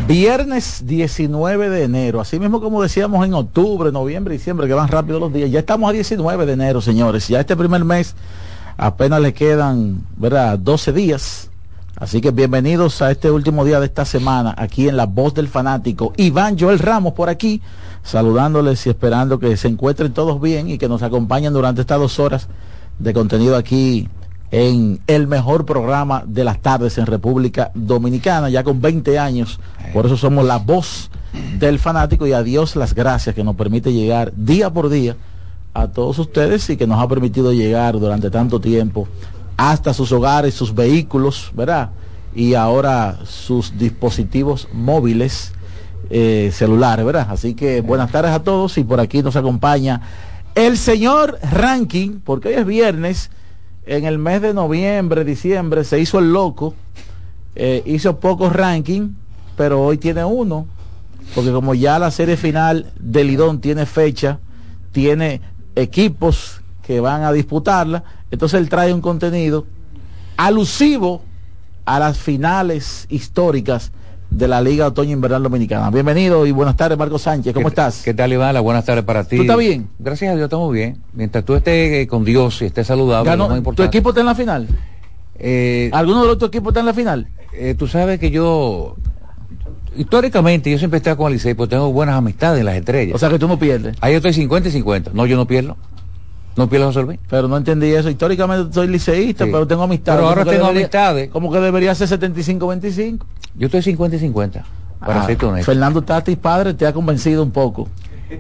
Viernes 19 de enero, así mismo como decíamos en octubre, noviembre, diciembre, que van rápido los días, ya estamos a 19 de enero, señores, ya este primer mes apenas le quedan, ¿verdad?, 12 días, así que bienvenidos a este último día de esta semana, aquí en La Voz del Fanático. Iván Joel Ramos por aquí, saludándoles y esperando que se encuentren todos bien y que nos acompañen durante estas 2 horas de contenido aquí en el mejor programa de las tardes en República Dominicana, ya con 20 años, por eso somos La Voz del Fanático, y a Dios las gracias que nos permite llegar día por día a todos ustedes y que nos ha permitido llegar durante tanto tiempo hasta sus hogares, sus vehículos, ¿verdad? Y ahora sus dispositivos móviles, celulares, ¿verdad? Así que buenas tardes a todos, y por aquí nos acompaña el señor Ranking, porque hoy es viernes. En el mes de noviembre, diciembre, se hizo el loco, hizo pocos rankings, pero hoy tiene uno, porque como ya la serie final del Lidón tiene fecha, tiene equipos que van a disputarla, entonces él trae un contenido alusivo a las finales históricas de la Liga Otoño Invernal Dominicana. Bienvenido y buenas tardes, Marco Sánchez, ¿cómo estás? ¿Qué tal, Iván? Buenas tardes para ti. ¿Tú estás bien? Gracias a Dios, estamos bien. Mientras tú estés con Dios y estés saludable, ¿Ganó? ¿Tu equipo está en la final? ¿Alguno de los otros equipos está en la final? Tú sabes que históricamente, yo siempre he estado con el Licey, porque tengo buenas amistades en las estrellas. O sea que tú no pierdes. Ahí yo estoy 50 y 50. No, yo no pierdo. No pierdo, José Luis. Pero no entendí eso. Históricamente soy liceísta, sí, pero tengo amistades. Pero ahora tengo amistades. Como que debería ser 75-25. Yo estoy 50 y 50. Para ser honesto. Fernando Tati, padre, te ha convencido un poco.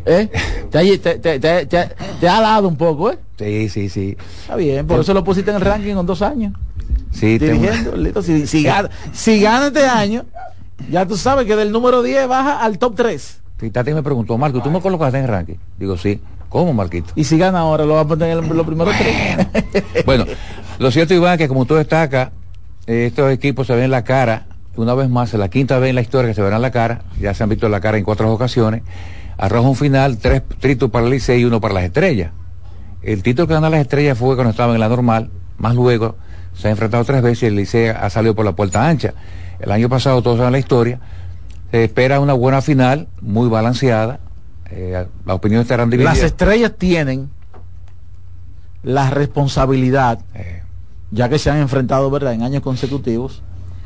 Te ha dado un poco, ¿eh? Sí. Está bien, por eso lo pusiste en el ranking con 2 años. Sí, dirigiendo. Si gana este año, ya tú sabes que del número 10 baja al top 3. Sí, Tati me preguntó, Marco, ¿tú me colocaste en el ranking? Digo, sí. ¿Cómo, Marquito? Y si gana ahora, lo va a poner en los primeros 3. Bueno, lo cierto, Iván, es que como tú destacas, estos equipos se ven la cara. Una vez más, es la quinta vez en la historia que se verán la cara, ya se han visto la cara en 4 ocasiones, arroja un final, 3 títulos para el Licey y 1 para las estrellas. El título que gana las estrellas fue cuando estaban en la normal, más luego se ha enfrentado 3 veces y el Licey ha salido por la puerta ancha. El año pasado, todos saben la historia, se espera una buena final, muy balanceada, las opiniones estarán divididas. Las estrellas tienen la responsabilidad, ya que se han enfrentado, ¿verdad?, en años consecutivos,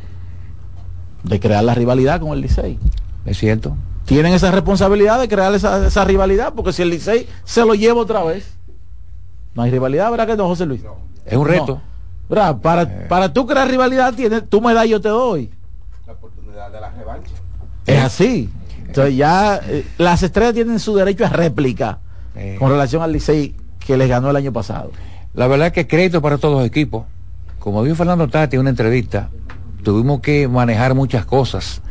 de crear la rivalidad con el Licey. Es cierto. Tienen esa responsabilidad de crear esa rivalidad, porque si el Licey se lo lleva otra vez, no hay rivalidad, ¿verdad que no, José Luis? No. Es un reto. No. ¿Verdad? Para tú crear rivalidad, tú me das, yo te doy. La oportunidad de la revancha. Es así. Entonces ya las estrellas tienen su derecho a réplica con relación al Licey que les ganó el año pasado. La verdad es que crédito para todos los equipos. Como dijo Fernando Tati en una entrevista, tuvimos que manejar muchas cosas.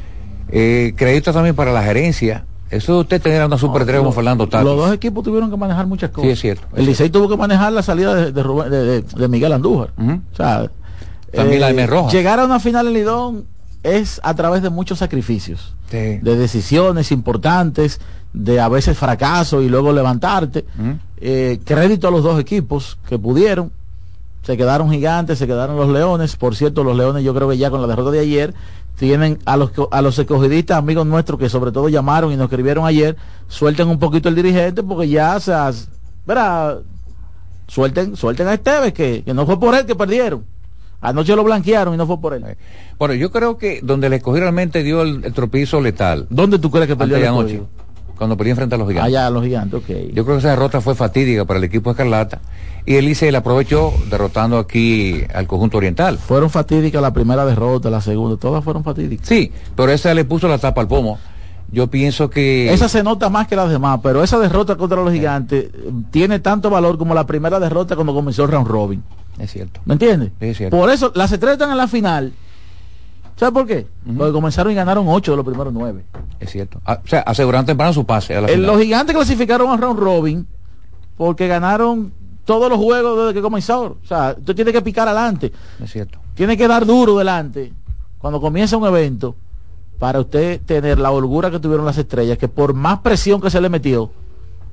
Crédito también para la gerencia. Eso de usted tener una super 3 como Fernando Tati. Los 2 equipos tuvieron que manejar muchas cosas. Sí, es cierto. El Licey tuvo que manejar la salida de Miguel Andújar. O sea, también la de Rojas. Llegar a una final en Lidón es a través de muchos sacrificios, de decisiones importantes, de a veces fracaso y luego levantarte. Crédito a los 2 equipos que pudieron. Se quedaron Gigantes, se quedaron los Leones. Por cierto, los Leones, yo creo que ya con la derrota de ayer tienen a los escogidistas, amigos nuestros, que sobre todo llamaron y nos escribieron ayer, suelten un poquito el dirigente, porque ya ¿verdad? Suelten a Esteves, que no fue por él que perdieron. Anoche lo blanquearon y no fue por él. Bueno, yo creo que donde el escogido realmente dio el tropiezo letal. ¿Dónde tú crees que perdió el escogido? Cuando perdió frente a los Gigantes. Allá, los Gigantes, ok. Yo creo que esa derrota fue fatídica para el equipo Escarlata, y el Licey la aprovechó derrotando aquí al conjunto oriental. Fueron fatídicas la primera derrota, la segunda, todas fueron fatídicas. Sí, pero esa le puso la tapa al pomo. Yo pienso que... Esa se nota más que las demás, pero esa derrota contra los Gigantes tiene tanto valor como la primera derrota cuando comenzó el round robin. Es cierto. ¿Me entiendes? Es cierto. Por eso, las estrellas están en la final. ¿Sabes por qué? Porque comenzaron y ganaron 8 de los primeros 9. Es cierto. O sea, aseguraron temprano su pase a la final. Los Gigantes clasificaron a round robin porque ganaron todos los juegos desde que comenzó. O sea, usted tiene que picar adelante. Es cierto. Tiene que dar duro delante cuando comienza un evento, para usted tener la holgura que tuvieron las estrellas, que por más presión que se le metió,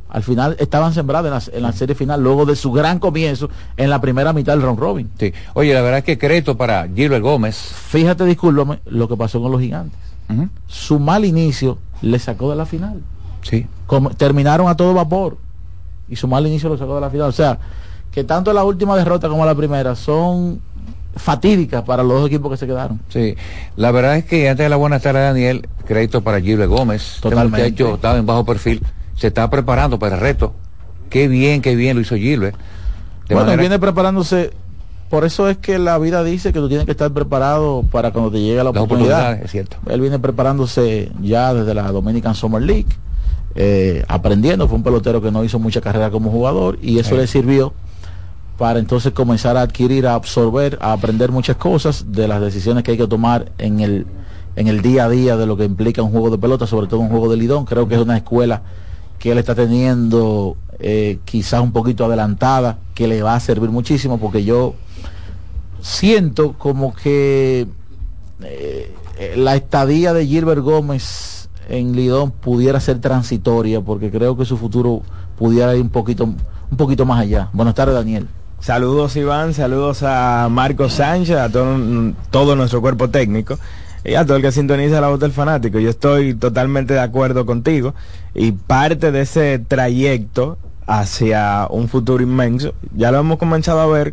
al final estaban sembradas en la serie final, luego de su gran comienzo en la primera mitad del round robin. Sí. Oye, la verdad es que crédito para Gilbert Gómez. Fíjate, discúlpame, lo que pasó con los Gigantes. Su mal inicio le sacó de la final. Sí. Terminaron a todo vapor y su mal inicio lo sacó de la final. O sea, que tanto la última derrota como la primera son fatídicas para los dos equipos que se quedaron. Sí, la verdad es que antes de la buena tarde, Daniel, crédito para Gilbert Gómez. Totalmente. Este muchacho estaba en bajo perfil, se está preparando para el reto. Qué bien lo hizo Gilbert. Bueno, viene preparándose. Por eso es que la vida dice que tú tienes que estar preparado para cuando te llegue la oportunidad. Es cierto. Él viene preparándose ya desde la Dominican Summer League, aprendiendo. Fue un pelotero que no hizo mucha carrera como jugador y eso le sirvió para entonces comenzar a adquirir, a absorber, a aprender muchas cosas de las decisiones que hay que tomar en el día a día de lo que implica un juego de pelota, sobre todo un juego de lidón. Creo que es una escuela que él está teniendo quizás un poquito adelantada, que le va a servir muchísimo, porque yo siento como que la estadía de Gilbert Gómez en Lidón pudiera ser transitoria, porque creo que su futuro pudiera ir un poquito más allá. Buenas tardes, Daniel. Saludos, Iván, saludos a Marco Sánchez, a todo nuestro cuerpo técnico y a todo el que sintoniza la voz del fanático. Yo estoy totalmente de acuerdo contigo y parte de ese trayecto hacia un futuro inmenso ya lo hemos comenzado a ver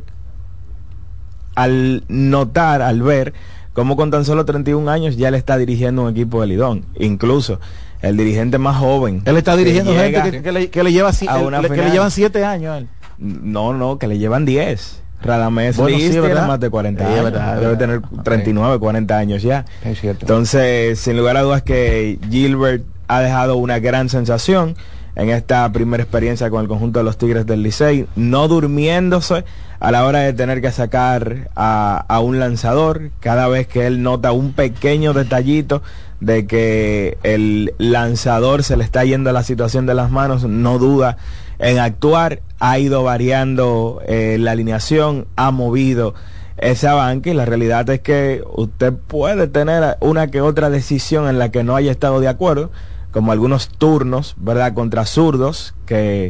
al ver cómo con tan solo 31 años ya le está dirigiendo un equipo de Lidón. Incluso el dirigente más joven. Él está dirigiendo gente que le llevan 7 años a él. No, que le llevan 10. Radamés bueno, Liz sí, tiene más de 40 años. Debe tener 39, 40 años ya. Es cierto. Entonces, sin lugar a dudas que Gilbert ha dejado una gran sensación en esta primera experiencia con el conjunto de los Tigres del Licey, no durmiéndose a la hora de tener que sacar a un lanzador. Cada vez que él nota un pequeño detallito de que el lanzador se le está yendo la situación de las manos, no duda en actuar. Ha ido variando la alineación, ha movido esa banca, y la realidad es que usted puede tener una que otra decisión en la que no haya estado de acuerdo, como algunos turnos, ¿verdad?, contra zurdos que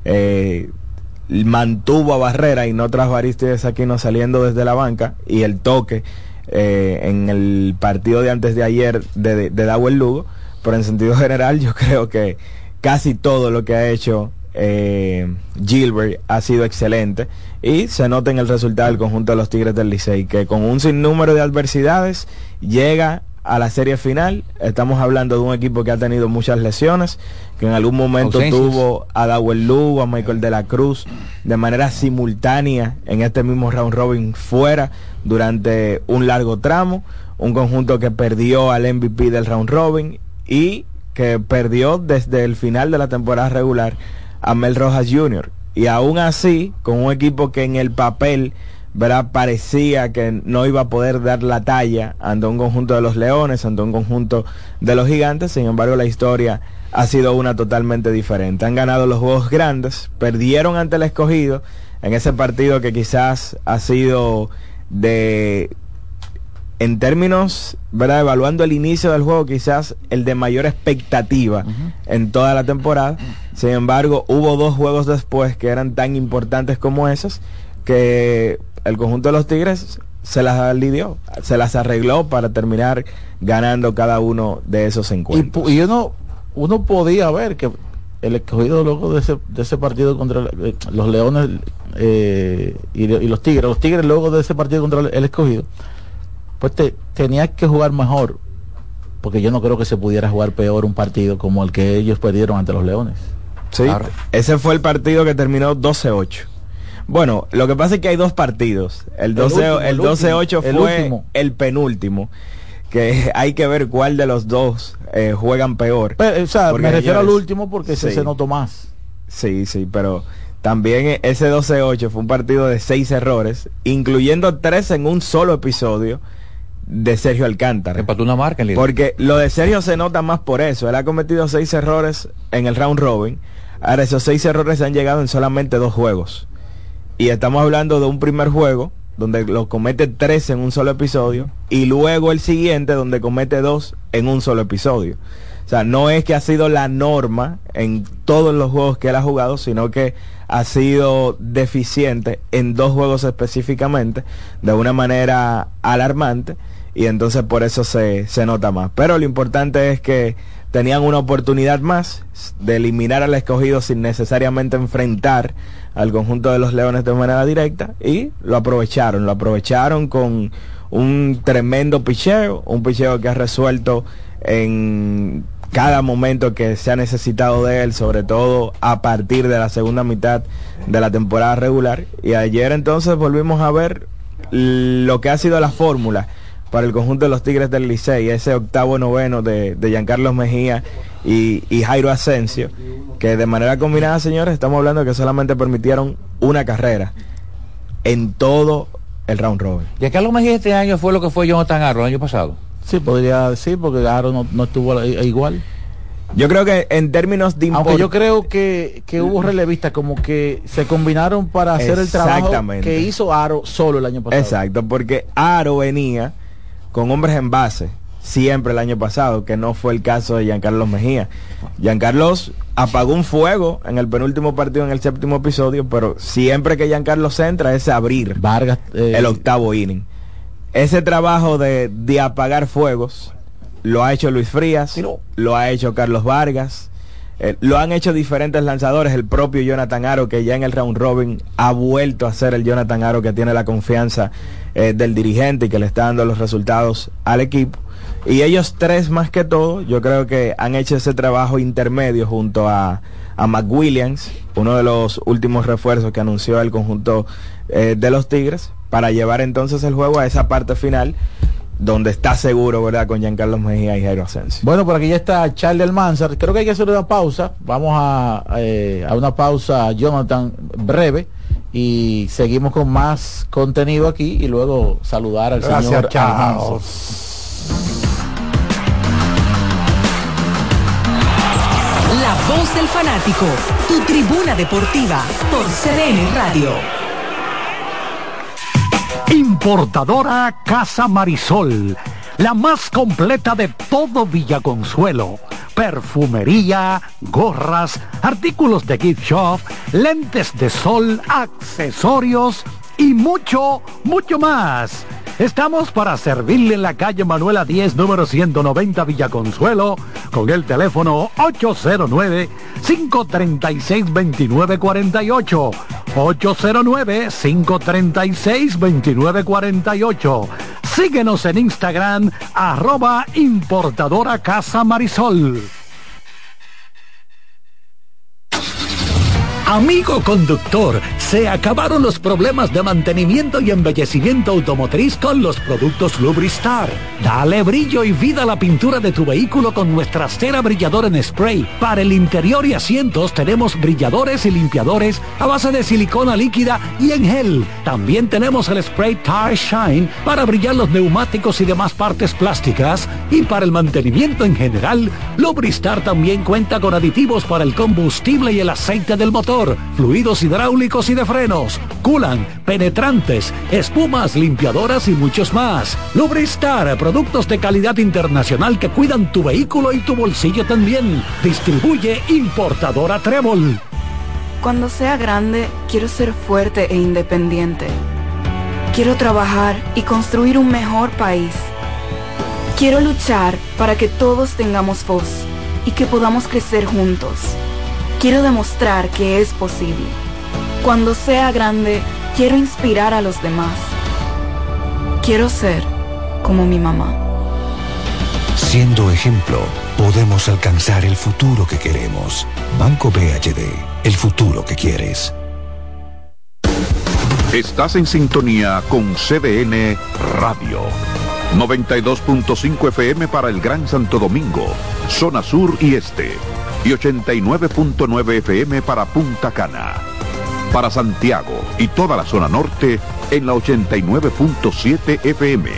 mantuvo a Barrera y no trajo a Aristides Aquino saliendo desde la banca, y el toque en el partido de antes de ayer de Dawel Lugo. Pero en sentido general yo creo que casi todo lo que ha hecho Gilbert ha sido excelente, y se nota en el resultado del conjunto de los Tigres del Licey, que con un sinnúmero de adversidades llega a la serie final. Estamos hablando de un equipo que ha tenido muchas lesiones, que en algún momento tuvo a Dawel Lugo, a Michael de la Cruz de manera simultánea en este mismo round robin fuera durante un largo tramo, un conjunto que perdió al MVP del round robin y que perdió desde el final de la temporada regular a Mel Rojas Jr. Y aún así, con un equipo que en el papel, ¿verdad?, parecía que no iba a poder dar la talla ante un conjunto de los Leones, ante un conjunto de los Gigantes. Sin embargo, la historia ha sido una totalmente diferente. Han ganado los juegos grandes, perdieron ante el Escogido en ese partido que quizás ha sido en términos, ¿verdad?, evaluando el inicio del juego, quizás el de mayor expectativa en toda la temporada. Sin embargo, hubo 2 juegos después que eran tan importantes como esos, que el conjunto de los Tigres se las lidió, se las arregló para terminar ganando cada uno de esos encuentros. Y uno podía ver que el Escogido, luego de ese partido contra los Leones y los Tigres luego de ese partido contra el Escogido, pues tenía que jugar mejor, porque yo no creo que se pudiera jugar peor un partido como el que ellos perdieron ante los Leones. Sí, claro. Ese fue el partido que terminó 12-8. Bueno, lo que pasa es que hay 2 partidos. El 12-8 fue el penúltimo, que hay que ver cuál de los dos juegan peor. Pero, o sea, me refiero al último porque sí, se notó más. Sí, pero también ese 12-8 fue un partido de 6 errores, incluyendo 3 en un solo episodio de Sergio Alcántara. Empató una marca en porque lo de Sergio se nota más por eso. Él ha cometido 6 errores en el round robin. Ahora esos 6 errores han llegado en solamente 2 juegos. Y estamos hablando de un primer juego donde lo comete 3 en un solo episodio, y luego el siguiente donde comete 2 en un solo episodio. O sea, no es que ha sido la norma en todos los juegos que él ha jugado, sino que ha sido deficiente en 2 juegos específicamente, de una manera alarmante, y entonces por eso se nota más. Pero lo importante es que tenían una oportunidad más de eliminar al Escogido sin necesariamente enfrentar al conjunto de los Leones de manera directa, y lo aprovecharon con un tremendo picheo, un picheo que ha resuelto en cada momento que se ha necesitado de él, sobre todo a partir de la segunda mitad de la temporada regular. Y ayer entonces volvimos a ver lo que ha sido la fórmula para el conjunto de los Tigres del Licey, ese octavo noveno de Giancarlo Mejía y Jairo Asensio, que de manera combinada, señores, estamos hablando que solamente permitieron una carrera en todo el round robin. Giancarlo Mejía este año fue lo que fue Jonathan Aro el año pasado. Sí, podría decir, porque Aro no estuvo igual. Yo creo que en términos de aunque yo creo que hubo relevistas como que se combinaron para hacer el trabajo que hizo Aro solo el año pasado. Exacto, porque Aro venía con hombres en base siempre el año pasado, que no fue el caso de Giancarlo Mejía. Giancarlo apagó un fuego en el penúltimo partido, en el 7º episodio, pero siempre que Giancarlo entra es abrir Vargas, el octavo inning. Ese trabajo de apagar fuegos lo ha hecho Luis Frías, lo ha hecho Carlos Vargas, lo han hecho diferentes lanzadores, el propio Jonathan Aro, que ya en el round robin ha vuelto a ser el Jonathan Aro que tiene la confianza del dirigente y que le está dando los resultados al equipo. Y ellos 3 más que todo, yo creo que han hecho ese trabajo intermedio junto a McWilliams, uno de los últimos refuerzos que anunció el conjunto de los Tigres, para llevar entonces el juego a esa parte final donde está seguro, ¿verdad?, con Giancarlo Mejía y Jairo Asensio. Bueno, por aquí ya está Charlie Almanzar. Creo que hay que hacer una pausa. Vamos a una pausa, Jonathan, breve, y seguimos con más contenido aquí y luego saludar al señor Almanzar. La voz del fanático, tu tribuna deportiva por CDN Radio. Importadora Casa Marisol, la más completa de todo Villaconsuelo. Perfumería, gorras, artículos de gift shop, lentes de sol, accesorios y mucho, mucho más. Estamos para servirle en la calle Manuela 10, número 190, Villaconsuelo, con el teléfono 809-536-2948. 809-536-2948. Síguenos en Instagram, @Importadora Casa Marisol. Amigo conductor, se acabaron los problemas de mantenimiento y embellecimiento automotriz con los productos Lubristar. Dale brillo y vida a la pintura de tu vehículo con nuestra cera brilladora en spray. Para el interior y asientos tenemos brilladores y limpiadores a base de silicona líquida y en gel. También tenemos el spray Tire Shine para brillar los neumáticos y demás partes plásticas. Y para el mantenimiento en general, Lubristar también cuenta con aditivos para el combustible y el aceite del motor, fluidos hidráulicos y de frenos, culan, penetrantes, espumas, limpiadoras y muchos más. Lubristar, productos de calidad internacional que cuidan tu vehículo y tu bolsillo también. Distribuye Importadora Trébol. Cuando sea grande, quiero ser fuerte e independiente. Quiero trabajar y construir un mejor país. Quiero luchar para que todos tengamos voz y que podamos crecer juntos. Quiero demostrar que es posible. Cuando sea grande, quiero inspirar a los demás. Quiero ser como mi mamá. Siendo ejemplo, podemos alcanzar el futuro que queremos. Banco BHD, el futuro que quieres. Estás en sintonía con CDN Radio. 92.5 FM para el Gran Santo Domingo, zona sur y este. Y 89.9 FM para Punta Cana. Para Santiago y toda la zona norte en la 89.7 FM.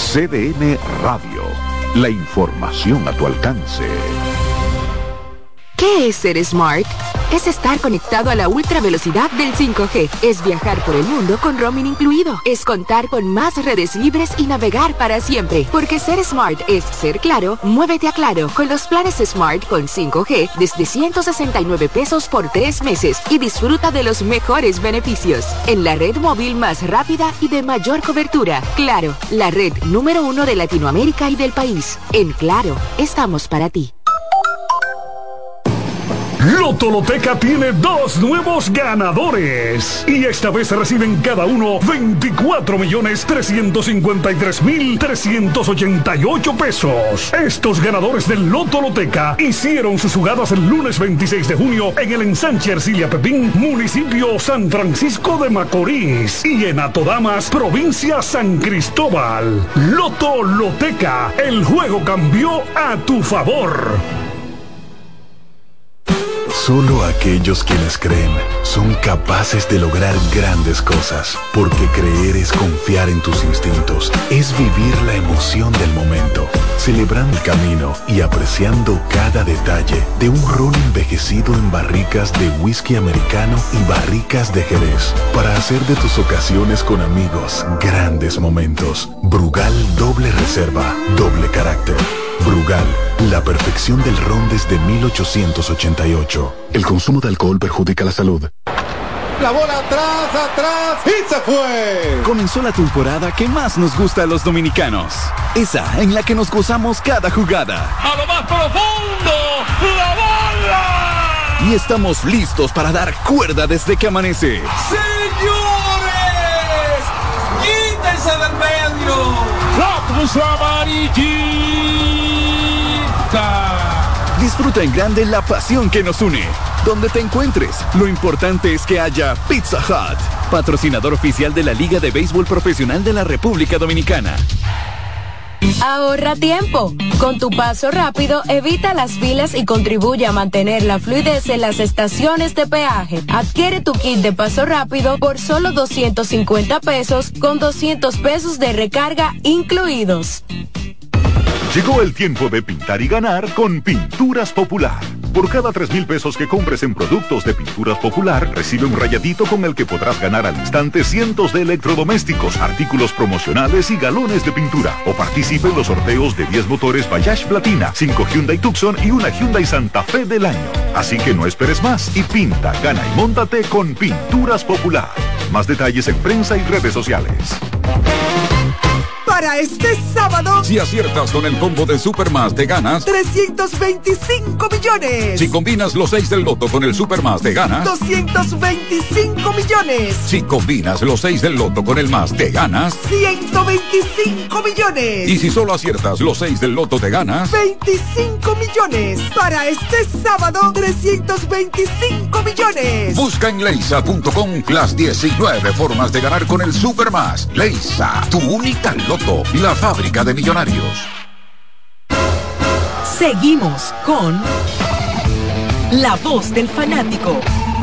CDN Radio. La información a tu alcance. ¿Qué es ser smart? Es estar conectado a la ultra velocidad del 5G. Es viajar por el mundo con roaming incluido. Es contar con más redes libres y navegar para siempre. Porque ser smart es ser claro. Muévete a Claro con los planes Smart con 5G desde 169 pesos por 3 meses y disfruta de los mejores beneficios. En la red móvil más rápida y de mayor cobertura. Claro, la red número 1 de Latinoamérica y del país. En Claro, estamos para ti. Lotoloteca tiene 2 nuevos ganadores y esta vez reciben cada uno 24.353.388 pesos. Estos ganadores del Lotoloteca hicieron sus jugadas el lunes 26 de junio en el ensanche Ercilia Pepín, municipio San Francisco de Macorís, y en Atodamas, provincia San Cristóbal. Lotoloteca, el juego cambió a tu favor. Solo aquellos quienes creen son capaces de lograr grandes cosas, porque creer es confiar en tus instintos, es vivir la emoción del momento, celebrando el camino y apreciando cada detalle de un ron envejecido en barricas de whisky americano y barricas de Jerez, para hacer de tus ocasiones con amigos grandes momentos. Brugal doble reserva, doble carácter. Brugal, la perfección del ron desde 1888. El consumo de alcohol perjudica la salud. La bola atrás, y se fue. Comenzó la temporada que más nos gusta a los dominicanos. Esa en la que nos gozamos cada jugada. A lo más profundo, la bola. Y estamos listos para dar cuerda desde que amanece. ¡Señores! ¡Quítense del medio! ¡La cruz amarillita! Disfruta en grande la pasión que nos une. Donde te encuentres, lo importante es que haya Pizza Hut, patrocinador oficial de la Liga de Béisbol Profesional de la República Dominicana. Ahorra tiempo. Con tu paso rápido, evita las filas y contribuye a mantener la fluidez en las estaciones de peaje. Adquiere tu kit de paso rápido por solo 250 pesos con 200 pesos de recarga incluidos. Llegó el tiempo de pintar y ganar con Pinturas Popular. Por cada 3,000 pesos que compres en productos de Pinturas Popular, recibe un rayadito con el que podrás ganar al instante cientos de electrodomésticos, artículos promocionales y galones de pintura. O participe en los sorteos de 10 motores Bayash Platina, 5 Hyundai Tucson y una Hyundai Santa Fe del año. Así que no esperes más y pinta, gana y móntate con Pinturas Popular. Más detalles en prensa y redes sociales. Para este sábado, si aciertas con el combo de Supermás, te ganas 325 millones. Si combinas los 6 del loto con el Supermás, te ganas 225 millones. Si combinas los 6 del loto con el más, te ganas 125 millones. Y si solo aciertas los 6 del loto, te ganas 25 millones. Para este sábado, 325 millones. Busca en leisa.com las 19 formas de ganar con el Supermás. Leisa, tu única loto. La fábrica de millonarios. Seguimos con La Voz del Fanático.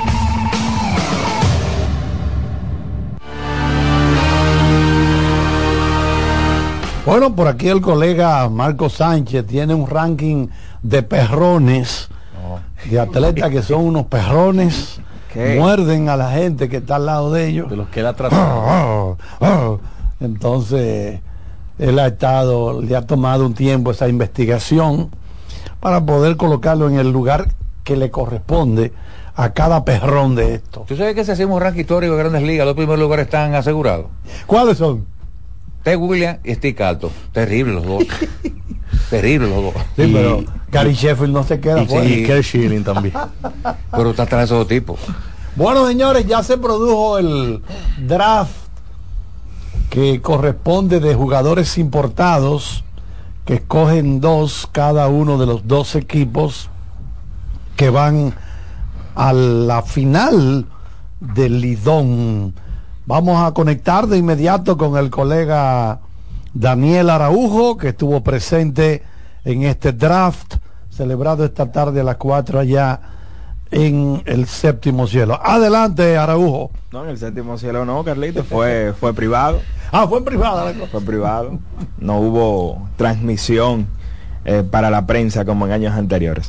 Bueno, por aquí el colega Marco Sánchez tiene un ranking de perrones, de atletas que son unos perrones, muerden a la gente que está al lado de ellos. De los que él ha tratado. Entonces, él le ha tomado un tiempo esa investigación para poder colocarlo en el lugar que le corresponde a cada perrón de esto. ¿Tú sabes que si hacemos un ranking histórico de Grandes Ligas, los primeros lugares están asegurados? ¿Cuáles son? Ted Williams y Steve Carlton. Terrible los dos. Terrible los dos. Sí, pero Gary Sheffield no se queda fuera. Y Kerr Schilling también. Pero está atrás de esos tipos. Bueno, señores, ya se produjo el draft que corresponde de jugadores importados, que escogen 2 cada uno de los 2 equipos que van a la final del Lidón. Vamos a conectar de inmediato con el colega Daniel Araujo, que estuvo presente en este draft celebrado esta tarde a las 4 allá en el Séptimo Cielo. Adelante, Araujo. No, en el Séptimo Cielo no, Carlito, fue privado. Ah, fue privada la cosa. Fue privado. No hubo transmisión para la prensa como en años anteriores.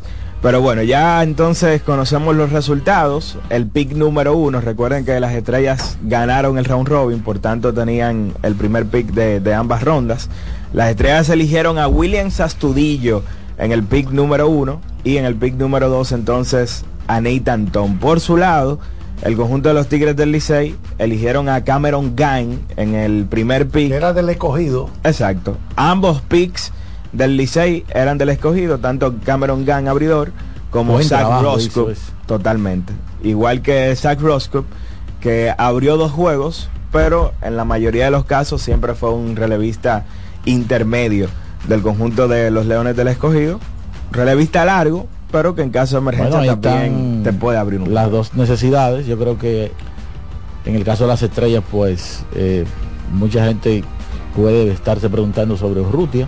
Pero bueno, ya entonces conocemos los resultados. El pick número 1, recuerden que las Estrellas ganaron el round robin, por tanto tenían el primer pick de ambas rondas. Las Estrellas eligieron a William Astudillo en el pick número 1 y en el pick número 2 entonces a Nathan Tom. Por su lado, el conjunto de los Tigres del Licey eligieron a Cameron Gain en el primer pick. Era del Escogido. Exacto. Ambos picks del Licey eran del Escogido, tanto Cameron Gain, abridor, como Zach Roscoe. Totalmente. Igual que Zach Roscoe, que abrió 2 juegos, pero en la mayoría de los casos siempre fue un relevista intermedio del conjunto de los Leones del Escogido. Relevista largo, pero que en caso de emergencia también te puede abrir un las dos necesidades. Yo creo que en el caso de las Estrellas, pues mucha gente puede estarse preguntando sobre Urrutia,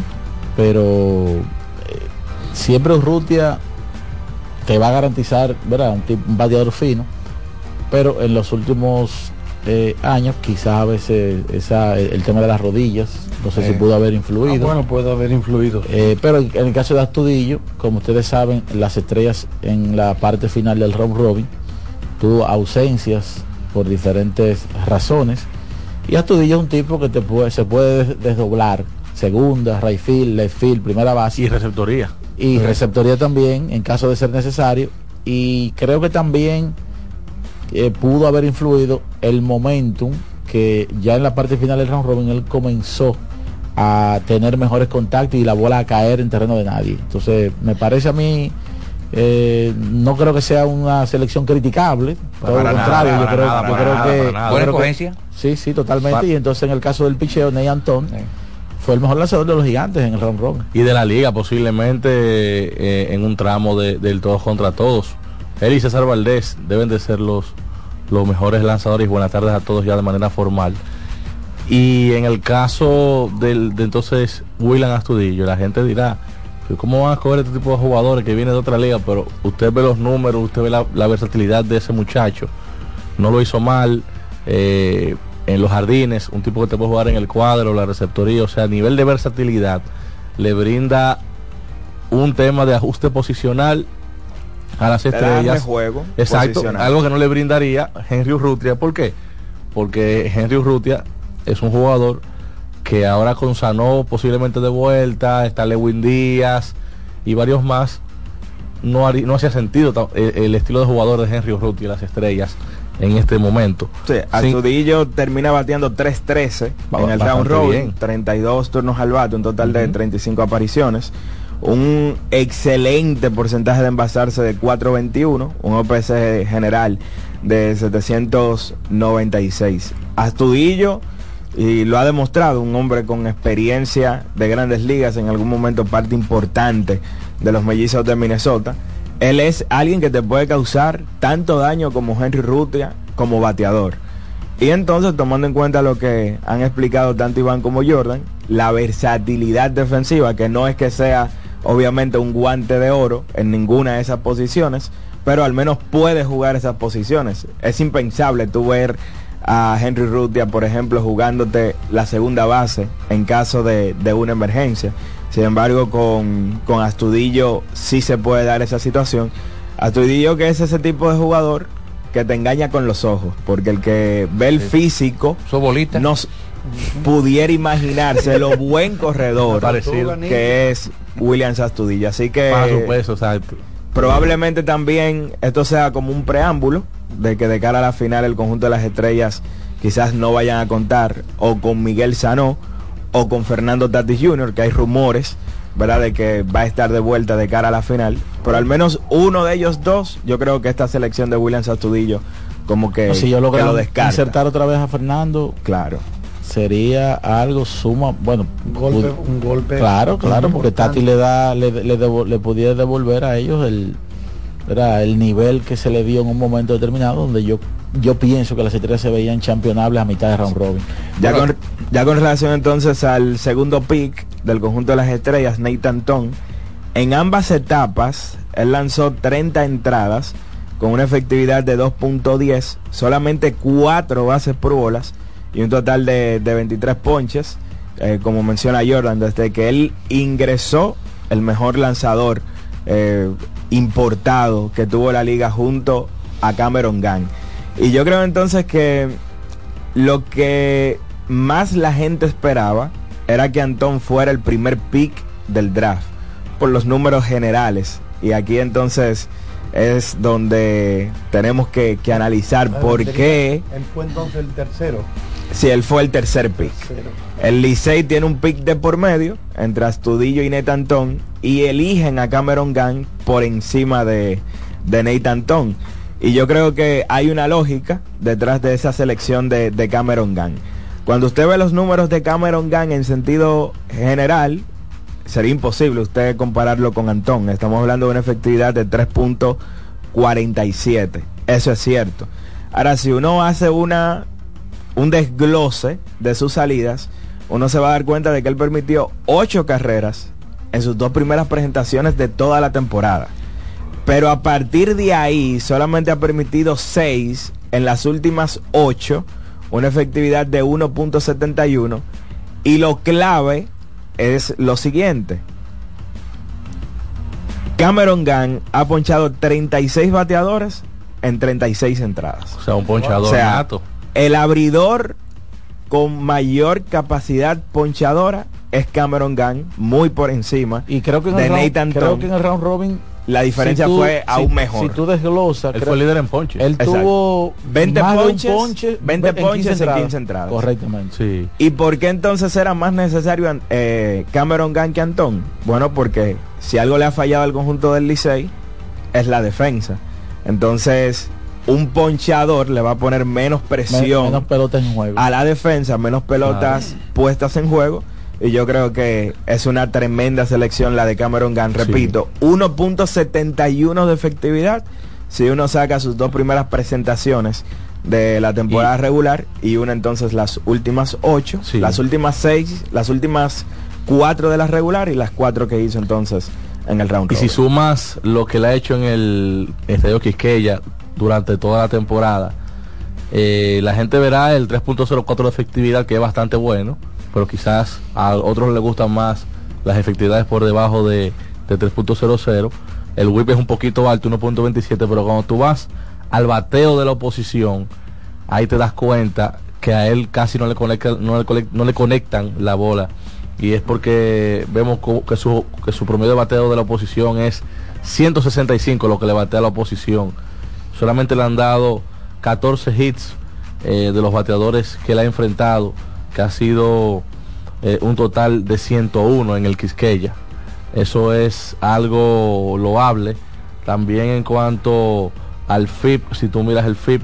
pero siempre Urrutia te va a garantizar, ¿verdad?, un bateador fino, pero en los últimos años quizás a veces el tema de las rodillas, no sé si pudo haber influido. Bueno, puede haber influido. Pero en el caso de Astudillo, como ustedes saben, las Estrellas en la parte final del round robin tuvo ausencias por diferentes razones, y Astudillo es un tipo que se puede desdoblar: segunda, right field, left field, primera base y receptoría. Y receptoría también en caso de ser necesario. Y creo que también pudo haber influido el momentum que ya en la parte final del round robin él comenzó a tener mejores contactos y la bola a caer en terreno de nadie. Entonces me parece a mí, no creo que sea una selección criticable, todo lo contrario. Yo creo que buena escogencia. Sí, totalmente. Y entonces en el caso del picheo, Ney Antón fue el mejor lanzador de los Gigantes en el round robin y de la liga, posiblemente en un tramo del todos contra todos. Él y César Valdés deben de ser los mejores lanzadores. Y buenas tardes a todos ya de manera formal. Y en el caso de entonces William Astudillo, la gente dirá, ¿cómo van a escoger este tipo de jugadores que viene de otra liga? Pero usted ve los números, usted ve la versatilidad de ese muchacho. No lo hizo mal en los jardines, un tipo que te puede jugar en el cuadro, la receptoría, o sea, a nivel de versatilidad le brinda un tema de ajuste posicional a las Estrellas. Juego exacto, algo que no le brindaría Henry Urrutia. ¿Por qué? Porque Henry Urrutia es un jugador que ahora con Sanó posiblemente de vuelta, está Lewin Díaz y varios más, no hacía sentido el estilo de jugador de Henry Urrutia y las Estrellas en este momento. Sí, Astudillo termina bateando 3-13 en el round robin, 32 turnos al bate, un total de 35 apariciones, un excelente porcentaje de envasarse de 4.21, un OPS general de 796. Astudillo, y lo ha demostrado, un hombre con experiencia de grandes ligas, en algún momento parte importante de los Mellizos de Minnesota. Él es alguien que te puede causar tanto daño como Henry Urrutia como bateador. Y entonces, tomando en cuenta lo que han explicado tanto Iván como Jordan, la versatilidad defensiva, que no es que sea obviamente un guante de oro en ninguna de esas posiciones, pero al menos puede jugar esas posiciones. Es impensable tú ver a Henry Urrutia, por ejemplo, jugándote la segunda base en caso de una emergencia. Sin embargo, con Astudillo sí se puede dar esa situación. Astudillo, que es ese tipo de jugador que te engaña con los ojos, porque el que ve el físico no pudiera imaginarse lo buen corredor que es William Astudillo. Así que probablemente también esto sea como un preámbulo de que de cara a la final el conjunto de las Estrellas quizás no vayan a contar o con Miguel Sanó o con Fernando Tatis Jr., que hay rumores, ¿verdad?, de que va a estar de vuelta de cara a la final, pero al menos uno de ellos dos, yo creo que esta selección de William Astudillo como que, si yo que lo descarta. Insertar otra vez a Fernando, claro, sería algo suma, bueno, un golpe claro, porque Tati le pudiera devolver a ellos el nivel que se le dio en un momento determinado, donde yo pienso que las Estrellas se veían championables a mitad de round robin. Ya con relación entonces al segundo pick del conjunto de las Estrellas, Nathan Tom, en ambas etapas él lanzó 30 entradas con una efectividad de 2.10, solamente 4 bases por bolas y un total de 23 ponches. Como menciona Jordan, desde que él ingresó, el mejor lanzador importado que tuvo la liga junto a Cameron Gang. Y yo creo entonces que lo que más la gente esperaba era que Antón fuera el primer pick del draft por los números generales. Y aquí entonces es donde tenemos que analizar por qué. Él fue entonces el tercero. Sí, él fue el tercer pick. El Licey tiene un pick de por medio entre Astudillo y Nate Antón y eligen a Cameron Gang por encima de Nate Antón. Y yo creo que hay una lógica detrás de esa selección de Cameron Gang. Cuando usted ve los números de Cameron Gang en sentido general, sería imposible usted compararlo con Antón. Estamos hablando de una efectividad de 3.47. Eso es cierto. Ahora, si uno hace un desglose de sus salidas, uno se va a dar cuenta de que él permitió 8 carreras en sus 2 primeras presentaciones de toda la temporada. Pero a partir de ahí solamente ha permitido 6 en las últimas 8, una efectividad de 1.71. Y lo clave es lo siguiente: Cameron Gang ha ponchado 36 bateadores en 36 entradas. O sea, un ponchador nato. El abridor con mayor capacidad ponchadora es Cameron Gang, muy por encima. Y creo que en el round robin la diferencia fue aún mejor. Si tú desglosas, él fue líder en ponches. Él tuvo 20 ponches en 15 entradas. Correctamente. Sí. ¿Y por qué entonces era más necesario Cameron Gang que Antón? Bueno, porque si algo le ha fallado al conjunto del Licey es la defensa. Entonces, un ponchador le va a poner menos presión, menos pelotas en juego a la defensa, menos pelotas puestas en juego. Y yo creo que es una tremenda selección la de Cameron Gang. Repito, 1.71 de efectividad si uno saca sus 2 primeras presentaciones de la temporada regular y una entonces las últimas 8, las últimas 6, las últimas 4 de la regular y las 4 que hizo entonces en el round robin. Y si sumas lo que le ha hecho en el Estadio Quisqueya durante toda la temporada, la gente verá el 3.04 de efectividad, que es bastante bueno, pero quizás a otros les gustan más las efectividades por debajo de 3.00. El whip es un poquito alto, 1.27, pero cuando tú vas al bateo de la oposición, ahí te das cuenta que a él casi no le conectan la bola, y es porque vemos que su promedio de bateo de la oposición es 165, lo que le batea a la oposición. Solamente le han dado 14 hits de los bateadores que él ha enfrentado, que ha sido un total de 101 en el Quisqueya. Eso es algo loable. También en cuanto al FIP, si tú miras el FIP,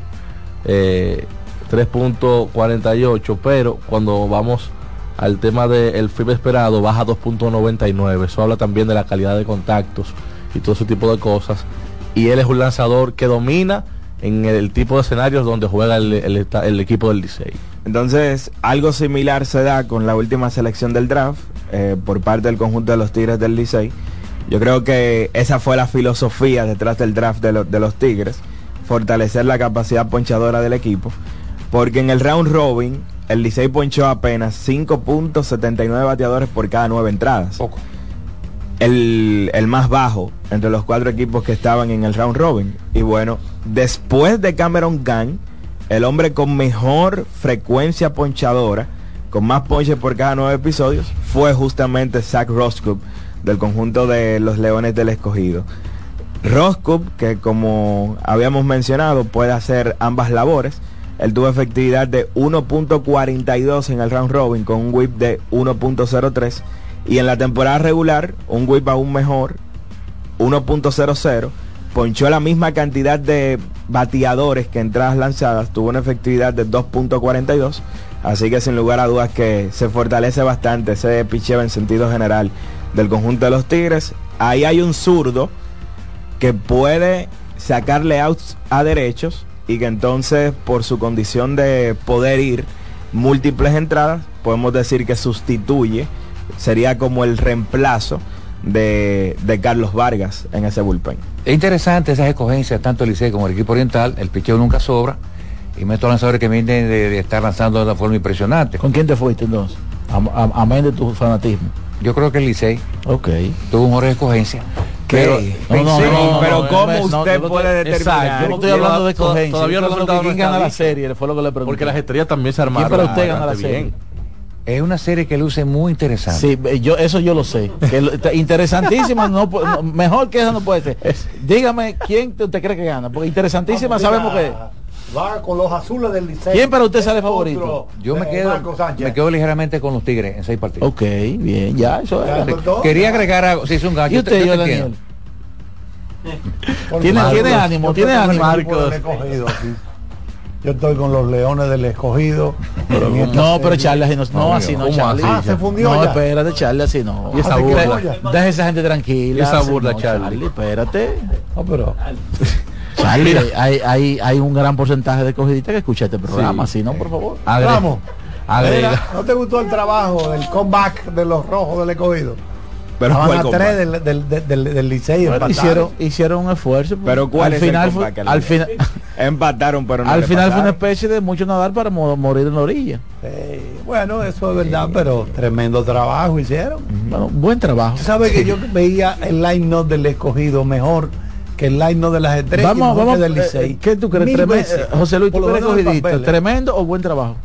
3.48, pero cuando vamos al tema del FIP esperado, baja a 2.99. Eso habla también de la calidad de contactos y todo ese tipo de cosas. Y él es un lanzador que domina en el tipo de escenarios donde juega el equipo del Licey. Entonces, algo similar se da con la última selección del draft por parte del conjunto de los Tigres del Licey. Yo creo que esa fue la filosofía detrás del draft de los Tigres, fortalecer la capacidad ponchadora del equipo, porque en el round robin el Licey ponchó apenas 5.79 bateadores por cada 9 entradas. Poco. El más bajo entre los 4 equipos que estaban en el round robin. Y bueno, después de Cameron Gang, el hombre con mejor frecuencia ponchadora, con más ponches por cada 9 episodios, fue justamente Zach Roskup, del conjunto de los Leones del Escogido. Roskup, que como habíamos mencionado, puede hacer ambas labores. Él tuvo efectividad de 1.42 en el round robin con un whip de 1.03. Y en la temporada regular, un whip aún mejor, 1.00, ponchó la misma cantidad de bateadores que entradas lanzadas, tuvo una efectividad de 2.42, así que sin lugar a dudas que se fortalece bastante ese picheo en sentido general del conjunto de los Tigres. Ahí hay un zurdo que puede sacarle outs a derechos y que entonces, por su condición de poder ir múltiples entradas, podemos decir que sustituye, sería como el reemplazo de Carlos Vargas en ese bullpen. Es interesante esas escogencias, tanto el Licey como el equipo oriental. El picheo nunca sobra, y estos lanzadores que vienen de estar lanzando de una forma impresionante. ¿Con quién te fuiste entonces? Amén de tu fanatismo. Yo creo que el Licey tuvo mejores escogencias, Pero, pero ¿cómo usted puede determinar? Exacto, yo no estoy hablando de escogencia. Todavía no resultado quién gana la serie, fue lo que le pregunté. Porque las estrellas también se armaron. ¿Quién para usted gana la serie? Es una serie que luce muy interesante. Sí, eso yo lo sé. Interesantísima, mejor que esa no puede ser. Dígame, ¿quién usted cree que gana? Porque interesantísima sabemos que... Va con los azules del Liceo. ¿Quién para usted sale favorito? Yo me quedo ligeramente con los Tigres en 6 partidos. Ok, bien, ya, eso es. Quería agregar algo. Si es un gancho. ¿Y usted, yo Daniel? ¿Tiene ánimo? ¿Tiene ánimo? Marcos. Yo estoy con los Leones del Escogido. Pero Charlie, no, así no, Charlie. Se fundió. No, espérate, Charlie, así no. Y esa burla. Deja a esa gente tranquila. Y esa burla, Charlie. Espérate. No, pero... Charlie, hay un gran porcentaje de escogidistas que escucha este programa, si no, por favor. Vamos. ¿No te gustó el trabajo del comeback de los Rojos del Escogido? Pero van a 3 del Licey. Hicieron un esfuerzo. Pero ¿cuál al es final el comeback? Al final empataron, pero no al final fue una especie de mucho nadar para morir en la orilla. Bueno, eso es verdad, pero tremendo trabajo hicieron. Bueno, buen trabajo. ¿Sabes que yo veía el line-up del Escogido mejor que el line de las estrellas? Vamos del Licey? ¿Qué tú crees? José Luis, ¿tú crees escogidista? ¿Tremendo o buen trabajo?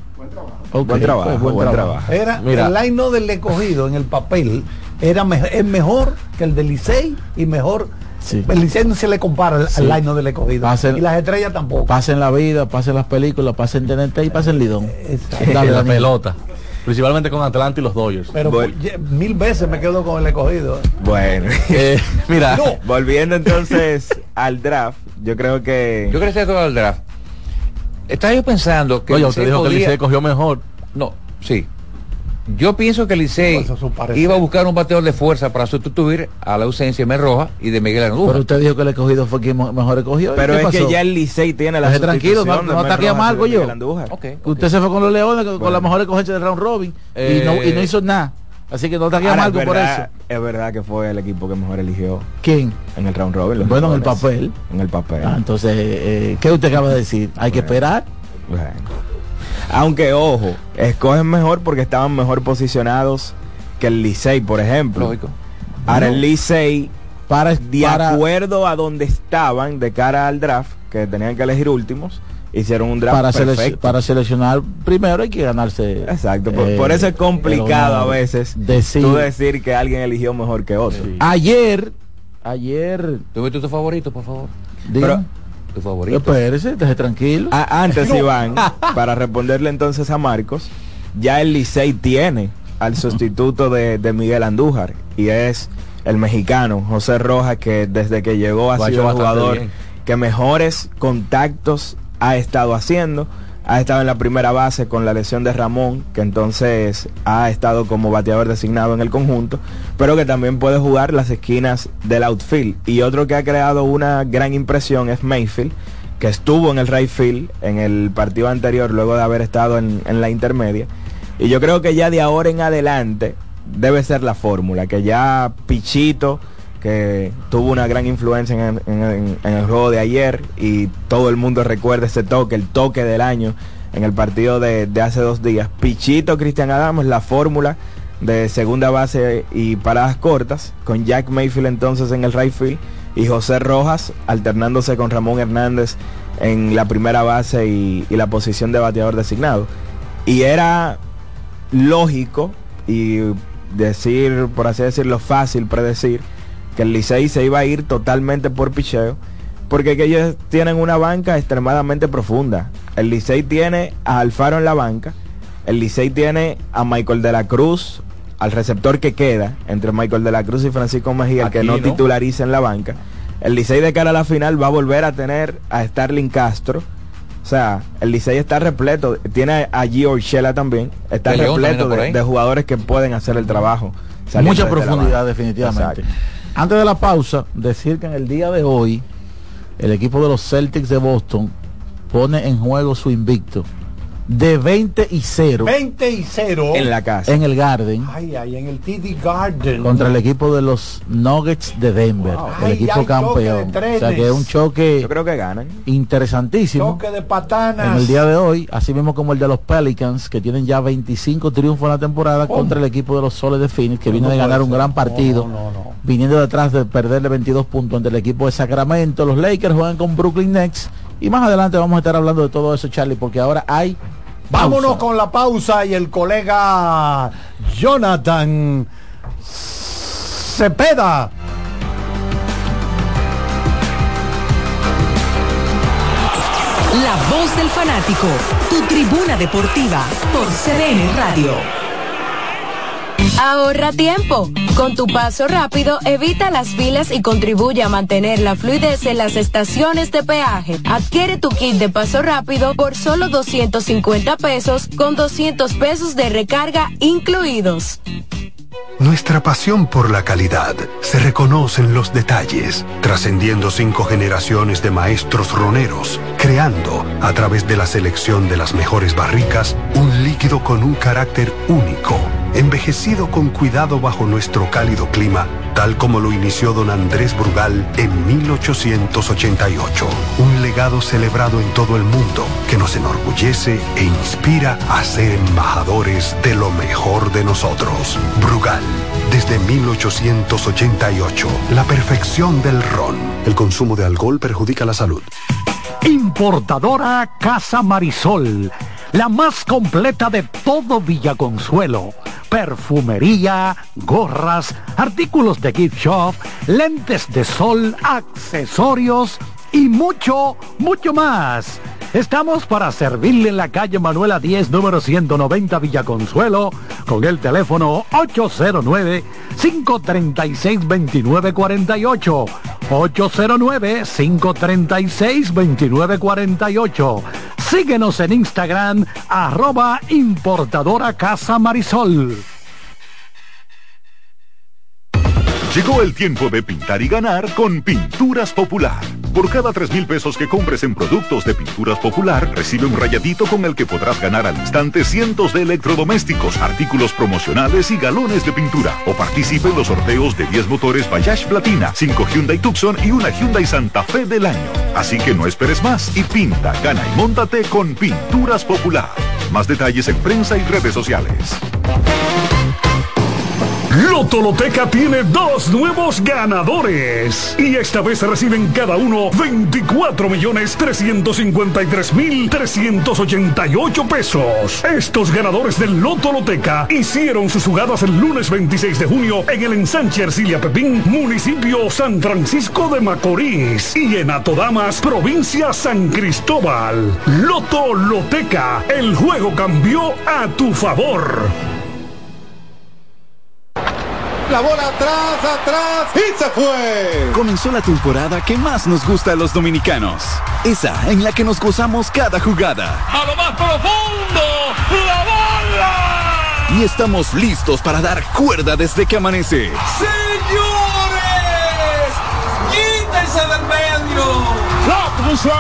Buen trabajo. Era el line del Escogido en el papel es mejor que el del Licey y mejor. Sí. El Licey no se le compara al line del Escogido. Y las estrellas tampoco. Pasen la vida, pasen las películas, pasen TNT y pasen Lidón. Dale la pelota. Principalmente con Atlanta y los Dodgers. Pero 1000 veces me quedo con el Escogido. Bueno, mira, volviendo entonces al draft, yo creo que todo al draft. Estaba yo pensando que usted dijo que el Licey cogió mejor. No, sí. Yo pienso que el Licey iba a buscar un bateador de fuerza para sustituir a la ausencia de Mel Rojas y de Miguel Andújar. Pero usted dijo que el escogido fue quien mejor escogió. Pero es que ya el Licey tiene la tranquilo, no ataque a Marco yo. Usted se fue con los Leones con la mejor escogencia del round robin y no hizo nada. Así que no ataque a Marco por eso. Es verdad que fue el equipo que mejor eligió. ¿Quién? En el round robin. Bueno, en el papel. En el papel. Entonces, ¿qué usted acaba de decir? Hay que esperar. Bueno. Aunque, ojo, escogen mejor porque estaban mejor posicionados que el Licey, por ejemplo. Lógico. Ahora el Licey, de acuerdo a donde estaban de cara al draft, que tenían que elegir últimos, hicieron un draft perfecto. Para seleccionar primero hay que ganarse. Exacto, por eso es complicado a veces tú decir que alguien eligió mejor que otro. Sí. Ayer ¿tú ves tu favorito, por favor? Pero tu favorito. Espérese, deje tranquilo. Antes, Iván, para responderle entonces a Marcos, ya el Licey tiene al sustituto de Miguel Andújar y es el mexicano José Rojas, que desde que llegó ha sido el jugador que mejores contactos ha estado haciendo. Ha estado en la primera base con la lesión de Ramón, que entonces ha estado como bateador designado en el conjunto, pero que también puede jugar las esquinas del outfield. Y otro que ha creado una gran impresión es Mayfield, que estuvo en el right field en el partido anterior luego de haber estado en la intermedia. Y yo creo que ya de ahora en adelante debe ser la fórmula, que ya Pichito, que tuvo una gran influencia en el juego de ayer y todo el mundo recuerda ese toque, el toque del año en el partido de hace 2 días. Pichito, Cristian Adams, la fórmula de segunda base y paradas cortas, con Jack Mayfield entonces en el right field y José Rojas alternándose con Ramón Hernández en la primera base y la posición de bateador designado. Y era lógico y decir, por así decirlo, fácil predecir que el Licey se iba a ir totalmente por picheo, porque que ellos tienen una banca extremadamente profunda. El Licey tiene a Alfaro en la banca, el Licey tiene a Michael de la Cruz, al receptor que queda entre Michael de la Cruz y Francisco Mejía, el que no titulariza en la banca. El Licey de cara a la final va a volver a tener a Starling Castro. O sea, el Licey está repleto, tiene a Gio Urshela también, está repleto de jugadores que pueden hacer el trabajo. Mucha profundidad, definitivamente. Exacto. Antes de la pausa, decir que en el día de hoy el equipo de los Celtics de Boston pone en juego su invicto de 20-0. 20-0 en la casa. En el Garden. Ay, en el TD Garden. Contra el equipo de los Nuggets de Denver. Wow. El equipo campeón. O sea que es un choque. Yo creo que ganan. Interesantísimo. Choque de patanas. En el día de hoy, así mismo como el de los Pelicans, que tienen ya 25 triunfos en la temporada, contra el equipo de los Soles de Phoenix, que viene de ganar un gran partido. Viniendo detrás de perderle 22 puntos ante el equipo de Sacramento. Los Lakers juegan con Brooklyn Nets. Y más adelante vamos a estar hablando de todo eso, Charlie, porque ahora hay pausa. Vámonos con la pausa y el colega Jonathan Cepeda. La voz del fanático, tu tribuna deportiva por CDN Radio. Ahorra tiempo. Con tu paso rápido, evita las filas y contribuye a mantener la fluidez en las estaciones de peaje. Adquiere tu kit de paso rápido por solo 250 pesos con 200 pesos de recarga incluidos. Nuestra pasión por la calidad se reconoce en los detalles, trascendiendo 5 generaciones de maestros roneros, creando, a través de la selección de las mejores barricas, un líquido con un carácter único, envejecido con cuidado bajo nuestro cálido clima, tal como lo inició don Andrés Brugal en 1888. Un legado celebrado en todo el mundo que nos enorgullece e inspira a ser embajadores de lo mejor de nosotros. Brugal, desde 1888, la perfección del ron. El consumo de alcohol perjudica la salud. Importadora Casa Marisol, la más completa de todo Villaconsuelo. Perfumería, gorras, artículos de gift shop, lentes de sol, accesorios y mucho, mucho más. Estamos para servirle en la calle Manuela 10, número 190 Villaconsuelo, con el teléfono 809-536-2948. 809-536-2948. Síguenos en Instagram, @importadora Casa Marisol. Llegó el tiempo de pintar y ganar con Pinturas Popular. Por cada 3,000 pesos que compres en productos de Pinturas Popular, recibe un rayadito con el que podrás ganar al instante cientos de electrodomésticos, artículos promocionales y galones de pintura. O participe en los sorteos de 10 motores Bayash Platina, 5 Hyundai Tucson y una Hyundai Santa Fe del año. Así que no esperes más y pinta, gana y móntate con Pinturas Popular. Más detalles en prensa y redes sociales. Lotoloteca tiene 2 nuevos ganadores y esta vez reciben cada uno 24.353.388 pesos. Estos ganadores del Lotoloteca hicieron sus jugadas el lunes 26 de junio en el ensanche Ercilia Pepín, municipio San Francisco de Macorís, y en Atodamas, provincia San Cristóbal. Lotoloteca, el juego cambió a tu favor. La bola atrás y se fue. Comenzó la temporada que más nos gusta a los dominicanos. Esa en la que nos gozamos cada jugada. A lo más profundo, la bola. Y estamos listos para dar cuerda desde que amanece. ¡Señores! ¡Quítense del medio! ¡La puso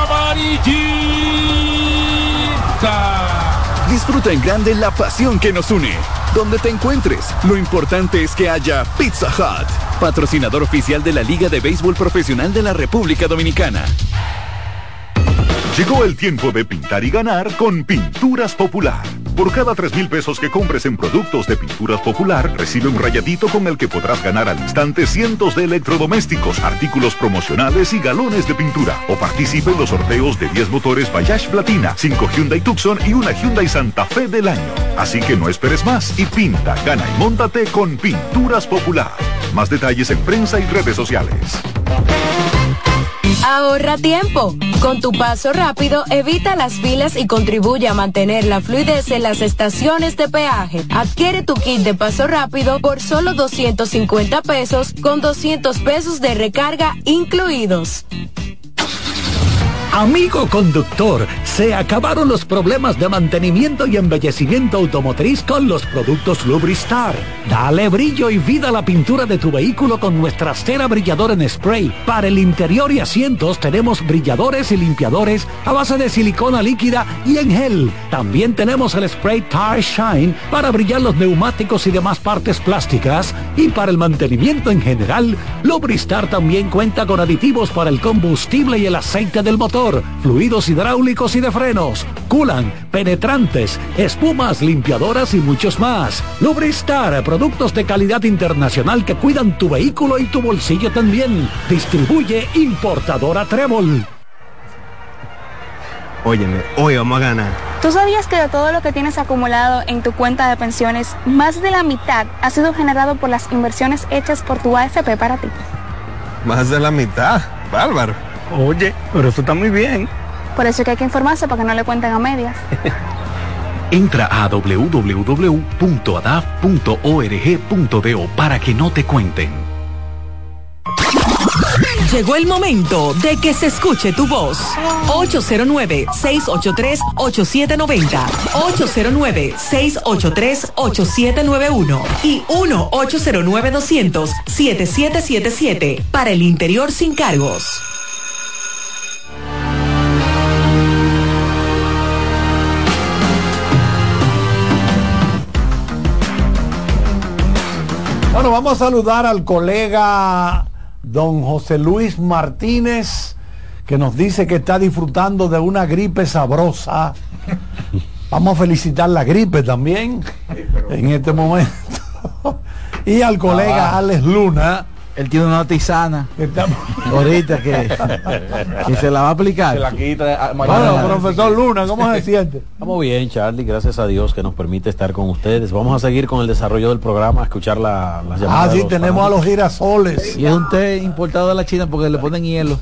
amarillita! Disfruta en grande la pasión que nos une. Donde te encuentres, lo importante es que haya Pizza Hut, patrocinador oficial de la Liga de Béisbol Profesional de la República Dominicana. Llegó el tiempo de pintar y ganar con Pinturas Popular. Por cada 3,000 pesos que compres en productos de Pinturas Popular, recibe un rayadito con el que podrás ganar al instante cientos de electrodomésticos, artículos promocionales y galones de pintura. O participe en los sorteos de 10 motores Bayash Platina, 5 Hyundai Tucson y una Hyundai Santa Fe del año. Así que no esperes más y pinta, gana y móntate con Pinturas Popular. Más detalles en prensa y redes sociales. Ahorra tiempo. Con tu paso rápido, evita las filas y contribuye a mantener la fluidez en las estaciones de peaje. Adquiere tu kit de paso rápido por solo 250 pesos con 200 pesos de recarga incluidos. Amigo conductor, se acabaron los problemas de mantenimiento y embellecimiento automotriz con los productos Lubristar. Dale brillo y vida a la pintura de tu vehículo con nuestra cera brilladora en spray. Para el interior y asientos tenemos brilladores y limpiadores a base de silicona líquida y en gel. También tenemos el spray Tire Shine para brillar los neumáticos y demás partes plásticas. Y para el mantenimiento en general, Lubristar también cuenta con aditivos para el combustible y el aceite del motor, fluidos hidráulicos y de frenos, culan, penetrantes, espumas, limpiadoras y muchos más. Lubristar, productos de calidad internacional que cuidan tu vehículo y tu bolsillo también. Distribuye importadora Trébol. Óyeme, hoy vamos a ganar. ¿Tú sabías que de todo lo que tienes acumulado en tu cuenta de pensiones, más de la mitad ha sido generado por las inversiones hechas por tu AFP para ti? Más de la mitad, bárbaro. Oye, pero eso está muy bien. Por eso es que hay que informarse para que no le cuenten a medias. Entra a www.adaf.org.do para que no te cuenten. Llegó el momento de que se escuche tu voz. 809-683-8790. 809-683-8791. Y 1-809-200-7777. Para el interior sin cargos. Bueno, vamos a saludar al colega don José Luis Martínez, que nos dice que está disfrutando de una gripe sabrosa. Vamos a felicitar la gripe también en este momento. Y al colega Alex Luna. Él tiene una tisana ahorita que se la va a aplicar. Se la quita. Bueno, profesor Luna, ¿cómo se siente? Estamos bien, Charlie, gracias a Dios que nos permite estar con ustedes. Vamos a seguir con el desarrollo del programa, a escuchar las llamadas. Sí, tenemos a los girasoles. Y es un té importado de la China porque le ponen hielo.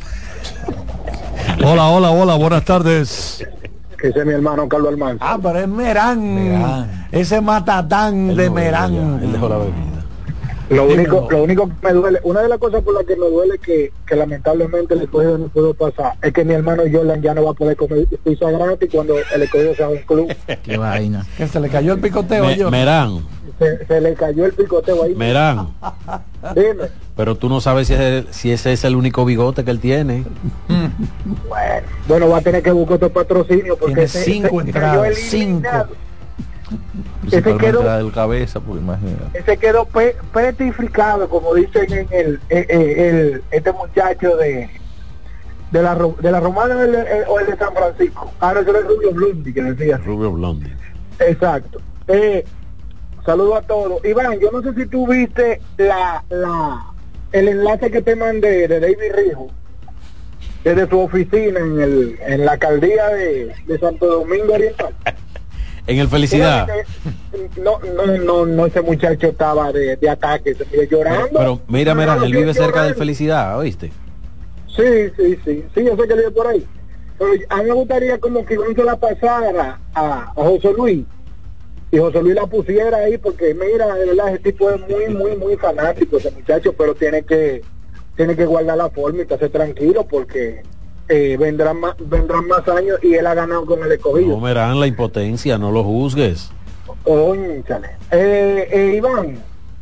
Hola, buenas tardes. Que ese es mi hermano Carlos Almanza. Pero es Merán. Ese matatán de Merán. Él dejó la bebida. Lo único que me duele, una de las cosas por las que me duele que lamentablemente el escogido no pudo pasar, es que mi hermano Jordan ya no va a poder comer pizza gratis cuando el escogido sea un club. Qué vaina. Que se le cayó el picoteo a Jordan. Merán. Se le cayó el picoteo ahí. Merán. Dime. Pero tú no sabes si ese es el único bigote que él tiene. Bueno, va a tener que buscar otro patrocinio porque tiene 5 entradas. 5. Ese quedó del cabeza, pues imagínate. Ese quedó petrificado, como dicen en este muchacho de la Romana o el de San Francisco. Ahora eso es Rubio Blondi que decía. Rubio Blondi. Exacto. Saludo a todos. Iván, yo no sé si tú viste el enlace que te mandé de David Rijo desde su oficina en la alcaldía de Santo Domingo Oriental. En el Felicidad. No, ese muchacho estaba de ataque, llorando. Pero mira, él vive cerca del Felicidad, ¿oíste? Sí, yo sé que vive por ahí. Pero a mí me gustaría como que uno se la pasara a José Luis, y José Luis la pusiera ahí, porque mira, de verdad, ese tipo es muy fanático, ese muchacho, pero tiene que guardar la forma y estarse tranquilo, porque vendrán más años y él ha ganado con el escogido. No, Merán, la impotencia, no lo juzgues. Cónchale. Iván,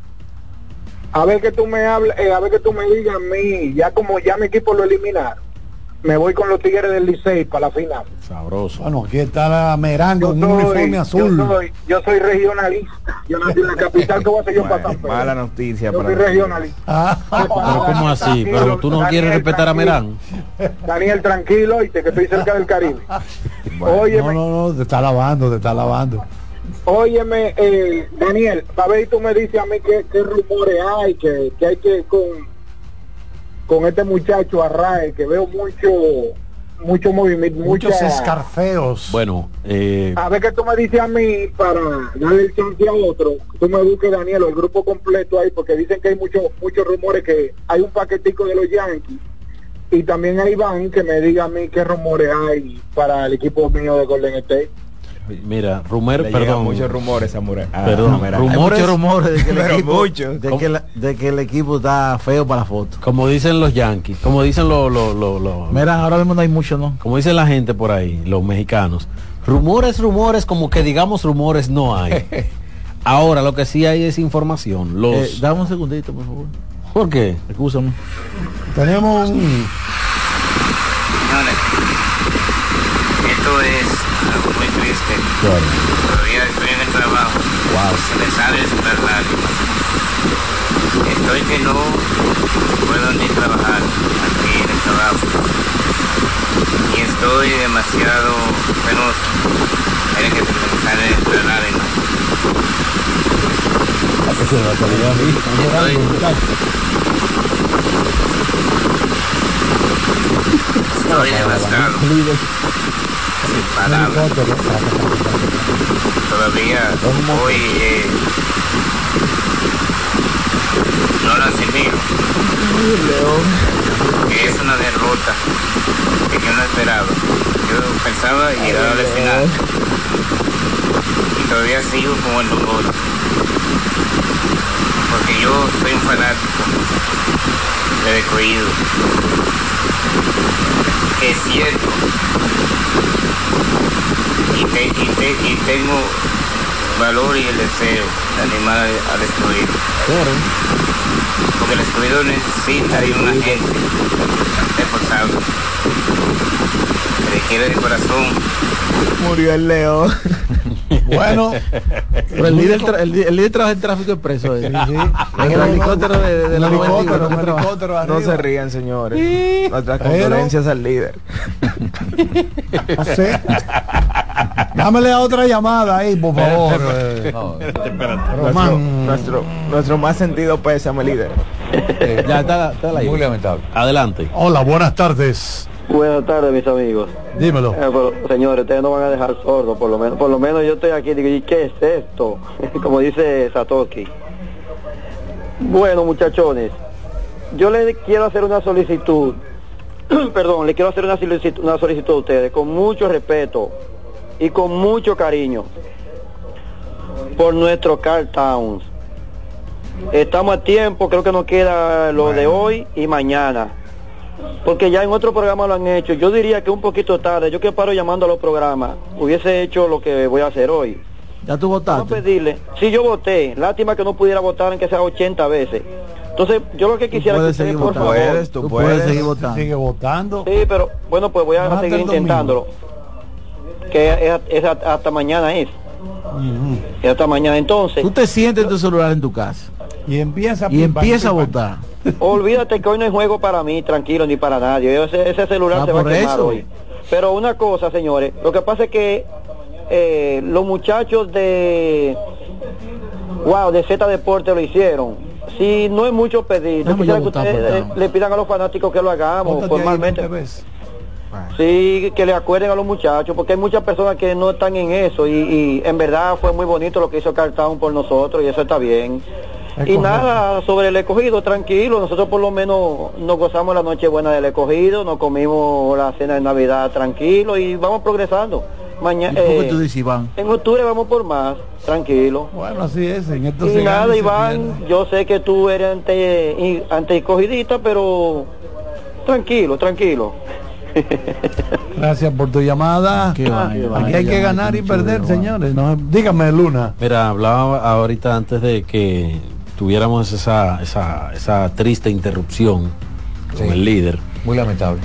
a ver que tú me hables, a ver que tú me digas a mí, ya como ya mi equipo lo eliminaron, me voy con los Tigres del Licey para la final. Sabroso. Bueno, aquí está la Merán con un uniforme azul. Yo soy regionalista. Yo nací en la capital, ¿qué voy a hacer yo para San Pedro? Mala noticia. Yo soy regionalista. Pero ¿cómo así? Pero tú no quieres respetar a Merán. Daniel, tranquilo, y que estoy cerca del Caribe. Bueno, óyeme, no, te está lavando. Óyeme, Daniel, a ver, tú me dices a mí qué rumores hay, que hay que con este muchacho Arrae, que veo mucho movimiento, muchos escarfeos. Bueno, a ver qué tú me dices a mí para darle el chance a otro. Tú me busques, Daniel, o el grupo completo ahí, porque dicen que hay muchos rumores, que hay un paquetico de los Yankees, y también a Iván que me diga a mí qué rumores hay para el equipo mío de Golden State. Mira, muchos rumores a muchos rumores de que el equipo, muchos. de que el equipo está feo para la foto. Como dicen los Yankees, como dicen los mira, ahora mismo no hay mucho, ¿no? Como dicen la gente por ahí, los mexicanos. Rumores, como que digamos rumores no hay. Ahora lo que sí hay es información. Dame un segundito, por favor. ¿Por qué? Excúsame. Tenemos un... Señores, esto es algo muy triste. Claro. Todavía estoy en el trabajo. Wow. Se me sale super lágrimas. Estoy que no puedo ni trabajar aquí en el trabajo. Y estoy demasiado penoso. Miren que se me sale super lágrimas. Estoy devastado. Sin palabras. Todavía hoy no lo asimilo. Que es una derrota que yo no esperaba. Yo pensaba llegar a la final. Y todavía sigo como el dolor. Porque yo soy un fanático de Descuido. Que es cierto. Y tengo valor y el deseo de animar al Descuido. Porque el Descuido necesita de una gente responsable. Que le quiere de corazón. Murió el león. Bueno, pero el líder trabaja en tráfico expreso. En el helicóptero de la helicóptero. No se rían, señores. Nuestras condolencias al líder. Dámele a otra llamada ahí, por favor. Nuestro más sentido pésame, líder. Ya está muy lamentable. Adelante. Hola, buenas tardes. Buenas tardes, mis amigos. Dímelo. Pero, señores, ustedes no van a dejar sordo, por lo menos yo estoy aquí y digo, ¿y qué es esto? Como dice Satoshi. Bueno, muchachones, yo les quiero hacer una solicitud. Perdón, le quiero hacer una solicitud a ustedes con mucho respeto y con mucho cariño por nuestro Carl Towns. Estamos a tiempo, creo que nos queda lo de hoy y mañana. Porque ya en otro programa lo han hecho. Yo diría que un poquito tarde. Yo que paro llamando a los programas, hubiese hecho lo que voy a hacer hoy. ¿Ya tú votaste? Vamos a pedirle. Sí, yo voté. Lástima que no pudiera votar en que sea 80 veces. Entonces, yo lo que quisiera que ustedes, por favor... Tú puedes seguir votando. Sigue votando. Sí, pero bueno, pues voy a seguir intentándolo. Que es hasta mañana es. Es hasta mañana. Entonces... Tú te sientes en tu celular en tu casa. Y empieza a votar. Olvídate que hoy no es juego para mí, tranquilo, ni para nadie. Ese celular se va a quemar hoy. Pero una cosa, señores, lo que pasa es que los muchachos de Z Deporte lo hicieron. Si no es mucho pedir, yo quisiera que ustedes le pidan a los fanáticos que lo hagamos formalmente. Sí, que le acuerden a los muchachos, porque hay muchas personas que no están en eso y en verdad fue muy bonito lo que hizo Carl Town por nosotros y eso está bien. Y nada, sobre el Escogido, tranquilo, nosotros por lo menos nos gozamos la noche buena del Escogido, nos comimos la cena de Navidad tranquilo y vamos progresando. Mañana, tú dices, Iván? En octubre vamos por más, tranquilo. Bueno, así es. En esto y nada, Iván, yo sé que tú eres anti-escogidista, pero tranquilo. Gracias por tu llamada. Aquí hay que ganar y perder, señores. No, dígame, Luna. Mira, hablaba ahorita antes de que tuviéramos esa triste interrupción con el líder. Muy lamentable.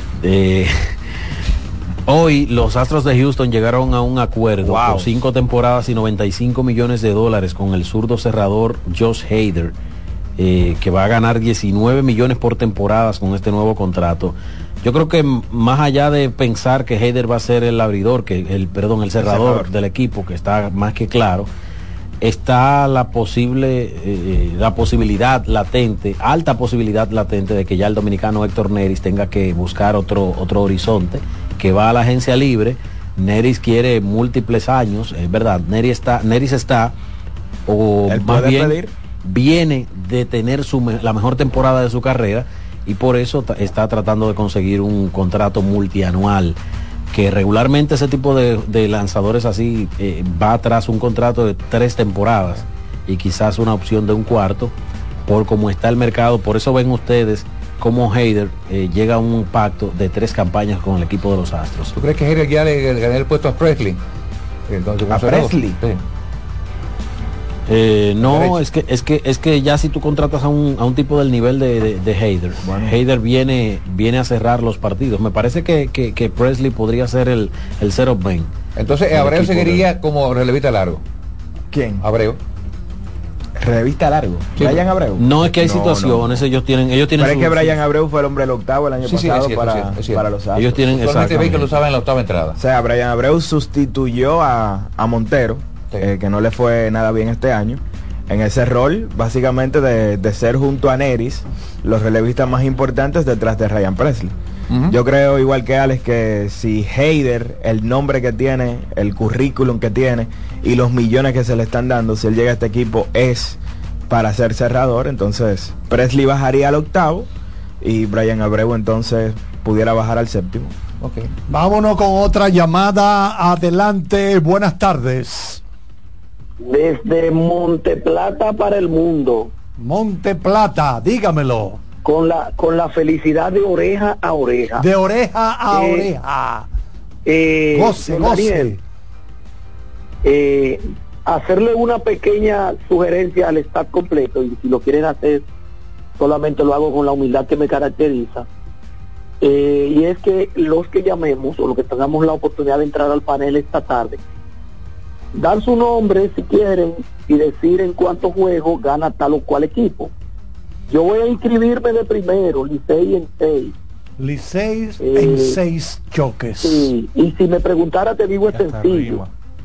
Hoy los Astros de Houston llegaron a un acuerdo por 5 temporadas y $95 millones con el zurdo cerrador Josh Hader, que va a ganar 19 millones por temporadas con este nuevo contrato. Yo creo que más allá de pensar que Hader va a ser el abridor, el cerrador del equipo, que está más que claro, está la posibilidad latente, alta posibilidad latente de que ya el dominicano Héctor Neris tenga que buscar otro horizonte, que va a la agencia libre. Neris quiere múltiples años, es verdad, Neris está o más bien viene de tener la mejor temporada de su carrera y por eso está tratando de conseguir un contrato multianual. que regularmente ese tipo de lanzadores así va tras un contrato de 3 temporadas y quizás una opción de un cuarto, por cómo está el mercado. Por eso ven ustedes cómo Hader llega a un pacto de 3 campañas con el equipo de los Astros. ¿Tú crees que Hader ya le ganó el puesto a Presley? ¿A Presley? Sí. No, es que ya si tú contratas a un tipo del nivel de Hader, bueno, Hader viene a cerrar los partidos. Me parece que Presley podría ser el setup man. Entonces Abreu seguiría como relevista largo. ¿Quién? Abreu. Relevista largo. Sí, Brian Abreu. No, es que hay situaciones, ellos tienen pero es que Brian Abreu fue el hombre del octavo el año pasado para los Astros. Ellos tienen exactamente que lo usaban en la octava entrada. O sea, Brian Abreu sustituyó a Montero, que no le fue nada bien este año, en ese rol básicamente de ser junto a Neris los relevistas más importantes detrás de Ryan Presley. Yo creo, igual que Alex, que si Hader, el nombre que tiene, el currículum que tiene y los millones que se le están dando, si él llega a este equipo es para ser cerrador, entonces Presley bajaría al octavo y Brian Abreu entonces pudiera bajar al séptimo. Okay. Vámonos con otra llamada. Adelante, buenas tardes. Desde Monte Plata para el mundo. Monte Plata, dígamelo. Con la felicidad de oreja a oreja. De oreja a oreja. Goce. Daniel, hacerle una pequeña sugerencia al staff completo, y si lo quieren hacer, solamente lo hago con la humildad que me caracteriza. Y es que los que llamemos o los que tengamos la oportunidad de entrar al panel esta tarde, dar su nombre si quieren y decir en cuántos juegos gana tal o cual equipo. Yo voy a inscribirme de primero, Licey en 6. Licey en 6 choques. Sí, y si me preguntara te digo es sencillo.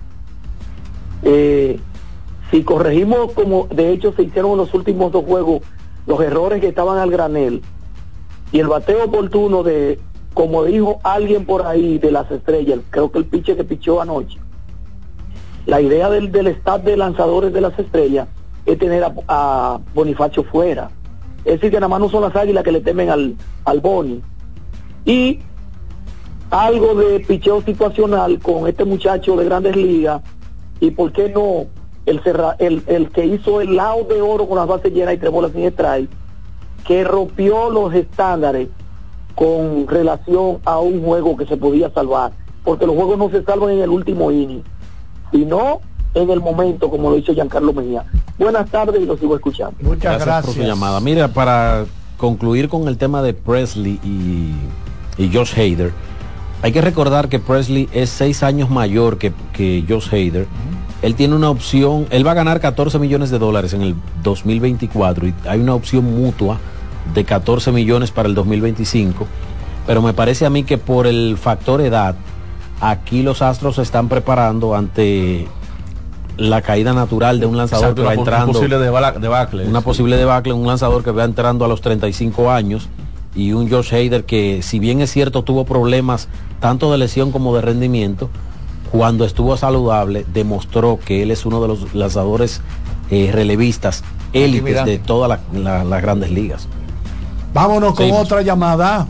Si corregimos, como de hecho se hicieron en los últimos 2 juegos, los errores que estaban al granel, y el bateo oportuno de, como dijo alguien por ahí de las Estrellas, creo que el pitcher que pichó anoche, la idea del staff de lanzadores de las Estrellas es tener a Bonifacio fuera. Es decir, que nada más no son las Águilas que le temen al Boni. Y algo de picheo situacional con este muchacho de Grandes Ligas, y por qué no el que hizo el lado de oro con las bases llenas y 3 bolas sin strike, que rompió los estándares con relación a un juego que se podía salvar, porque los juegos no se salvan en el último inning, sino en el momento, como lo hizo Giancarlo Mejía. Buenas tardes y lo sigo escuchando. Muchas gracias por su llamada. Mira, para concluir con el tema de Presley y Josh Hader, hay que recordar que Presley es 6 años mayor que Josh Hader. Él tiene una opción, él va a ganar $14 millones en el 2024 y hay una opción mutua de 14 millones para el 2025, pero me parece a mí que por el factor edad, aquí los Astros se están preparando ante la caída natural de un lanzador que va entrando, una posible debacle, un lanzador que va entrando a los 35 años, y un Josh Hader que, si bien es cierto, tuvo problemas tanto de lesión como de rendimiento, cuando estuvo saludable demostró que él es uno de los lanzadores relevistas élites de todas las grandes ligas. Vámonos con otra llamada.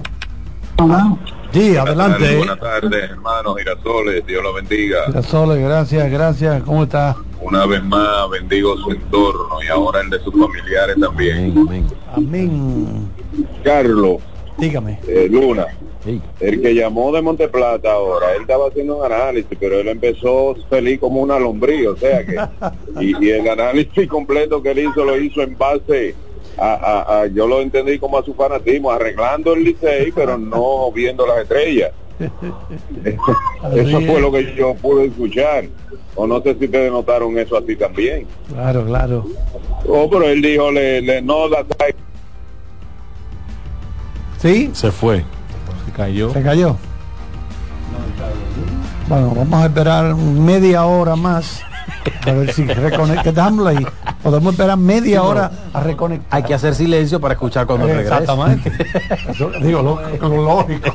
Sí, adelante. Buenas tardes, hermanos Girasoles, Dios los bendiga. Girasoles, gracias, ¿cómo está? Una vez más, bendigo su entorno y ahora el de sus familiares también. Amén. Carlos, dígame. Luna, sí. El que llamó de Monteplata ahora, él estaba haciendo un análisis, pero él empezó feliz como una lombriz, o sea que, y el análisis completo que él hizo, lo hizo en base yo lo entendí como a su fanatismo, arreglando el Licey, pero no viendo las estrellas. Eso fue lo que yo pude escuchar, o no sé si ustedes notaron eso así también. Claro. Pero él dijo, no la trae. ¿Sí? Se fue. Se cayó. Bueno, vamos a esperar media hora más a ver si reconecta. Dejámoslo ahí. Podemos esperar media hora a reconectar. Hay que hacer silencio para escuchar cuando regrese. Exactamente. Eso, digo, lo lógico.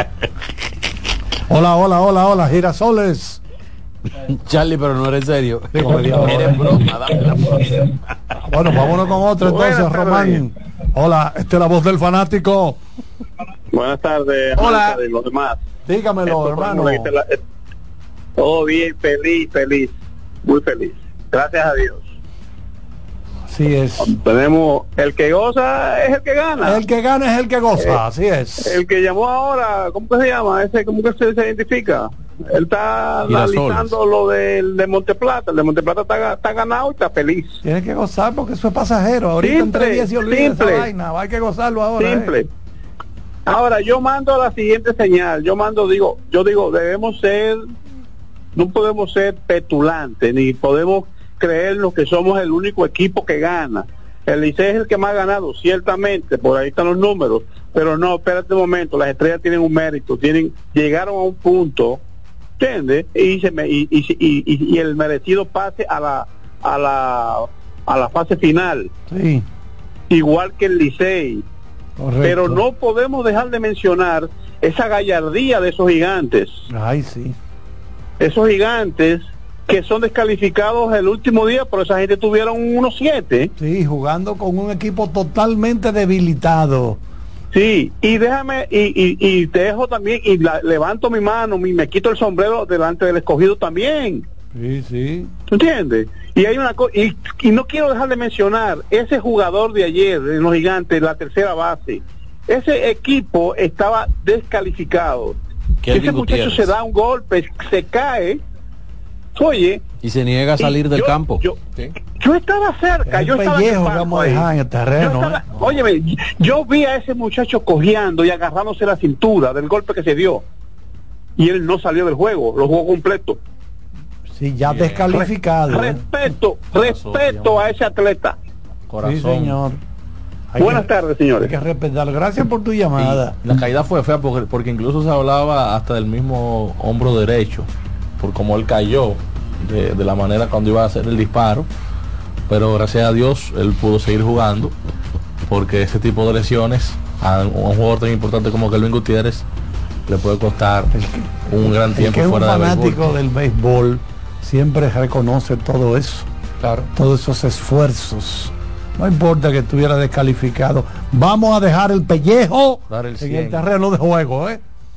Hola, Girasoles. Charlie, pero no eres serio. Eres broma, dame la broma. Bueno, vámonos con otro entonces, Román. Hola, esta es la voz del fanático. Buenas tardes. Hola. De los demás. Dígamelo, hermano. Todo bien, feliz, muy feliz. Gracias a Dios. Así es. Tenemos, el que goza es el que gana. El que gana es el que goza, así es. El que llamó ahora, ¿cómo que se llama? ¿Cómo que se identifica? Él está analizando lo de Monteplata. El de Monteplata está ganado y está feliz. Tiene que gozar porque eso es pasajero. Ahorita entre 10 y olvida esa vaina. Hay que gozarlo ahora. Simple. Ahora, yo mando la siguiente señal. Yo digo, no podemos ser petulantes, ni podemos creernos que somos el único equipo que gana. El Licey es el que más ha ganado, ciertamente, por ahí están los números, pero no, espérate un momento, las Estrellas tienen un mérito, llegaron a un punto, ¿entiendes? Y el merecido pase a la fase final. Sí. Igual que el Licey. Correcto. Pero no podemos dejar de mencionar esa gallardía de esos gigantes. Ay, sí. Esos gigantes que son descalificados el último día, pero esa gente tuvieron 1-7. Sí, jugando con un equipo totalmente debilitado. Sí, y déjame, y te dejo también, levanto mi mano, me quito el sombrero delante del Escogido también. Sí, sí. ¿Tú entiendes? Y hay una cosa, y no quiero dejar de mencionar, ese jugador de ayer, en los gigantes, la tercera base, ese equipo estaba descalificado. Ese muchacho se da un golpe, se cae, oye, y se niega a salir del campo. Yo estaba cerca, yo estaba en el terreno. Óyeme, yo vi a ese muchacho cojeando y agarrándose la cintura del golpe que se dio, y él no salió del juego, lo jugó completo. Sí, ya descalificado. Respeto a ese atleta. Corazón. Sí, señor. Buenas tardes, señores. Hay que respetarlo. Gracias por tu llamada. Y la caída fue fea porque incluso se hablaba hasta del mismo hombro derecho, por cómo él cayó de la manera cuando iba a hacer el disparo, pero gracias a Dios él pudo seguir jugando, porque ese tipo de lesiones a un jugador tan importante como Kelvin Gutiérrez le puede costar un gran tiempo fuera del béisbol. Un fanático del béisbol siempre reconoce todo eso, claro, todos esos esfuerzos. No importa que estuviera descalificado, vamos a dejar el pellejo en el terreno de juego,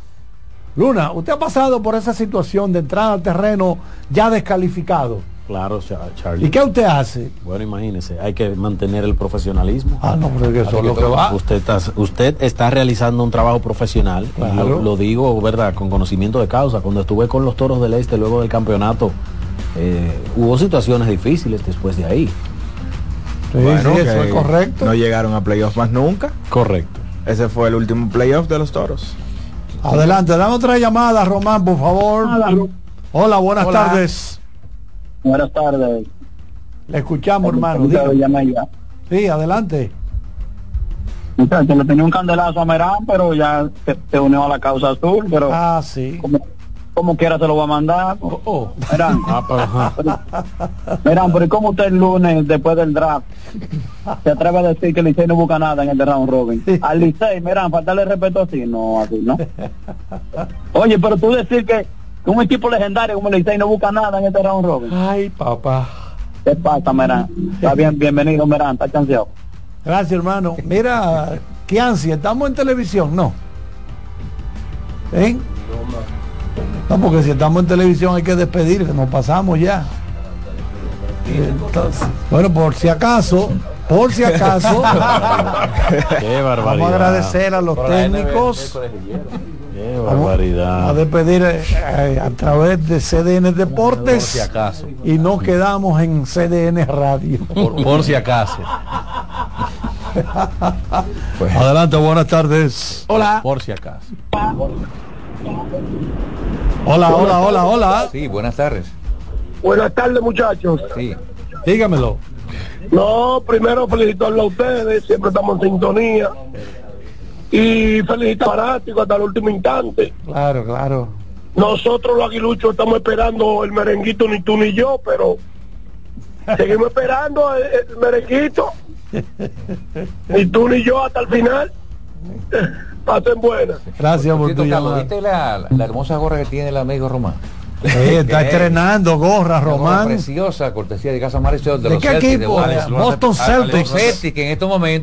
Luna, ¿usted ha pasado por esa situación de entrar al terreno ya descalificado? Claro, Charlie. ¿Y qué usted hace? Bueno, imagínese, hay que mantener el profesionalismo. No, porque eso es lo que va. Usted está realizando un trabajo profesional, claro. Lo digo, ¿verdad?, con conocimiento de causa. Cuando estuve con los Toros del Este luego del campeonato, hubo situaciones difíciles después de ahí. Sí, bueno, sí, eso es correcto. No llegaron a playoffs más nunca. Correcto. Ese fue el último playoff de los Toros. Adelante, dame otra llamada, Román, por favor. Hola, buenas tardes. Buenas tardes. Le escuchamos, hermano. Sí, adelante. Muchachos, le tenía un candelazo a Merán, pero ya se unió a la causa azul, pero sí. Como quiera se lo voy a mandar. Merán, Merán, pero ¿y cómo usted el lunes, después del draft, se atreve a decir que el Licey no busca nada en el round robin? Al Licey, Merán, faltarle respeto así, no, así, ¿no? Oye, pero tú decir que un equipo legendario como el Licey no busca nada en este round robin. Ay, papá. ¿Qué pasa, Merán? Está bien, bienvenido, Merán, está chanceado. Gracias, hermano. Mira, qué ansia, estamos en televisión, ¿no? No, porque si estamos en televisión hay que despedirse, nos pasamos ya. Entonces, bueno, por si acaso qué barbaridad. Vamos a agradecer a los técnicos. Qué barbaridad. A despedir a través de CDN Deportes, por si acaso. Y nos quedamos en CDN Radio. Por si acaso. Pues. Adelante, buenas tardes. Hola. Por si acaso. Hola. Sí, buenas tardes. Buenas tardes, muchachos. Sí. Dígamelo. No, primero felicitarlo a ustedes, siempre estamos en sintonía. Y felicitar a fanáticos hasta el último instante. Claro. Nosotros los aguiluchos estamos esperando el merenguito, ni tú ni yo, pero seguimos esperando el merenguito. Ni tú ni yo hasta el final. Pasen buenas. Gracias por tu llamada. ¿Viste la hermosa gorra que tiene el amigo Román? Está estrenando gorra, Román. Gorra preciosa, cortesía de Casa Marisol de los qué Celtics, equipo? De Boston Celtics. Los Celtics que en estos momentos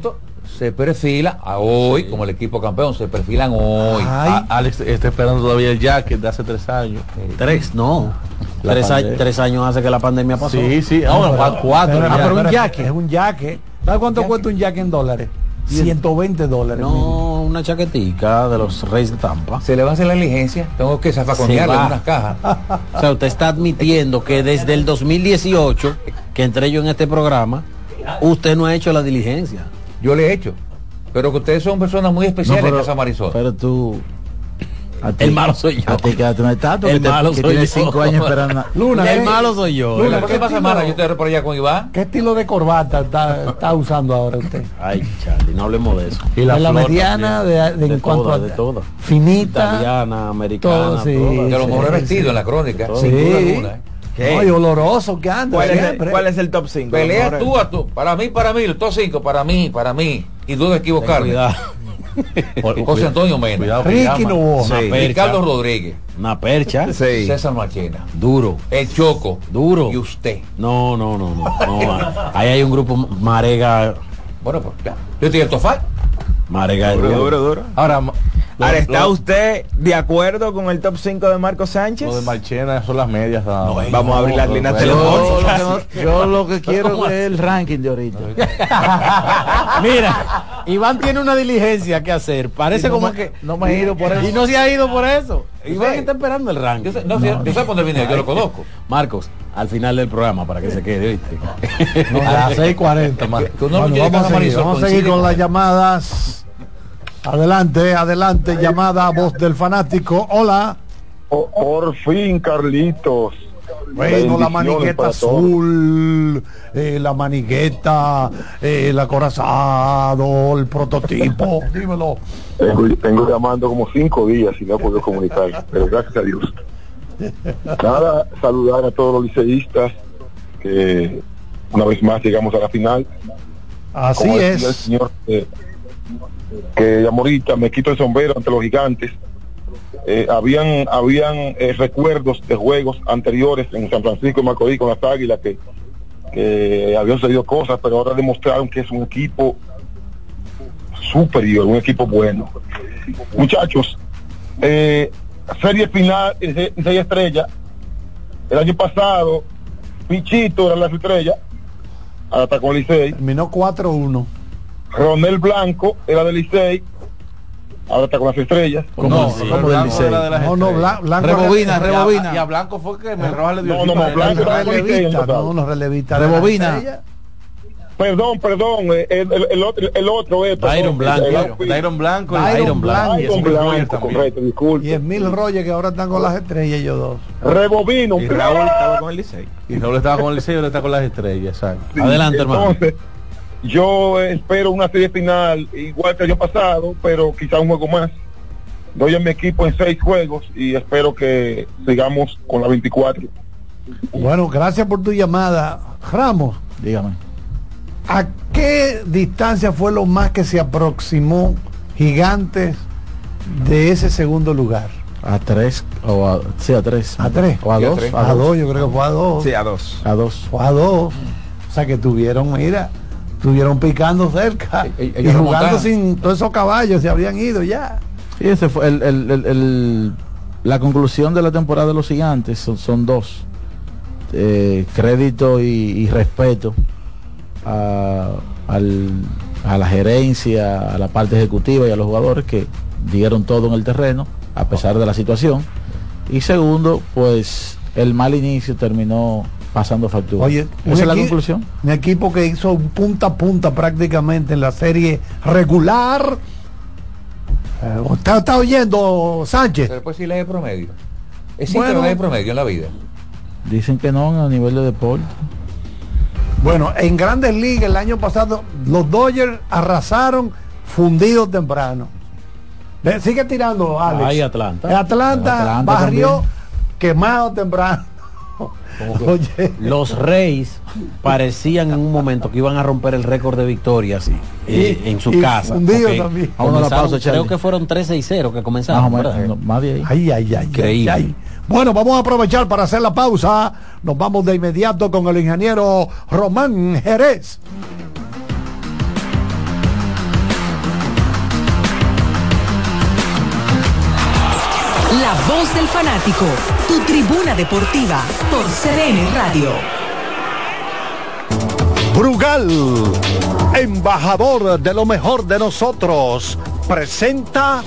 se perfila a hoy, como el equipo campeón, se perfilan hoy. Alex está esperando todavía el jacket de hace 3 años. 3, no. 3 años hace que la pandemia pasó. Sí, ahora 4. Pero un jacket. Es un jacket. ¿Sabes cuánto cuesta un jacket en dólares? $120. No, una chaquetica de los Reyes de Tampa. Se le va a hacer la diligencia. Tengo que zafaconearle unas cajas. O sea, usted está admitiendo que desde el 2018, que entré yo en este programa, usted no ha hecho la diligencia. Yo le he hecho. Pero que ustedes son personas muy especiales en Casa Marisol. Pero tú... El malo soy yo. A ti quédate una estatua el malo soy tiene yo. 5 años esperando. Luna, el malo soy yo. Luna, ¿qué pasa, Mara? Yo te por allá con Iván. ¿Qué estilo de corbata está usando ahora usted? Ay, Charlie, no hablemos de eso. Y la mediana, de en cuanto toda, a de toda. Finita, italiana, americana, todo, sí, toda. De los mejores vestidos en la crónica. Sí. Sin duda alguna. No, y oloroso que anda. ¿Cuál es el top 5? Pelea tú a tú. Para mí, el top 5, para mí. Y dudo de equivocarme. José Antonio Mena, Ricky Novoa, Ricardo Rodríguez, una percha, César Machena, duro, el Choco, duro, y usted. No. Ahí hay un grupo Marega. Bueno, pues ya. Yo estoy el Tofal. Marega duro. Ahora ¿está usted de acuerdo con el top 5 de Marco Sánchez? Lo de Marchena son las medias. Vamos a abrir las líneas telefónicas. Yo lo que quiero es el ranking de ahorita. Mira, Iván tiene una diligencia que hacer. Parece como que no me he ido por eso. Y no se ha ido por eso. Iván está esperando el ranking. Yo sé por dónde vine, yo lo conozco. Marcos, al final del programa para que se quede, ¿oíste? A las 6:40, Marcos. Vamos a seguir con las llamadas. Adelante, llamada Voz del Fanático. Hola. Por fin, Carlitos. Bueno, la manigueta azul, la manigueta, el acorazado, el prototipo. Dímelo. Tengo llamando como 5 días y no he podido comunicar, pero gracias a Dios. Nada, saludar a todos los liceístas que una vez más llegamos a la final. Así como es. El señor que ahorita me quito el sombrero ante los gigantes. Habían recuerdos de juegos anteriores en San Francisco y Macorís con las Águilas que habían sucedido cosas, pero ahora demostraron que es un equipo superior, un equipo bueno. Muchachos, serie final en 6 estrellas. El año pasado Pichito era la estrella, hasta con Licey. Terminó 4-1. Ronel Blanco era del Licey, ahora está con las estrellas. ¿Cómo del Licey? Blanco rebobina. Y a Blanco fue que Roja le dio. Blanco era relevista, no relevista. Rebobina. Perdón, el otro es Dairon Blanco. Correcto, disculpe. Y Emil Roger, que ahora están con las estrellas, ellos dos. Rebobino. Y Raúl estaba con el Licey. Y Raúl estaba con el Licey y ahora está con las estrellas, exacto. Sí, adelante, hermano. Entonces, yo espero una serie final igual que el año pasado, pero quizá un juego más. Doy a mi equipo en 6 juegos y espero que sigamos con la 24. Bueno, gracias por tu llamada. Ramos, dígame. ¿A qué distancia fue lo más que se aproximó Gigantes de ese segundo lugar? A 3 o a 3. ¿A 3? O a 2. A 2, yo creo que fue a 2. Sí, a 2. A 2. Fue a 2. O sea que tuvieron picando cerca y jugando sin todos esos caballos, se habían ido ya. Sí, ese fue la conclusión de la temporada de los Gigantes. Son 2. Crédito y respeto a la gerencia, a la parte ejecutiva y a los jugadores que dieron todo en el terreno a pesar de la situación. Y segundo, pues el mal inicio terminó pasando factura. Oye, esa es la conclusión. Un equipo que hizo un punta a punta prácticamente en la serie regular. ¿Está oyendo, Sánchez? Pero pues sí lee promedio. ¿Existe la ley promedio en la vida? Dicen que no a nivel de deporte. Bueno, en Grandes Ligas el año pasado los Dodgers arrasaron fundidos temprano. Sigue tirando, Alex. Ahí Atlanta. Atlanta barrió también. Quemado temprano. Oye. Los Reyes parecían en un momento que iban a romper el récord de victorias en su casa. Okay. También. Creo que fueron 3-6-0 que comenzaron. Más de ahí. Increíble. Ay. Bueno, vamos a aprovechar para hacer la pausa. Nos vamos de inmediato con el ingeniero Román Jerez. voz del fanático, tu tribuna deportiva por CDN Radio. Brugal, embajador de lo mejor de nosotros, presenta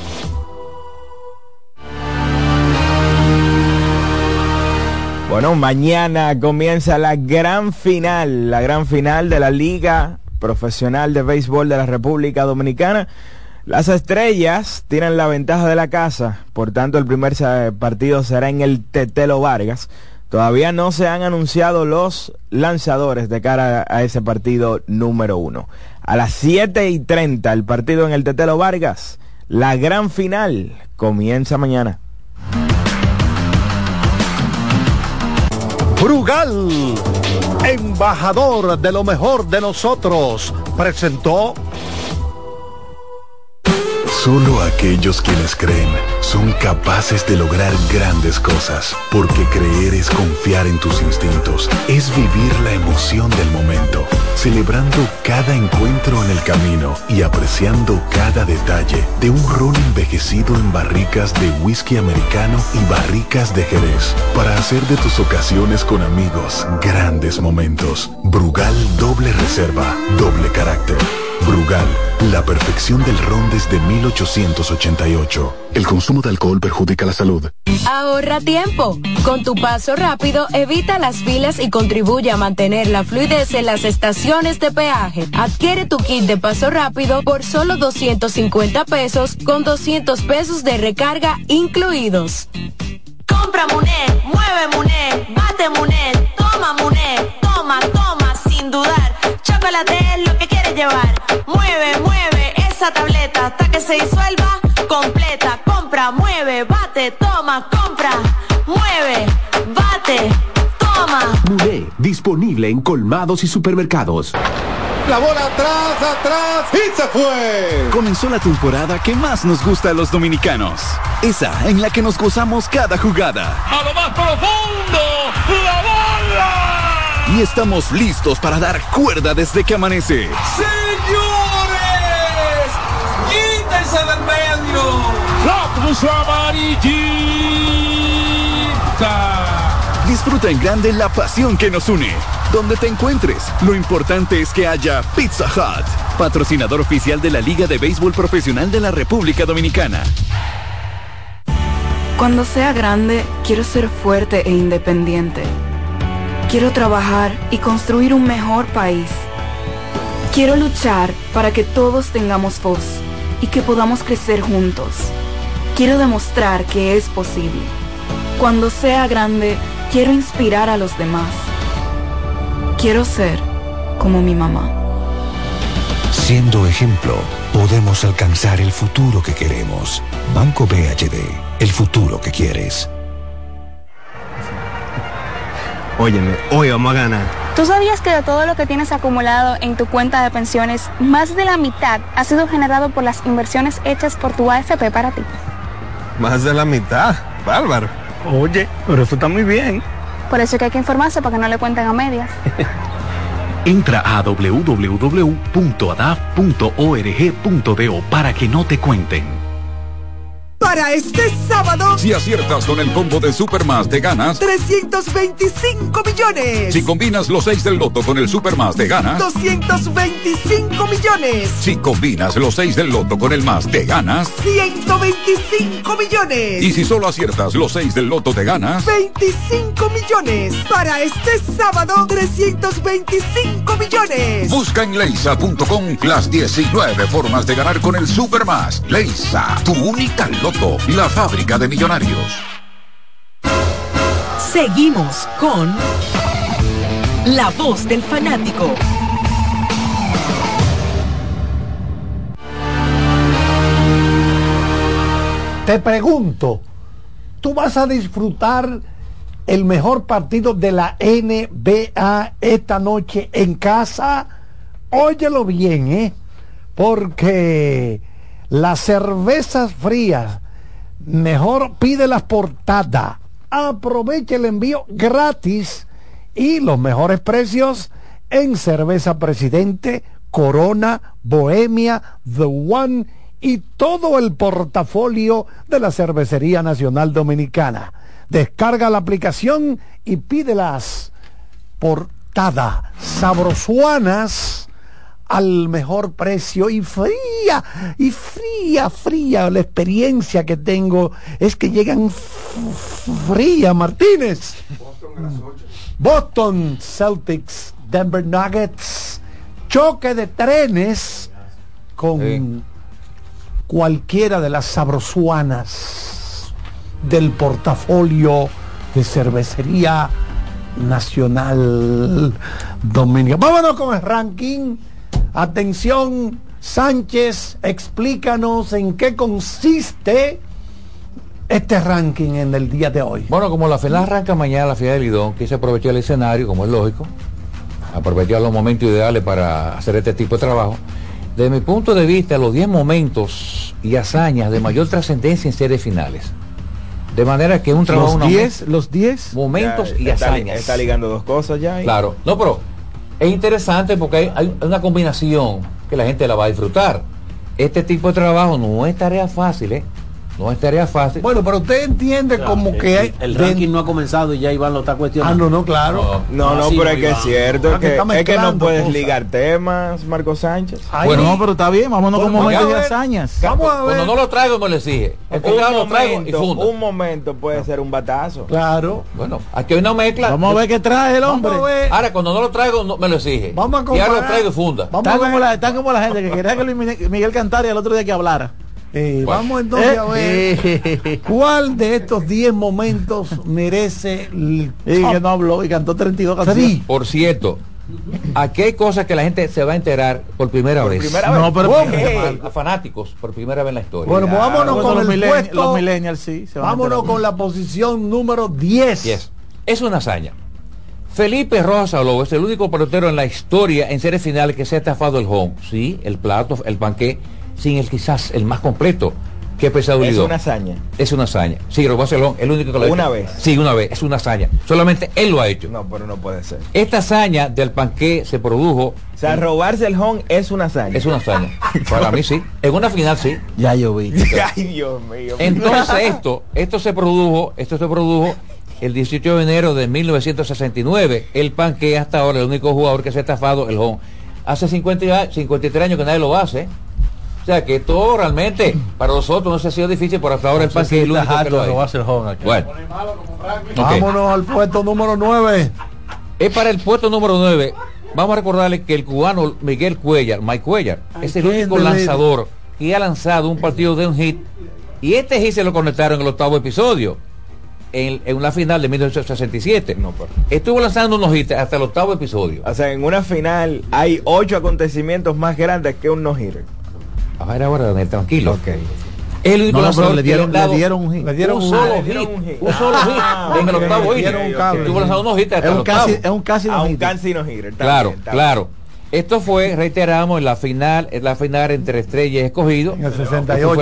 Bueno, mañana comienza la gran final de la Liga Profesional de Béisbol de la República Dominicana. Las Estrellas tienen la ventaja de la casa, por tanto el primer partido será en el Tetelo Vargas. Todavía no se han anunciado los lanzadores de cara a ese partido número 1. A las 7:30 el partido en el Tetelo Vargas. La gran final comienza mañana. Brugal, embajador de lo mejor de nosotros, presentó. Solo aquellos quienes creen son capaces de lograr grandes cosas, porque creer es confiar en tus instintos, es vivir la emoción del momento, celebrando cada encuentro en el camino y apreciando cada detalle de un ron envejecido en barricas de whisky americano y barricas de Jerez, para hacer de tus ocasiones con amigos grandes momentos. Brugal doble reserva, doble carácter. Brugal, la perfección del ron desde 1888. El consumo de alcohol perjudica la salud. Ahorra tiempo. Con tu paso rápido, evita las filas y contribuye a mantener la fluidez en las estaciones de peaje. Adquiere tu kit de paso rápido por solo 250 pesos con 200 pesos de recarga incluidos. Compra Muné, mueve Muné, bate Muné, toma Muné, toma, sin dudar. Chocolate es lo que quieres llevar. Mueve esa tableta hasta que se disuelva completa. Compra, mueve, bate, toma, compra, mueve, bate, toma. Muné, disponible en colmados y supermercados. La bola atrás y se fue. Comenzó la temporada que más nos gusta a los dominicanos. Esa en la que nos gozamos cada jugada. A lo más profundo, la bola. Y estamos listos para dar cuerda desde que amanece. ¡Señores! ¡Quítense del medio! ¡La puso amarillita! Disfruta en grande la pasión que nos une. Donde te encuentres, lo importante es que haya Pizza Hut, patrocinador oficial de la Liga de Béisbol Profesional de la República Dominicana. Cuando sea grande, quiero ser fuerte e independiente. Quiero trabajar y construir un mejor país. Quiero luchar para que todos tengamos voz y que podamos crecer juntos. Quiero demostrar que es posible. Cuando sea grande, quiero inspirar a los demás. Quiero ser como mi mamá. Siendo ejemplo, podemos alcanzar el futuro que queremos. Banco BHD, el futuro que quieres. Óyeme, hoy vamos a ganar. ¿Tú sabías que de todo lo que tienes acumulado en tu cuenta de pensiones, más de la mitad ha sido generado por las inversiones hechas por tu AFP para ti? Más de la mitad, bárbaro. Oye, pero eso está muy bien. Por eso es que hay que informarse para que no le cuenten a medias. Entra a www.adaf.org.do para que no te cuenten. Para este sábado, si aciertas con el combo de Supermás, te ganas 325 millones. Si combinas los 6 del loto con el Supermás, te ganas 225 millones. Si combinas los 6 del loto con el más, te ganas 125 millones. Y si solo aciertas los 6 del loto, te ganas 25 millones. Para este sábado, 325 millones. Busca en leisa.com las 19 formas de ganar con el Supermás. Leisa, tu única loto. La fábrica de millonarios. Seguimos con La Voz del Fanático. Te pregunto, ¿tú vas a disfrutar el mejor partido de la NBA esta noche en casa? Óyelo bien, porque las cervezas frías, mejor pídelas por Tada. Aprovecha el envío gratis y los mejores precios en Cerveza Presidente, Corona, Bohemia, The One y todo el portafolio de la Cervecería Nacional Dominicana. Descarga la aplicación y pídelas por Tada, sabrosuanas al mejor precio y fría. La experiencia que tengo es que llegan fría, Martínez. Boston Celtics, Denver Nuggets, choque de trenes con cualquiera de las sabrosuanas del portafolio de Cervecería Nacional Dominicana. Vámonos con el ranking. Atención, Sánchez, explícanos en qué consiste este ranking en el día de hoy. Bueno, como la final arranca mañana, la final de Lidón, quise aprovechar el escenario, como es lógico, aprovechar los momentos ideales para hacer este tipo de trabajo. Desde mi punto de vista, los 10 momentos y hazañas de mayor trascendencia en series finales. De manera que un trabajo... Los 10 momentos y hazañas. Está ligando dos cosas ya. Claro, no, pero es interesante porque hay una combinación que la gente la va a disfrutar. Este tipo de trabajo no es tarea fácil, ¿eh? No es tarea fácil. Bueno, pero usted entiende como que hay... El ranking no ha comenzado y ya Iván lo está cuestionando. No, claro. No, pero es que es cierto es que no puedes ligar temas, Marco Sánchez. Bueno, no, pero está bien, vámonos con momentos de hazañas. Vamos a ver. Cuando no lo traigo me lo exige. Un momento puede ser un batazo. Claro. Bueno, aquí hay una mezcla. Vamos a ver qué trae el hombre. Ahora, cuando no lo traigo me lo exige. Vamos a comparar. Y ahora lo traigo y funda. Está como la gente que quería que Miguel cantara y el otro día que hablara. Vamos entonces a ver cuál de estos 10 momentos merece el que no habló y cantó 32 canciones. Por cierto, aquí hay cosas que la gente se va a enterar por primera vez. No, pero a fanáticos por primera vez en la historia. Bueno, pues vámonos con el puesto. Los millennials sí. Vámonos con la posición número 10. Es una hazaña. Felipe Rojas Aló es el único pelotero en la historia en series finales que se ha estafado el home. Sí, el plato, el panqué, sin el quizás el más completo que pesado es una hazaña. Es una hazaña. Sí, Rojas Aló, el único que lo ha hecho. Una vez. Sí, una vez. Es una hazaña. Solamente él lo ha hecho. No, pero no puede ser. Esta hazaña del panqué se produjo. O sea, robarse el home es una hazaña. Es una hazaña. Para mí sí. En una final sí. Ya yo vi. Ay, Dios mío. Entonces esto se produjo el 18 de enero de 1969. El panqué hasta ahora el único jugador que se ha estafado el home. Hace 53 años que nadie lo hace. O sea que todo realmente para nosotros no se ha sido difícil, por hasta ahora el panqué es el único que lo ha hecho. Bueno. Vámonos al puesto número 9. Es para el puesto número 9. Vamos a recordarle que el cubano Mike Cuellar es el único lanzador que ha lanzado un partido de un hit, y este hit se lo conectaron en el 8º episodio en una final de 1967. Estuvo lanzando unos hits hasta el 8º episodio. O sea, en una final hay 8 acontecimientos más grandes que un no-hitter. A ver ahora, Daniel, tranquilo. El único lanzador le dieron un hit. Un solo hit en el 8º hit. Estuvo lanzando unos hits hasta el 8º. Es un casi no-hitter. Claro. Esto fue, reiteramos, en la final entre Estrella y Escogido. En el 68.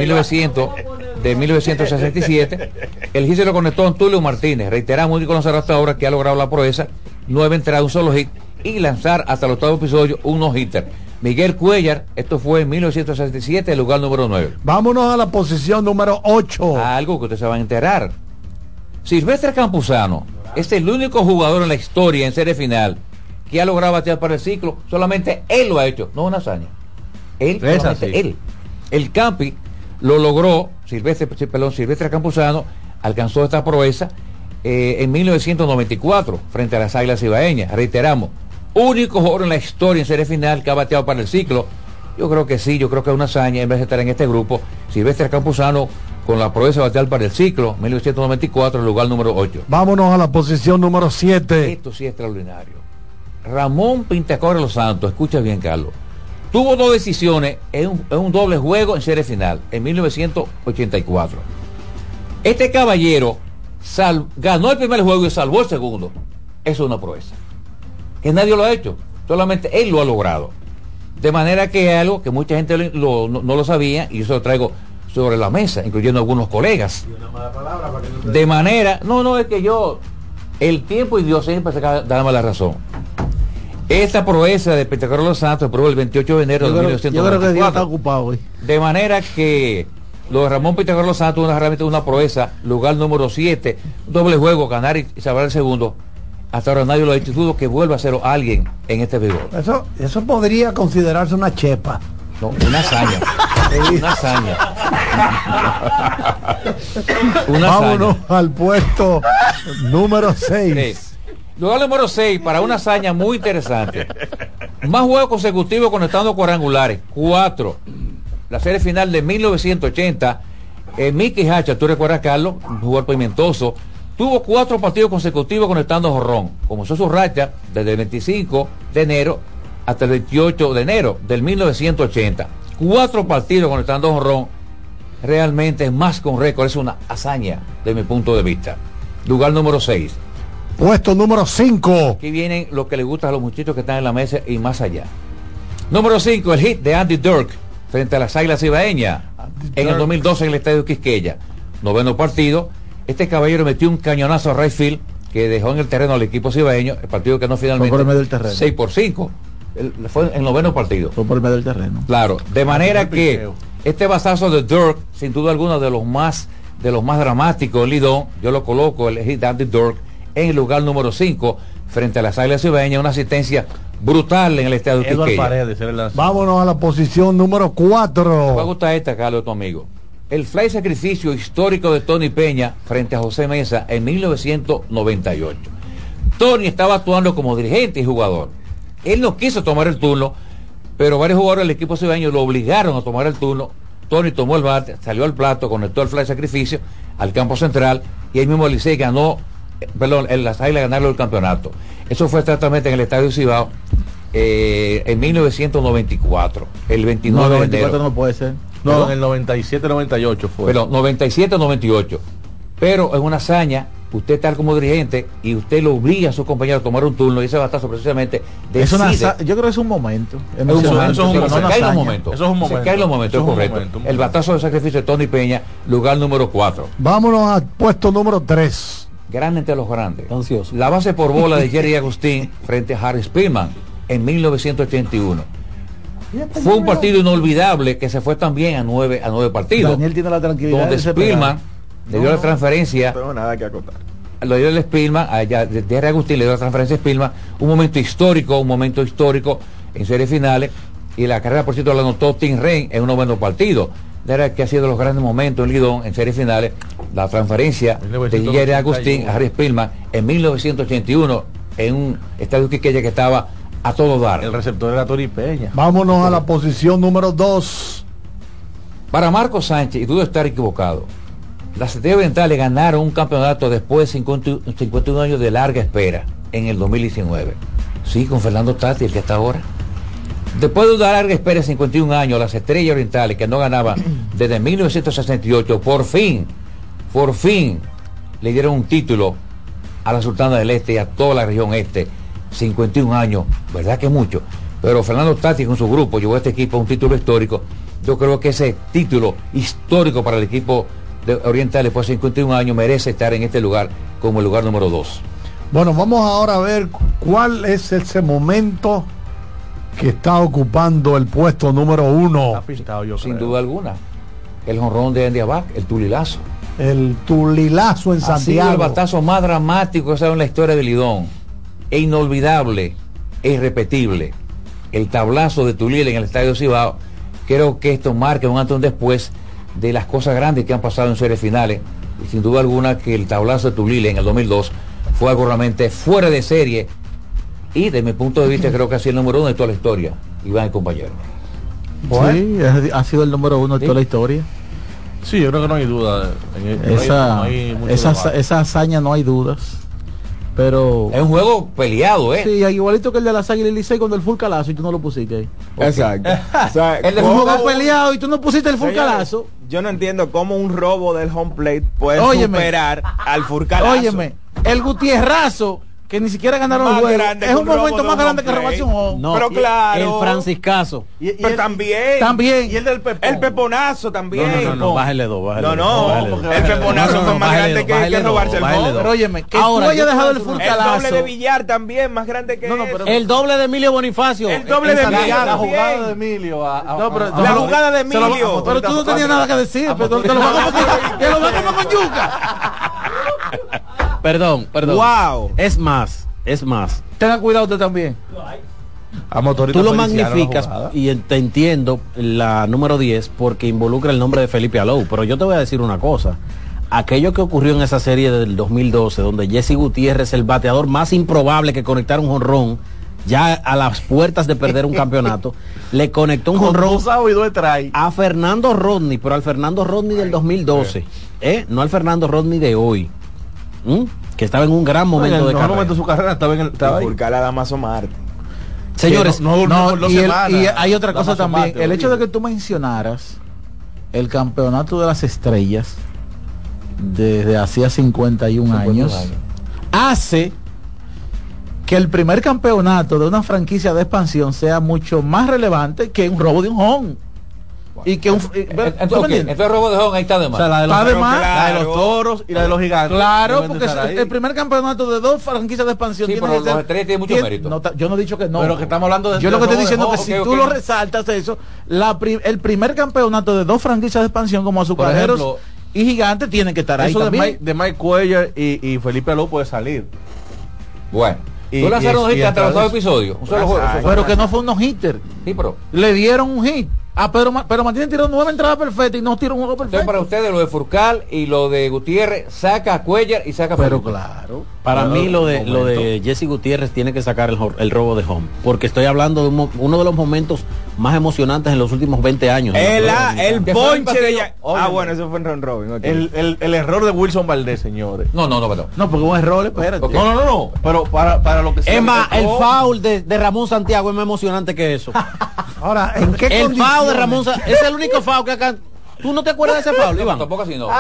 De 1967. El hit se lo conectó Tulio Martínez. Reiteramos, único lanzador hasta ahora que ha logrado la proeza, 9 entradas, un solo hit, y lanzar hasta el 8º episodio un no-hitter. Miguel Cuellar, esto fue en 1967, el lugar número 9. Vámonos a la posición número 8. Algo que ustedes se van a enterar. Silvestre Campuzano es el único jugador en la historia en serie final que ha logrado batear para el ciclo. Solamente él lo ha hecho, no una hazaña. Él. El Campi lo logró. Silvestre Campuzano alcanzó esta proeza en 1994 frente a las Águilas Ibaeñas. Reiteramos, único jugador en la historia en serie final que ha bateado para el ciclo. Yo creo que sí, yo creo que es una hazaña en vez de estar en este grupo. Silvestre Campuzano con la proeza de batear para el ciclo, 1994, el lugar número 8. Vámonos a la posición número 7. Esto sí es extraordinario. Ramón Pintacorre Los Santos, escucha bien, Carlos. Tuvo 2 decisiones en un doble juego en serie final, en 1984. Este caballero ganó el primer juego y salvó el segundo. Eso es una proeza que nadie lo ha hecho, solamente él lo ha logrado. De manera que es algo que mucha gente no lo sabía, y yo se lo traigo sobre la mesa, incluyendo algunos colegas. De manera, no, es que el tiempo y Dios siempre se da la razón. Esta proeza de Peter Carlos Santos probó el 28 de enero de 1994. Yo creo que Dios está ocupado hoy. De manera que lo de Ramón Peter Carlos Santos es realmente una proeza, lugar número 7, doble juego, ganar y salvar el segundo. Hasta ahora nadie lo ha hecho, dudo que vuelva a hacerlo alguien en este vigor. Eso podría considerarse una chepa. No, una hazaña. Una hazaña. Vámonos al puesto número 6. Lugar número 6 para una hazaña muy interesante. Más juegos consecutivos conectando cuadrangulares. 4. La serie final de 1980. Mickey Hacha, tú recuerdas, Carlos, un jugador pimentoso, tuvo 4 partidos consecutivos conectando jorrón. Comenzó su racha desde el 25 de enero hasta el 28 de enero del 1980. 4 partidos conectando jorrón. Realmente es más que un récord, es una hazaña de mi punto de vista. Lugar número 6. Puesto número 5. Aquí vienen lo que les gusta a los muchachos que están en la mesa y más allá. Número 5, el hit de Andy Dirk frente a las Águilas Ibaeñas en el 2012 en el Estadio Quisqueya. 9º partido. Este caballero metió un cañonazo a right field que dejó en el terreno al equipo cibaeño, el partido que no finalmente fue por el medio del terreno. 6-5. Fue el 9º partido. Fue por el medio del terreno. Claro, de manera que este basazo de Dirk, sin duda alguna de los más dramáticos del Lidón, yo lo coloco, el hit de Andy Dirk, en el lugar número 5 frente a las Águilas Cibaeñas, una asistencia brutal en el Estadio Quisqueya. Vámonos a la posición número 4. Me gusta esta, Carlos, tu amigo. El fly sacrificio histórico de Tony Peña frente a José Mesa en 1998. Tony estaba actuando como dirigente y jugador. Él no quiso tomar el turno, pero varios jugadores del equipo cibaeño lo obligaron a tomar el turno. Tony tomó el bate, salió al plato, conectó el fly sacrificio al campo central y ahí mismo el Licey ganó. Las Águilas ganaron el campeonato. Eso fue exactamente en el Estadio Cibao en 1994, el 29 de enero. No puede ser. No, en el 97-98 fue. Pero 97-98. Pero es una hazaña, usted está como dirigente y usted lo obliga a su compañero a tomar un turno y ese batazo precisamente decide. Yo creo que es un momento. Se caen los momentos. Eso es un momento. Se caen los momentos, es correcto. El batazo de sacrificio de Tony Peña, lugar número 4. Vámonos al puesto número 3. Grande entre los grandes. Ansioso. La base por bola de Jerry Agustín frente a Harry Spillman en 1981. Fue un partido inolvidable que se fue también a 9 partidos. Daniel tiene la tranquilidad. Donde Spillman le dio la transferencia. No tengo nada que acotar. Lo dio el Spillman, Jerry Agustín le dio la transferencia a Spillman. Un momento histórico en series finales. Y la carrera, por cierto, la anotó Tim Raines en un 9º partido. Era que ha sido los grandes momentos en Lidón en series finales, la transferencia de Jerry Agustín a Harry Spillman en 1981 en un Estadio Quisqueya que estaba a todo dar. El receptor era Tony Peña. Vámonos a la posición número 2. Para Marco Sánchez, y dudo estar equivocado, las Estrellas Orientales ganaron un campeonato después de 51 años de larga espera en el 2019. Sí, con Fernando Tati, el que está ahora. Después de una larga espera de 51 años, las Estrellas Orientales, que no ganaban desde 1968, por fin le dieron un título a la Sultana del Este y a toda la región este. 51 años, verdad que mucho. Pero Fernando Tati con su grupo llevó a este equipo a un título histórico. Yo creo que ese título histórico para el equipo de Orientales por 51 años merece estar en este lugar como el lugar número 2. Bueno, vamos ahora a ver cuál es ese momento que está ocupando el puesto número 1. Sin duda alguna. El jonrón de Andy Abad, el tulilazo. El tulilazo en Santiago. El batazo más dramático que se ha dado en la historia de Lidón. E inolvidable, e irrepetible. El tablazo de Tulil en el Estadio Cibao. Creo que esto marca un antes y un después de las cosas grandes que han pasado en series finales. Y sin duda alguna que el tablazo de Tulil en el 2002 fue algo realmente fuera de serie. Y desde mi punto de vista creo que ha sido el número 1 de toda la historia, Iván y compañero. Sí, ha sido el número 1 de toda la historia. Sí, yo creo que no hay duda. Esa hazaña no hay dudas. Pero es un juego peleado, Sí, igualito que el de las Águilas y Licey cuando el full calazo y tú no lo pusiste ahí. Exacto. O sea, el de juego peleado y tú no pusiste el full calazo. Yo no entiendo cómo un robo del home plate puede superar al full calazo. Óyeme, el Gutierrazo que ni siquiera ganaron Más el juego. grande Es que un un momento robo más de grande que home robarse plate. un home. No, Pero claro. El Franciscazo. Pero también. Y el del Pepón. El peponazo también. No, bájale dos. El peponazo fue más grande que robarse el home. Pero óyeme, que ahora, tú hayas dejado el El furcalazo. doble de Villar también, más grande que eso. El doble de Emilio Bonifacio. El doble de Villar. La jugada de Emilio. La jugada de Emilio. Pero tú no tenías nada que decir. Pero te lo vas a comer con yuca. Perdón. Wow. Es más. Tenga cuidado usted también. Tú lo magnificas y te entiendo la número 10 porque involucra el nombre de Felipe Alou, pero yo te voy a decir una cosa. Aquello que ocurrió en esa serie del 2012, donde Jesse Gutiérrez, el bateador más improbable que conectara un jonrón, ya a las puertas de perder un campeonato, le conectó un jonrón a Fernando Rodney, pero al Fernando Rodney del 2012, no al Fernando Rodney de hoy, que estaba en un gran momento de carrera. momento de su carrera estaba ahí. Furcal a Damaso Marte. Señores, y hay otra cosa también. El hecho de que tú mencionaras el campeonato de las estrellas desde hacía 51 años hace que el primer campeonato de una franquicia de expansión sea mucho más relevante que un robo de un home. Y que entonces robo de home ahí está de más. O sea, la de los, Además, la de los toros y la de los gigantes. Claro, porque el primer campeonato de dos franquicias de expansión. Sí, pero los estrellas tienen mucho mérito. No, yo no he dicho que no. Pero que estamos hablando de. Yo lo que estoy diciendo es que okay, si tú lo resaltas eso, el primer campeonato de dos franquicias de expansión como Azucareros y Gigantes tienen que estar ahí también. De Mike Cuellar y Felipe Alou puede salir. Bueno. Tú lanzaron un hit hasta los 2 episodios. Pero que no fue un no-hitter. Sí, pero le dieron un hit. Pero Martínez tiró 9 entradas perfectas y no tiró un juego perfecto. Entonces, para ustedes lo de Furcal y lo de Gutiérrez saca a Cuellar y saca a Pero Felipe. claro. Para mí lo de Jesse Gutiérrez tiene que sacar el robo de home, porque estoy hablando de uno de los momentos más emocionantes en los últimos 20 años. El ponche de bueno, eso fue en Ron Robin. Okay. El error de Wilson Valdés, señores. No, porque un error, espérate. Okay. No. Pero para lo que sea. Es más, el foul de Ramón Santiago es más emocionante que eso. Ahora, ¿en qué el foul de Ramón Santiago es el único foul que acá. ¿Tú no te acuerdas de ese foul, Iván? Tampoco así no.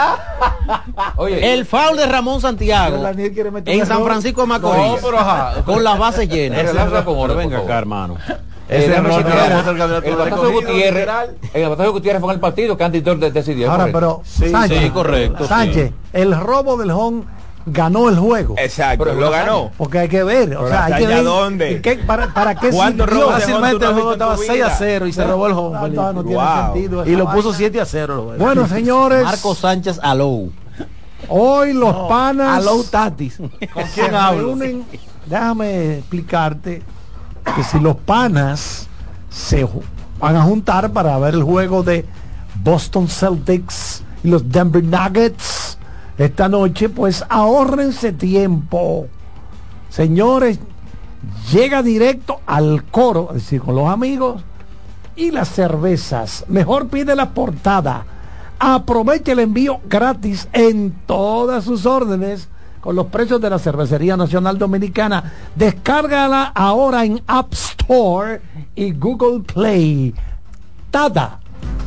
Oye, el foul de Ramón Santiago en San Francisco de Macorís, con las bases llenas. Venga acá, hermano. El batazo de Gutiérrez fue en el partido que Andy Dor decidió. Ahora, pero Sánchez, correcto. Sánchez, el robo del home ganó el juego. Exacto, pero lo ganó. Porque hay que ver, o sea, hay que ver dónde. ¿Para qué sirvió? Fácilmente el juego estaba 6-0 y se robó el home. No tiene sentido. Y lo puso 7-0. Bueno, señores. Marco Sánchez Alou. Hoy los panas. Alou Tatis. ¿Con quién hablo? Déjame explicarte que si los panas se van a juntar para ver el juego de Boston Celtics y los Denver Nuggets esta noche, pues ahórrense tiempo, señores. Llega directo al coro, es decir, con los amigos y las cervezas. Mejor pide la portada. Aproveche el envío gratis en todas sus órdenes con los precios de la Cervecería Nacional Dominicana. Descárgala ahora en App Store y Google Play. Tada.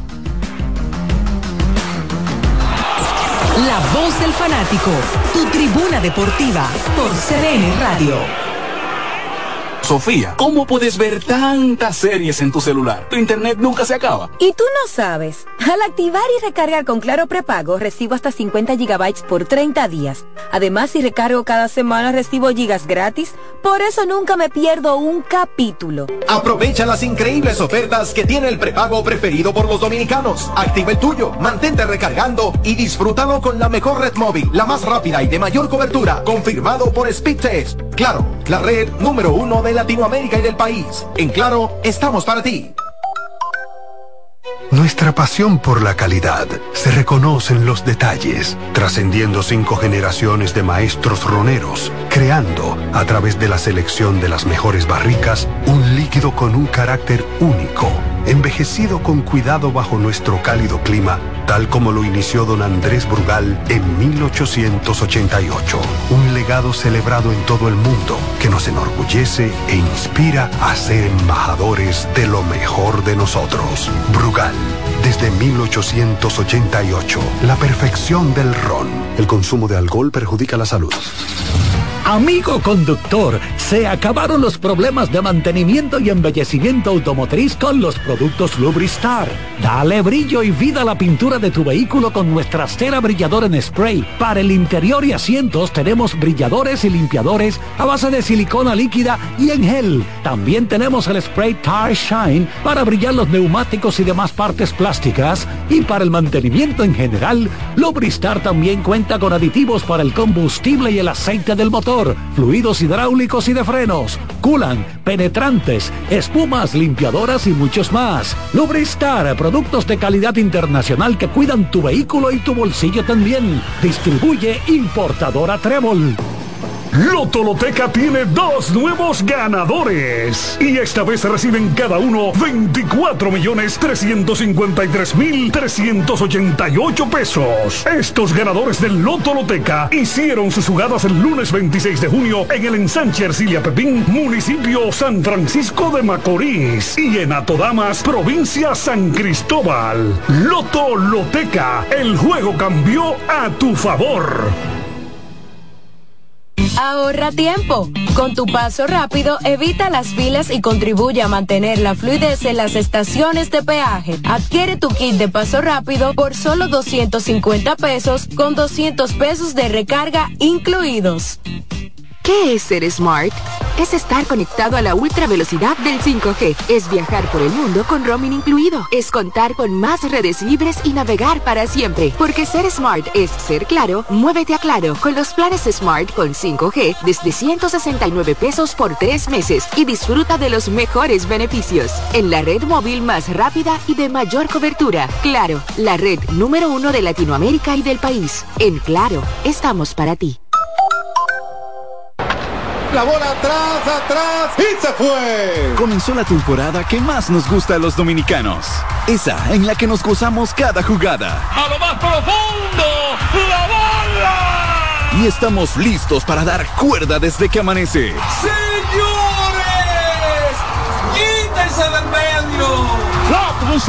La voz del fanático, tu tribuna deportiva por CDN Radio. Sofía, ¿cómo puedes ver tantas series en tu celular? Tu internet nunca se acaba. ¿Y tú no sabes? Al activar y recargar con Claro Prepago, recibo hasta 50 gigabytes por 30 días. Además, si recargo cada semana, recibo gigas gratis. Por eso nunca me pierdo un capítulo. Aprovecha las increíbles ofertas que tiene el prepago preferido por los dominicanos. Activa el tuyo, mantente recargando y disfrútalo con la mejor red móvil, la más rápida y de mayor cobertura, confirmado por Speedtest. Claro, la red número 1 de Latinoamérica y del país. En Claro, estamos para ti. Nuestra pasión por la calidad se reconoce en los detalles, trascendiendo 5 generaciones de maestros roneros, creando, a través de la selección de las mejores barricas, un líquido con un carácter único, envejecido con cuidado bajo nuestro cálido clima, tal como lo inició don Andrés Brugal en 1888. Un legado celebrado en todo el mundo que nos enorgullece e inspira a ser embajadores de lo mejor de nosotros. Brugal, desde 1888, la perfección del ron. El consumo de alcohol perjudica la salud. Amigo conductor, se acabaron los problemas de mantenimiento y embellecimiento automotriz con los productos Lubristar. Dale brillo y vida a la pintura de tu vehículo con nuestra cera brilladora en spray. Para el interior y asientos tenemos brilladores y limpiadores a base de silicona líquida y en gel. También tenemos el spray Tire Shine para brillar los neumáticos y demás partes plásticas. Y para el mantenimiento en general, Lubristar también cuenta con aditivos para el combustible y el aceite del motor, fluidos hidráulicos y de frenos, culan, penetrantes, espumas, limpiadoras y muchos más. Lubristar, productos de calidad internacional que cuidan tu vehículo y tu bolsillo también. Distribuye importadora Trébol. Loto Loteca tiene 2 nuevos ganadores y esta vez reciben cada uno 24.353.388 pesos. Estos ganadores del Loto Loteca hicieron sus jugadas el lunes 26 de junio en el ensanche Ercilia Pepín, municipio San Francisco de Macorís, y en Atodamas, provincia San Cristóbal. Loto Loteca, el juego cambió a tu favor. Ahorra tiempo. Con tu paso rápido, evita las filas y contribuye a mantener la fluidez en las estaciones de peaje. Adquiere tu kit de paso rápido por solo 250 pesos con 200 pesos de recarga incluidos. ¿Qué es ser smart? Es estar conectado a la ultra velocidad del 5G. Es viajar por el mundo con roaming incluido. Es contar con más redes libres y navegar para siempre. Porque ser smart es ser claro. Muévete a Claro con los planes Smart con 5G desde 169 pesos por 3 meses y disfruta de los mejores beneficios. En la red móvil más rápida y de mayor cobertura. Claro, la red número 1 de Latinoamérica y del país. En Claro, estamos para ti. La bola atrás y se fue. Comenzó la temporada que más nos gusta a los dominicanos. Esa en la que nos gozamos cada jugada. A lo más profundo, la bola. Y estamos listos para dar cuerda desde que amanece. Señores, quítense del medio. La cruz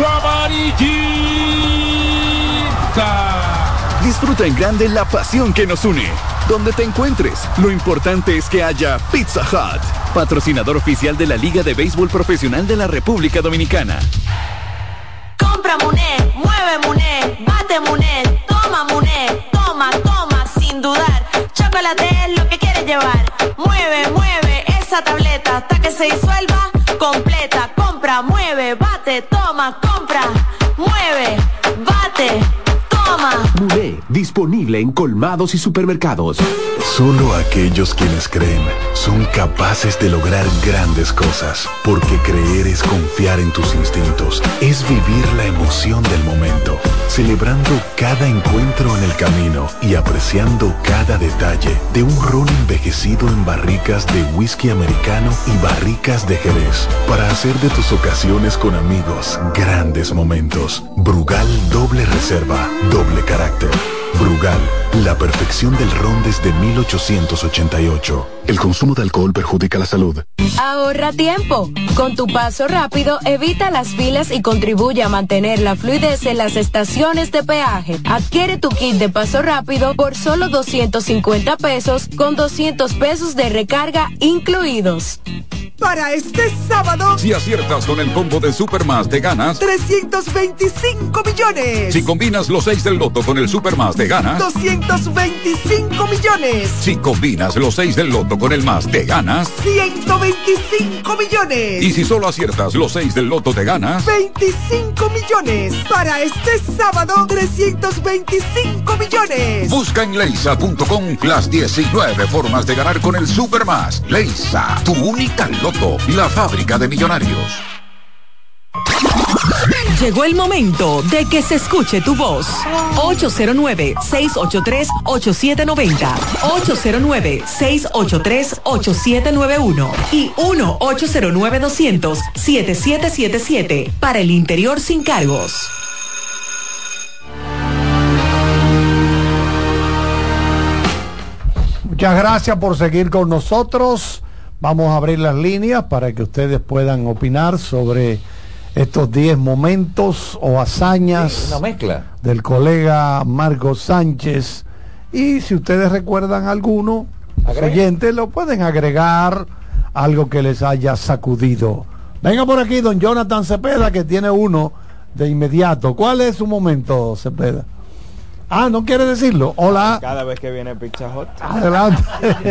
amarillita. Disfruta en grande la pasión que nos une. Donde te encuentres, lo importante es que haya Pizza Hut, patrocinador oficial de la Liga de Béisbol Profesional de la República Dominicana. Compra Muné, mueve Muné, bate Muné, toma Muné, toma, sin dudar. Chocolate es lo que quieres llevar. Mueve esa tableta hasta que se disuelva completa. Compra, mueve, bate, toma, compra, mueve, bate. Muné, disponible en colmados y supermercados. Solo aquellos quienes creen son capaces de lograr grandes cosas, porque creer es confiar en tus instintos, es vivir la emoción del momento, celebrando cada encuentro en el camino y apreciando cada detalle de un ron envejecido en barricas de whisky americano y barricas de Jerez, para hacer de tus ocasiones con amigos grandes momentos. Brugal doble reserva, doble carácter. Brugal, la perfección del ron desde 1888. El consumo de alcohol perjudica la salud. Ahorra tiempo. Con tu paso rápido, evita las filas y contribuye a mantener la fluidez en las estaciones de peaje. Adquiere tu kit de paso rápido por solo 250 pesos con 200 pesos de recarga incluidos. Para este sábado, si aciertas con el combo de Supermás, te ganas 325 millones. Si combinas los 6 del loto con el Supermás, te ganas 225 millones. Si combinas los 6 del loto con el más, te ganas 125 millones. Y si solo aciertas los 6 del loto, te ganas 25 millones. Para este sábado, 325 millones. Busca en leisa.com las 19 formas de ganar con el Supermás. Leisa, tu única loto, la fábrica de millonarios. Llegó el momento de que se escuche tu voz. 809-683-8790. 809-683-8791. Y 1-809-200-7777. Para el interior sin cargos. Muchas gracias por seguir con nosotros. Vamos a abrir las líneas para que ustedes puedan opinar sobre estos 10 momentos o hazañas una mezcla del colega Marco Sánchez. Y si ustedes recuerdan alguno, oyentes lo pueden agregar algo que les haya sacudido. Venga por aquí don Jonathan Cepeda, que tiene uno de inmediato. ¿Cuál es su momento, Cepeda? ¿No quiere decirlo? Hola. Cada vez que viene Pizza Hut. Adelante.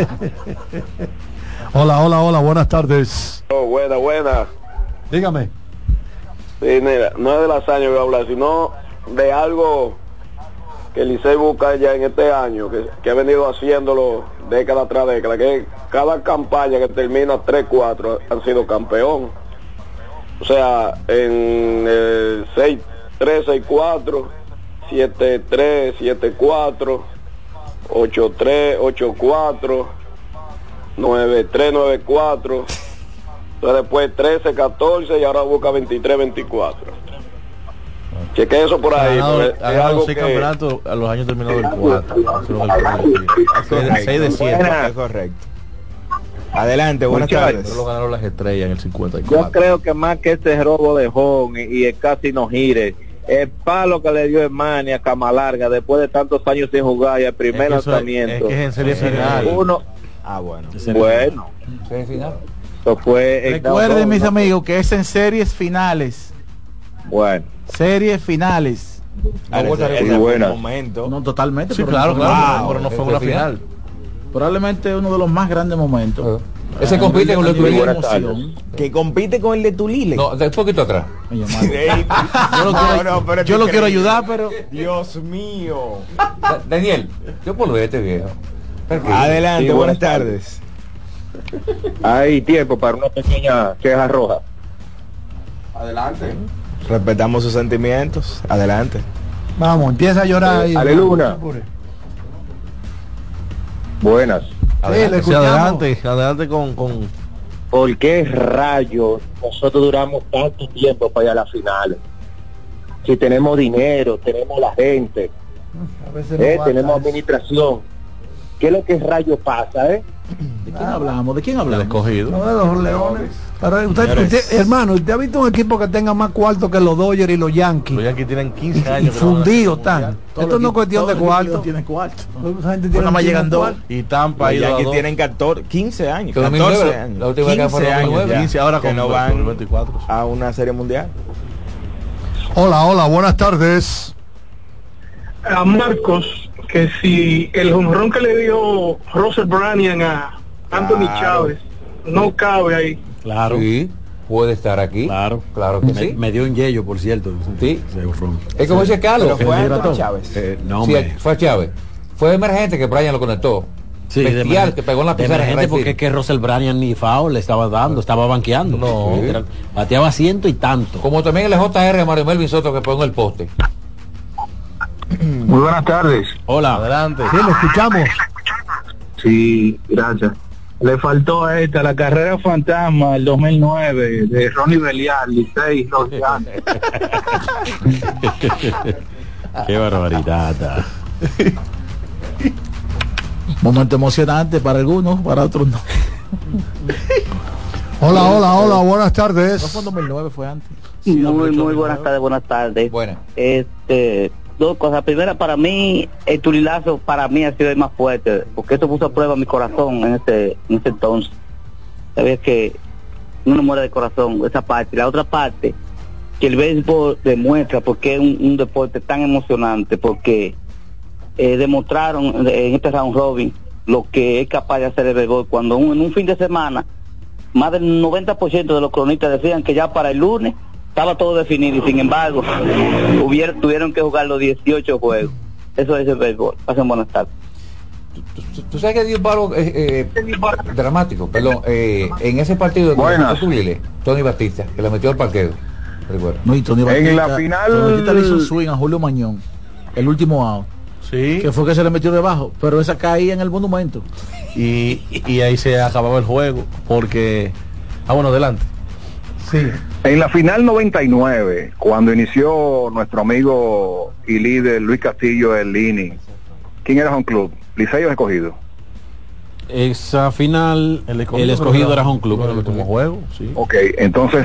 Hola, buenas tardes. Buena. Dígame. Sí, mira, no es de las años que voy a hablar, sino de algo que el Licey busca ya en este año, que ha venido haciéndolo década tras década, que cada campaña que termina 3-4 han sido campeón. O sea, en 6-3, 6-4, 7-3, 7-4, 8-3, 8-4, 9-3, 9-4. Entonces después 13-14 y ahora busca 23-24. Cheque eso por ahí. Ha ganado 6 campeonatos a los años terminados del 4. 6 de 7. Es correcto. Adelante, buenas tardes. Pero lo ganaron las estrellas en el 54. Yo creo que más que este robo de Hon y el casi no gire, el palo que le dio Hermani a Camalarga después de tantos años sin jugar y el primer lanzamiento. Es que es en serie final. Bueno. Serie final. Eso fue. Recuerden, mis amigos, que es en series finales. Bueno. Series finales. Momento. No, totalmente. Sí, claro, pero no fue una final. Probablemente uno de los más grandes momentos. Ese compite con el de Tulile. Que compite con el de Tulile. No, de un poquito atrás. Yo lo quiero ayudar, pero Dios mío. Daniel, yo puedo ver este viejo. Adelante, sí, buenas tardes. Hay tiempo para una pequeña queja roja. Adelante. Respetamos sus sentimientos. Adelante. Vamos, empieza a llorar ahí. Ale Luna. Buenas. Adelante con... ¿Por qué rayos nosotros duramos tanto tiempo para ir a las finales? Si tenemos dinero, tenemos la gente, tenemos administración. ¿Qué es lo que rayos pasa, ¿De quién hablamos? ¿De quién hablamos? Escogido. No, de los Leones. Pero usted, hermano, ¿usted ha visto un equipo que tenga más cuarto que los Dodgers y los Yankees? Los Yankees tienen 15 años. Y fundidos están. Esto no es cuestión de cuarto. Tiene cuarto. Nada más llegan 2. Y Tampa los Yankees tienen 15 años. 14 años. 15 años. 15 ahora que no van 24 a una serie mundial. Hola, buenas tardes. A Marcos, que si el jonrón que le dio Russell Branian a Anthony Chávez no cabe ahí. Claro. Sí, puede estar aquí. Claro que sí. Me dio un yello, por cierto. Sí. Es como dice Carlos. Pero fue Anthony Chávez. No, sí, fue Chávez. Fue emergente que Bryan lo conectó. Sí, bestial, que pegó en la pizarra. Porque es que Russell Bryan ni foul le estaba dando, estaba banqueando. No. Bateaba 100 y tanto. Como también el JR Mario Melvin Soto que pegó en el poste. Muy buenas tardes. Hola. Adelante. Sí, lo escuchamos. Sí, gracias. Le faltó a la carrera fantasma del 2009 de Ronnie Belial, Licey, los Gigantes. Qué barbaridad. Momento emocionante para algunos, para otros no. Hola, buenas tardes. No fue en 2009, fue antes. Sí, muy buenas tardes. Buenas. Dos cosas. Primera, para mí, el tulilazo para mí ha sido el más fuerte, porque eso puso a prueba mi corazón en ese entonces. Sabes que uno muere de corazón, esa parte. La otra parte, que el béisbol demuestra porque es un deporte tan emocionante, porque demostraron en este round robin lo que es capaz de hacer el béisbol, cuando en un fin de semana más del 90% de los cronistas decían que ya para el lunes estaba todo definido y sin embargo tuvieron que jugar los 18 juegos. Eso es el béisbol. Pasen buenas tardes. Tú sabes que dio un palo dramático, perdón, en ese partido de Tony Batista, que le metió al parqueo. No, y Tony Batista, en la final Tony Batista le hizo un swing a Julio Mañón, el último out. Sí. Que fue que se le metió debajo, pero esa caía en el monumento. Y ahí se acababa el juego, porque... adelante. Sí. En la final 99, cuando inició nuestro amigo y líder Luis Castillo el inning, ¿quién era Home Club? ¿Licey o Escogido? Esa final, el Escogido era Home Club. El último juego, sí. Ok, entonces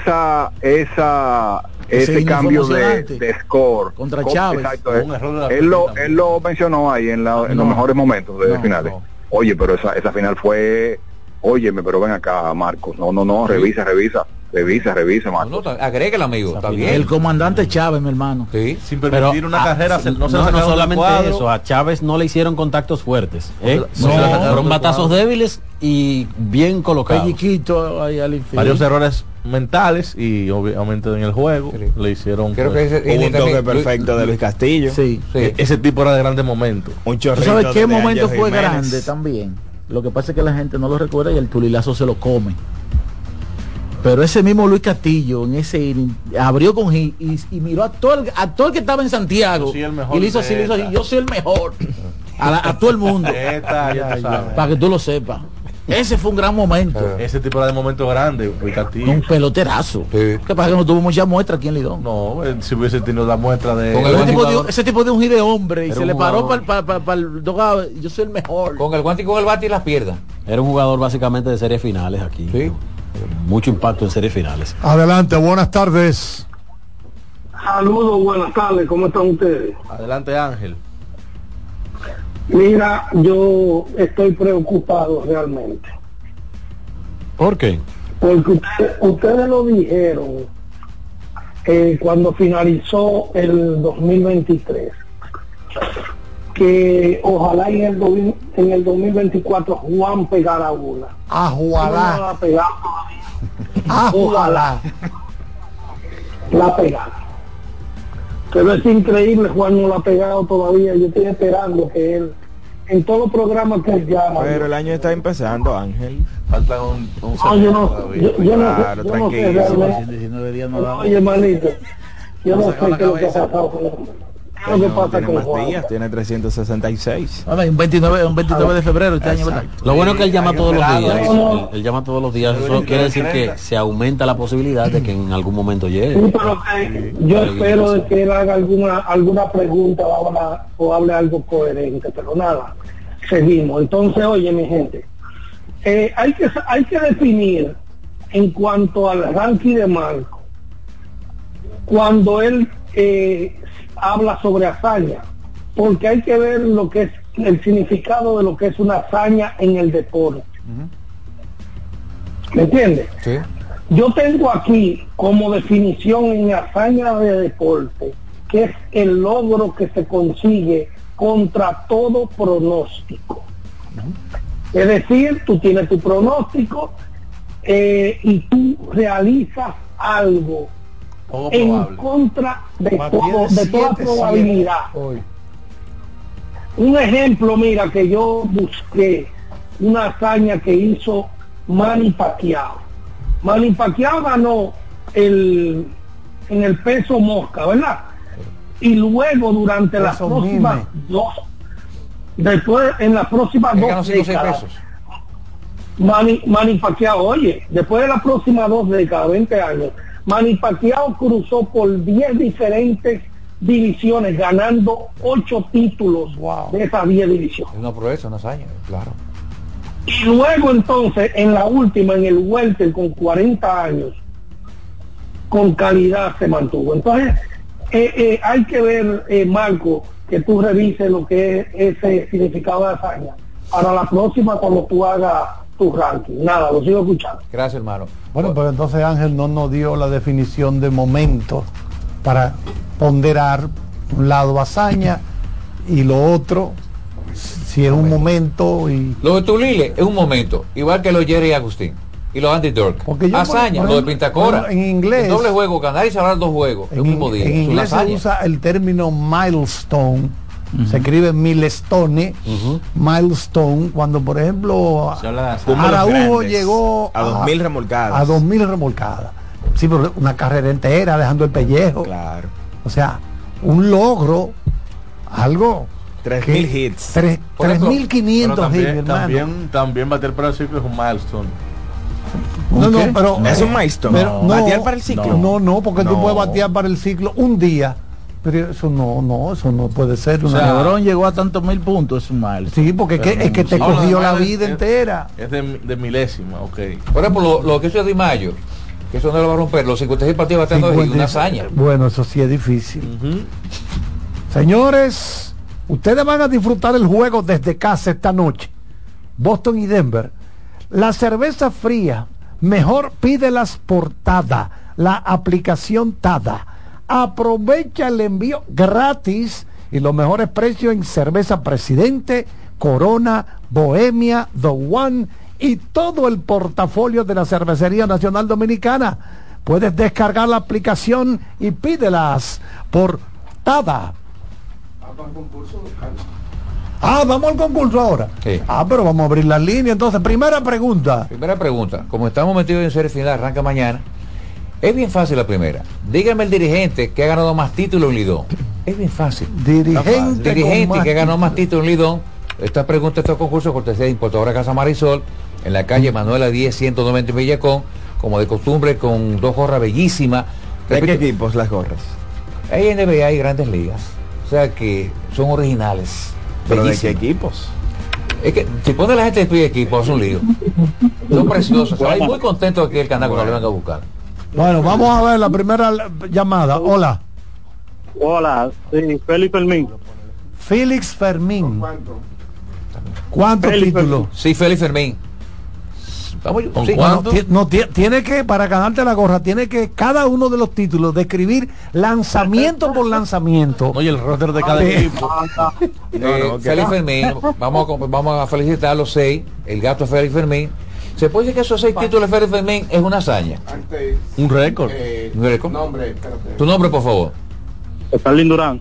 ese cambio de score contra Chávez. Exacto, él lo mencionó ahí en los mejores momentos de finales. Oye, pero esa final fue, óyeme, pero ven acá, Marcos. No, revisa, Marcos. No, agrega el amigo, está bien. El comandante Chávez, mi hermano. Sí. Sin permitir una carrera, no solamente eso, a Chávez no le hicieron contactos fuertes. Fueron batazos débiles y bien colocados. Pelliquito ahí al infinito. Varios errores mentales y obviamente en el juego le hicieron un toque perfecto de Luis Castillo. Sí. Ese tipo era de grandes momentos. ¿Tú sabes qué momento fue grande también? Lo que pasa es que la gente no lo recuerda y el tulilazo se lo come. Pero ese mismo Luis Castillo en ese inning abrió con hit y miró a todo el que estaba en Santiago y le hizo así, yo soy el mejor a todo el mundo para que tú lo sepas. Ese fue un gran momento. Ese tipo de momento grande, Luis Castillo. Un peloterazo. ¿Qué pasa que no tuvo mucha muestra aquí en Lidón? No, si hubiese tenido la muestra de... Ese tipo de un hit de hombre y se le paró para el dogado. Yo soy el mejor. Con el guante y con el bate y las pierdas. Era un jugador básicamente de series finales aquí. Sí. Mucho impacto en series finales. Adelante, buenas tardes. Saludos, buenas tardes, ¿cómo están ustedes? Adelante, Ángel. Mira, yo estoy preocupado realmente. ¿Por qué? Porque ustedes lo dijeron cuando finalizó el 2023, que ojalá en el 2024 Juan pegara una. Ojalá. Ojalá la pegara. Pero es increíble, Juan no la ha pegado todavía. Yo estoy esperando que él, en todos los programas que él llama. Pero el año está empezando, Ángel. Falta un Oye, manito, yo no sé qué es lo que ha pasado con él. ¿Qué pasa con Juan? Días, tiene 366. Un 29 de febrero este año, ¿verdad? Lo bueno es que él llama todos los días. Él llama todos los días. Eso quiere decir que se aumenta la posibilidad de que en algún momento llegue. Sí, pero yo espero de que él haga alguna pregunta o hable algo coherente, pero nada, seguimos. Entonces, oye, mi gente, hay que definir en cuanto al ranking de Marco, cuando él habla sobre hazaña, porque hay que ver lo que es el significado de lo que es una hazaña en el deporte. ¿Me entiendes? Sí. Yo tengo aquí como definición en hazaña de deporte, que es el logro que se consigue contra todo pronóstico. Es decir, tú tienes tu pronóstico y tú realizas algo en contra de toda probabilidad. Un ejemplo, mira, que yo busqué una hazaña que hizo Manny Pacquiao. Manny Pacquiao ganó en el peso mosca, ¿verdad? Y luego durante las próximas en las próximas dos décadas, Manny Pacquiao, oye, después de las próximas 2 décadas, 20 años, Manny Pacquiao cruzó por 10 diferentes divisiones, ganando 8 títulos de esas 10 divisiones. Es una proeza, una hazaña, claro. Y luego entonces, en la última, en el welter, con 40 años, con calidad se mantuvo. Entonces, hay que ver, Marco, que tú revises lo que es ese significado de hazaña para la próxima cuando tú hagas tu ranking. Nada, lo sigo escuchando. Gracias, hermano. Bueno, pero entonces Ángel no nos dio la definición de momento para ponderar un lado hazaña y lo otro si es un momento. Y lo de Tulile es un momento, igual que lo de Jerry Agustín y los Andy Dirk. Hazaña, lo de Pintacora, en inglés, el doble juego, ganar y cerrar 2 juegos en un mismo día. En inglés se usa el término milestone. Se escribe milestone, milestone, cuando por ejemplo Araújo llegó a 2000 remolcadas. A 2000 remolcadas. Sí, pero una carrera entera, dejando el pellejo. Claro. O sea, un logro, algo. 3000 hits. 3500 hits, hermano. También bater para el ciclo es un milestone. No, pero es un milestone. Pero batear para el ciclo. No, porque tú puedes batear para el ciclo un día. Pero eso no puede ser. O sea, LeBron llegó a tantos 1000 puntos, es un mal. Sí, porque es que te cogió la vida entera. Es de milésima, ok. Por ejemplo, lo que hizo Di Mayo, que eso no lo va a romper, los 56 partidos bateando es una hazaña. Bueno, eso sí es difícil. Señores, ustedes van a disfrutar el juego desde casa esta noche. Boston y Denver. La cerveza fría, mejor pídelas por TADA, la aplicación TADA. Aprovecha el envío gratis y los mejores precios en cerveza Presidente, Corona, Bohemia, The One y todo el portafolio de la Cervecería Nacional Dominicana. Puedes descargar la aplicación y pídelas por TADA. Vamos al concurso ahora. Sí. Pero vamos a abrir la línea. Entonces, primera pregunta. Como estamos metidos en serie final, arranca mañana. Es bien fácil la primera. Dígame el dirigente que ha ganado más títulos en Lidón. Es bien fácil. Dirigente que ha ganado más títulos en Lidón. Esta pregunta, este concurso, cortesía de Importadora Casa Marisol, en la calle Manuela 10, 190 en Villacón, como de costumbre, con 2 gorras bellísimas. ¿De qué equipos las gorras? Hay NBA y Grandes Ligas. O sea que son originales. ¿Pero bellísimas. de qué equipos? Es que si pone la gente de pie equipo, es un lío. Son preciosos. Estoy muy contento de que el canal lo venga a buscar. Bueno, vamos a ver la primera llamada. Hola. Hola, sí, Félix Fermín. Félix Fermín. ¿Cuántos títulos? Sí, Félix Fermín. Vamos, sí. Tiene que, para ganarte la gorra, tiene que cada uno de los títulos describir lanzamiento por lanzamiento. Oye, el roster de cada equipo. Félix Fermín, vamos a felicitar a los 6. El gato es Félix Fermín. ¿Se puede decir que esos 6 títulos de Félix Fermín es una hazaña? Un récord. ¿Un récord? Tu nombre, por favor. Starling Durán.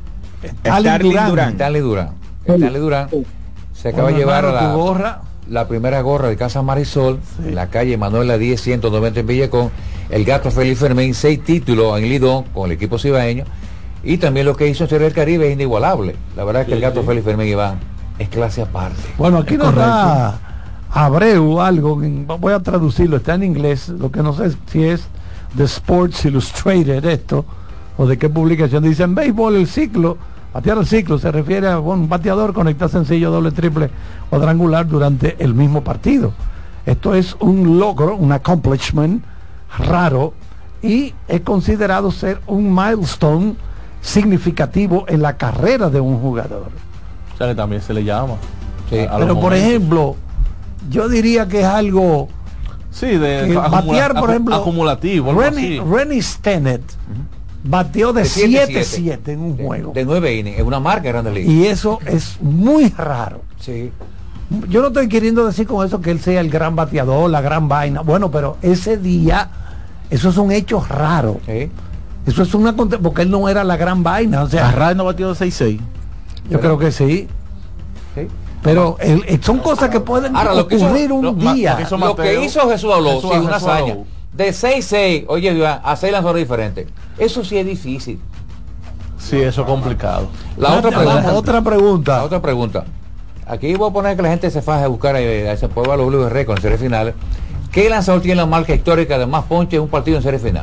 Starling Durán. Se acaba de llevar a la primera gorra de Casa Marisol, en la calle Manuela 10, 190 en Villacón. El gato Félix Fermín, 6 títulos en Lidón con el equipo cibaeño. Y también lo que hizo en Serie del Caribe es inigualable. La verdad es que el gato Félix Fermín, Iván, es clase aparte. Bueno, aquí nos da Abreu algo, voy a traducirlo, está en inglés, lo que no sé si es de Sports Illustrated esto, o de qué publicación. Dice: en béisbol el ciclo, batear el ciclo, se refiere a un bateador conectar sencillo, doble, triple, cuadrangular durante el mismo partido. Esto es un logro, un accomplishment raro, y es considerado ser un milestone significativo en la carrera de un jugador. O sea que también se le llama. Sí, pero por ejemplo, yo diría que es algo de batear, por ejemplo, acumulativo. Rennie Stennett bateó de 7-7 en un juego. De 9 innings, es una marca grande liga. Y eso es muy raro. Sí. Yo no estoy queriendo decir con eso que él sea el gran bateador, la gran vaina. Bueno, pero ese día, eso es un hecho raro. Sí. Eso es una, porque él no era la gran vaina. O sea, Arraez no batió de 6-6. Yo creo que sí. Sí. Pero son cosas que pueden ocurrir un día. Lo que hizo Jesús Aló, sí, una hazaña. De 6-6, oye, Iván, a 6 lanzadores diferentes. Eso sí es difícil. Sí, eso es complicado. La otra pregunta. Aquí voy a poner que la gente se faje a buscar a ese pueblo W de récord en serie final. ¿Qué lanzador tiene la marca histórica de más ponches en un partido en serie final?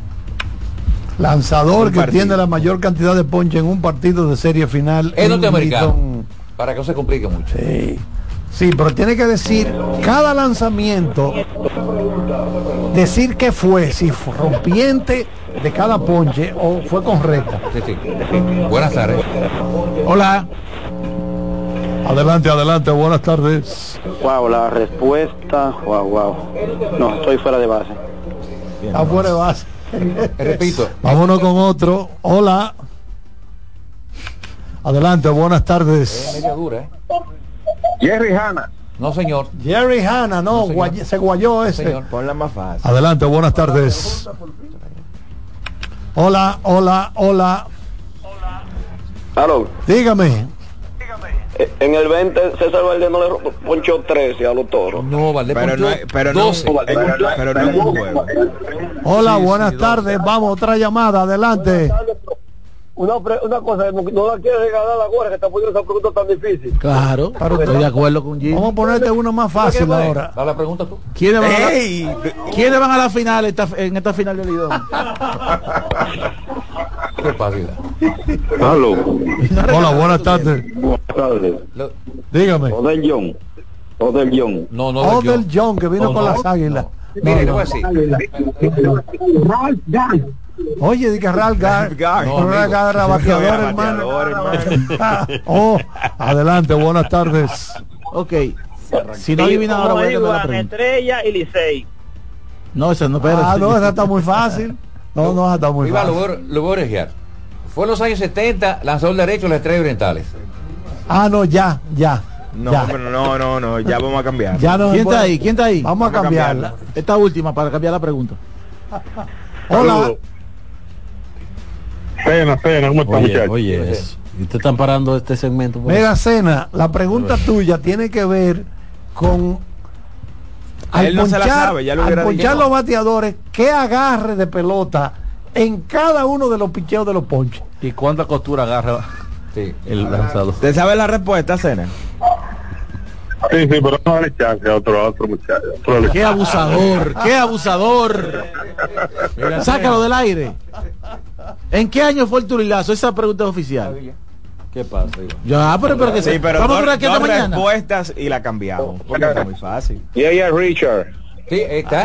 Lanzador que tiene la mayor cantidad de ponches en un partido de serie final. Es norteamericano. Para que no se complique mucho. Sí, pero tiene que decir cada lanzamiento, decir qué fue, si fue rompiente de cada ponche o fue correcta. Sí. Buenas tardes. Hola. Adelante, buenas tardes. Wow, la respuesta, wow. No, estoy fuera de base. Está fuera de base. Repito. Vámonos con otro. Hola. Adelante, buenas tardes. Media dura, Jerry Hanna. No, señor. Jerry Hanna, no, se guayó ese. Señor. Ponla más fácil. Adelante, buenas tardes. Hola. Aló. Dígame. En el 20 César Valdés no le ponchó 13 a los Toros. No, Valdés pero 12. Pero no es un juego. Hola, buenas tardes. Vamos, otra llamada, adelante. Una cosa, no la quiere regalar la gorra, que está poniendo esa pregunta tan difícil. Claro, estoy de acuerdo con Jim. Vamos a ponerte uno más fácil ahora. Dale la pregunta tú. ¿Quiénes van a la final en esta final de Lidón? Qué fácil. Aló. Hola, buenas tardes. Buenas tardes. Dígame. Odell John. No, Odell John, que vino con las águilas. Mire, ¿qué fue así? Oye, di que Ralph Gar. No, era bateador, hermano. Adelante, buenas tardes. Ok, Si no adivina ahora voy a cambiar la pregunta. Estrella y Licey. No, esa no, espérate. No, esa está muy fácil. No, esa está muy fácil. Lo voy a orejear. Fue en los años 70, lanzador derecho de las Estrellas Orientales. No, ya vamos a cambiar. ¿Quién está ahí? Vamos a cambiarla. Esta última para cambiar la pregunta. Hola. Cena, ¿cómo está, muchachos? Oye, ¿y te están parando este segmento? Mira, Cena, la pregunta tuya tiene que ver con al ponchar los bateadores, qué agarre de pelota en cada uno de los picheos de los ponches. ¿Y cuánta costura agarra el lanzador? ¿Usted sabe la respuesta, Cena? Sí, pero no dale chance a otro muchacho. ¡Qué abusador! ¡Qué abusador! Sácalo del aire. ¿En qué año fue el Turilazo? Esa pregunta es oficial. ¿Qué pasa? Pero que sí, pero vamos a aquí hasta mañana. Respuestas y la cambiamos. Porque está muy fácil. Y ella es Richard. Sí, está.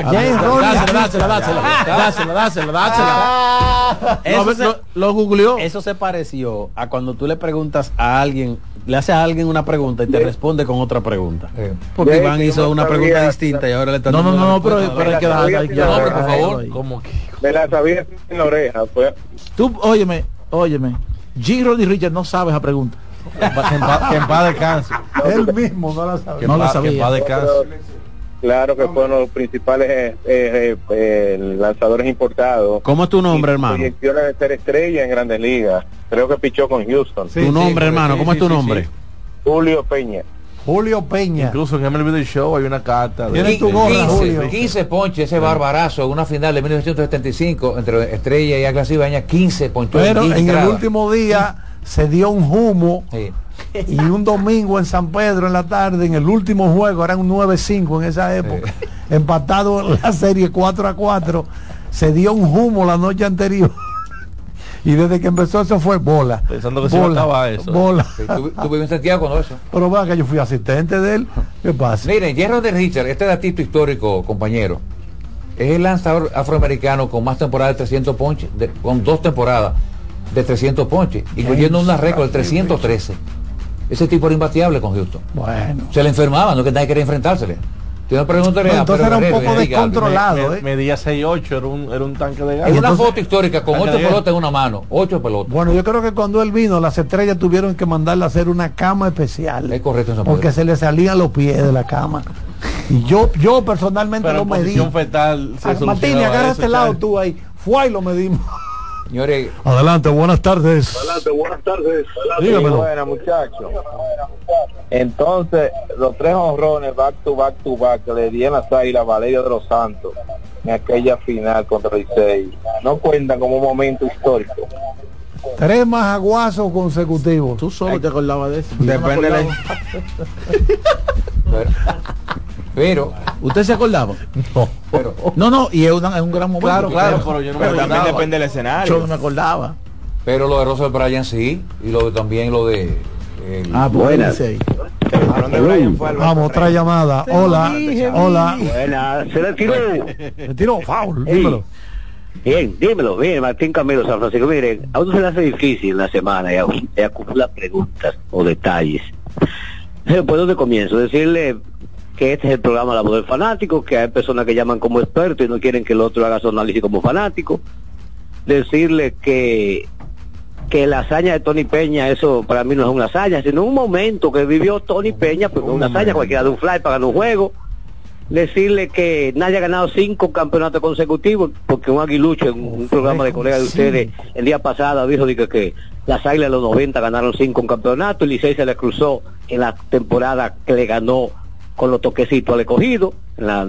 Dásela. Lo googleó. Eso se pareció a cuando tú le preguntas a alguien, le haces a alguien una pregunta y te responde con otra pregunta. Porque Iván hizo una pregunta distinta y ahora le está dando. No, pero hay que dar, por favor. ¿Cómo que? Me la sabía en la oreja. Tú, óyeme. G. y Richard no sabe esa pregunta. Que en paz descanse. Él mismo no la sabe. No la sabía. Que en paz descanse. Claro que fueron los principales lanzadores importados. ¿Cómo es tu nombre, hermano? Proyecciones de ser estrella en Grandes Ligas. Creo que pichó con Houston. Tu nombre, hermano, ¿cómo es tu nombre? Julio Peña. Incluso en MLB The Show hay una carta. 15 ponches, ese barbarazo en una final de 1975 entre Estrella y Águilas Ibaeñas, 15 ponches. Pero en el último día se dio un humo. Y un domingo en San Pedro en la tarde, en el último juego, eran un 9-5 en esa época, empatado la serie 4-4, se dio un humo la noche anterior y desde que empezó eso fue bola. Pensando que se acababa eso. Bola. ¿Tú vives en Santiago con eso? Pero vea que yo fui asistente de él. ¿Qué pasa? Miren, J. Rod Richard, este datito histórico, compañero, es el lanzador afroamericano con más temporadas de 300 ponches, con 2 temporadas de 300 ponches, incluyendo una récord de 313. Ese tipo era imbateable con Houston. Bueno. Se le enfermaba, no que nadie quería enfrentársele. Yo no preguntaría, entonces era un poco descontrolado. Medía 6'8", era un tanque de gas. Hay una foto histórica con 8 pelotas en una mano, 8 pelotas. Bueno, yo creo que cuando él vino, las Estrellas tuvieron que mandarle a hacer una cama especial. Es correcto, porque se le salían los pies de la cama. Y yo personalmente lo medí. Martín, agarra este lado tú ahí. Fue y lo medimos. Señores, adelante, buenas tardes. Dígamelo. Buenas, muchachos. Entonces, los 3 honrones back to back que le di en las Águilas a Valerio de los Santos en aquella final contra Licey no cuentan como un momento histórico. 3 más aguazos consecutivos. Tú solo te acordabas de eso. Depende de pero ¿usted se acordaba? No, y es un gran momento. Claro, pero yo no me acordaba. También depende del escenario. Yo no me acordaba. Pero lo de Russell Bryan sí, y también lo de buenas. Vamos, otra llamada. Hola. Buenas, se le tiró. Foul, dímelo. Bien, Martín Camilo, San Francisco. Miren, a uno se le hace difícil la semana y acumula preguntas o detalles. ¿Por dónde comienzo? Decirle que este es el programa La Voz del Fanático, que hay personas que llaman como expertos y no quieren que el otro haga su análisis como fanático. Decirle que la hazaña de Tony Peña, eso para mí no es una hazaña, sino un momento que vivió Tony Peña, pues una hazaña, cualquiera de un fly para ganar un juego. Decirle que nadie ha ganado 5 campeonatos consecutivos, porque un aguilucho en un programa de colegas de ustedes el día pasado dijo que las Águilas de los 90 ganaron 5 campeonatos, y Licey se le cruzó en la temporada que le ganó con los toquecitos al Escogido, en la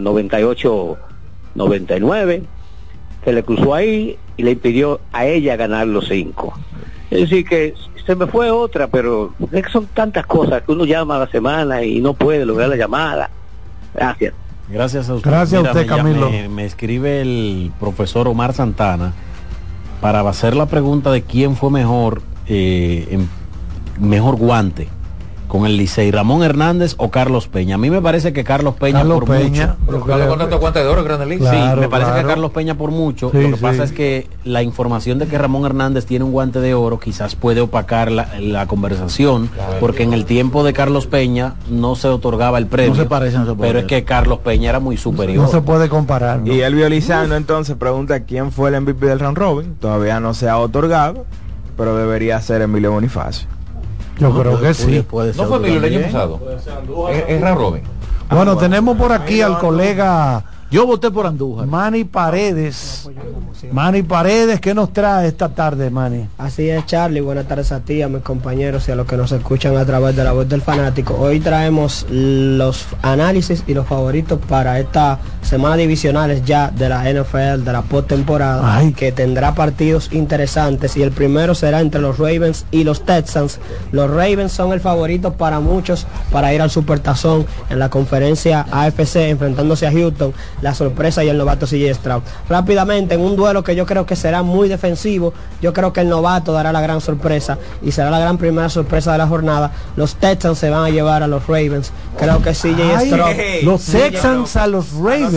98-99, se le cruzó ahí y le impidió a ella ganar los 5. Es decir que se me fue otra, pero es que son tantas cosas que uno llama a la semana y no puede lograr la llamada. Gracias a usted. Gracias a usted, Camilo. Me escribe el profesor Omar Santana para hacer la pregunta de quién fue mejor, mejor guante con el Licey, Ramón Hernández o Carlos Peña. A mí me parece que Carlos Peña por mucho. Carlos contrato cuánto de oro en Grandes Ligas. Sí, me parece que Carlos Peña por mucho. Lo que pasa es que la información de que Ramón Hernández tiene un guante de oro quizás puede opacar la conversación, porque en el tiempo de Carlos Peña no se otorgaba el premio. No se parece, no se puede. Pero es que Carlos Peña era muy superior. No se puede comparar, ¿no? Y Elvio Lizano entonces pregunta quién fue el MVP del round robin. Todavía no se ha otorgado, pero debería ser Emilio Bonifacio. Yo creo que sí. No fue Emilio el año pasado. Es round robin. Bueno, tenemos por aquí al colega. Yo voté por Andújar. Manny Paredes. Manny Paredes, ¿qué nos trae esta tarde, Manny? Así es, Charlie. Buenas tardes a ti, a mis compañeros y a los que nos escuchan a través de la voz del fanático. Hoy traemos los análisis y los favoritos para esta semana divisionales ya de la NFL, de la postemporada, que tendrá partidos interesantes, y el primero será entre los Ravens y los Texans. Los Ravens son el favorito para muchos para ir al Supertazón en la conferencia AFC, enfrentándose a Houston, la sorpresa y el novato CJ Stroud. Rápidamente, en un duelo que yo creo que será muy defensivo, yo creo que el novato dará la gran sorpresa y será la gran primera sorpresa de la jornada. Los Texans se van a llevar a los Ravens. Creo que CJ Stroud. Los Texans a los Ravens.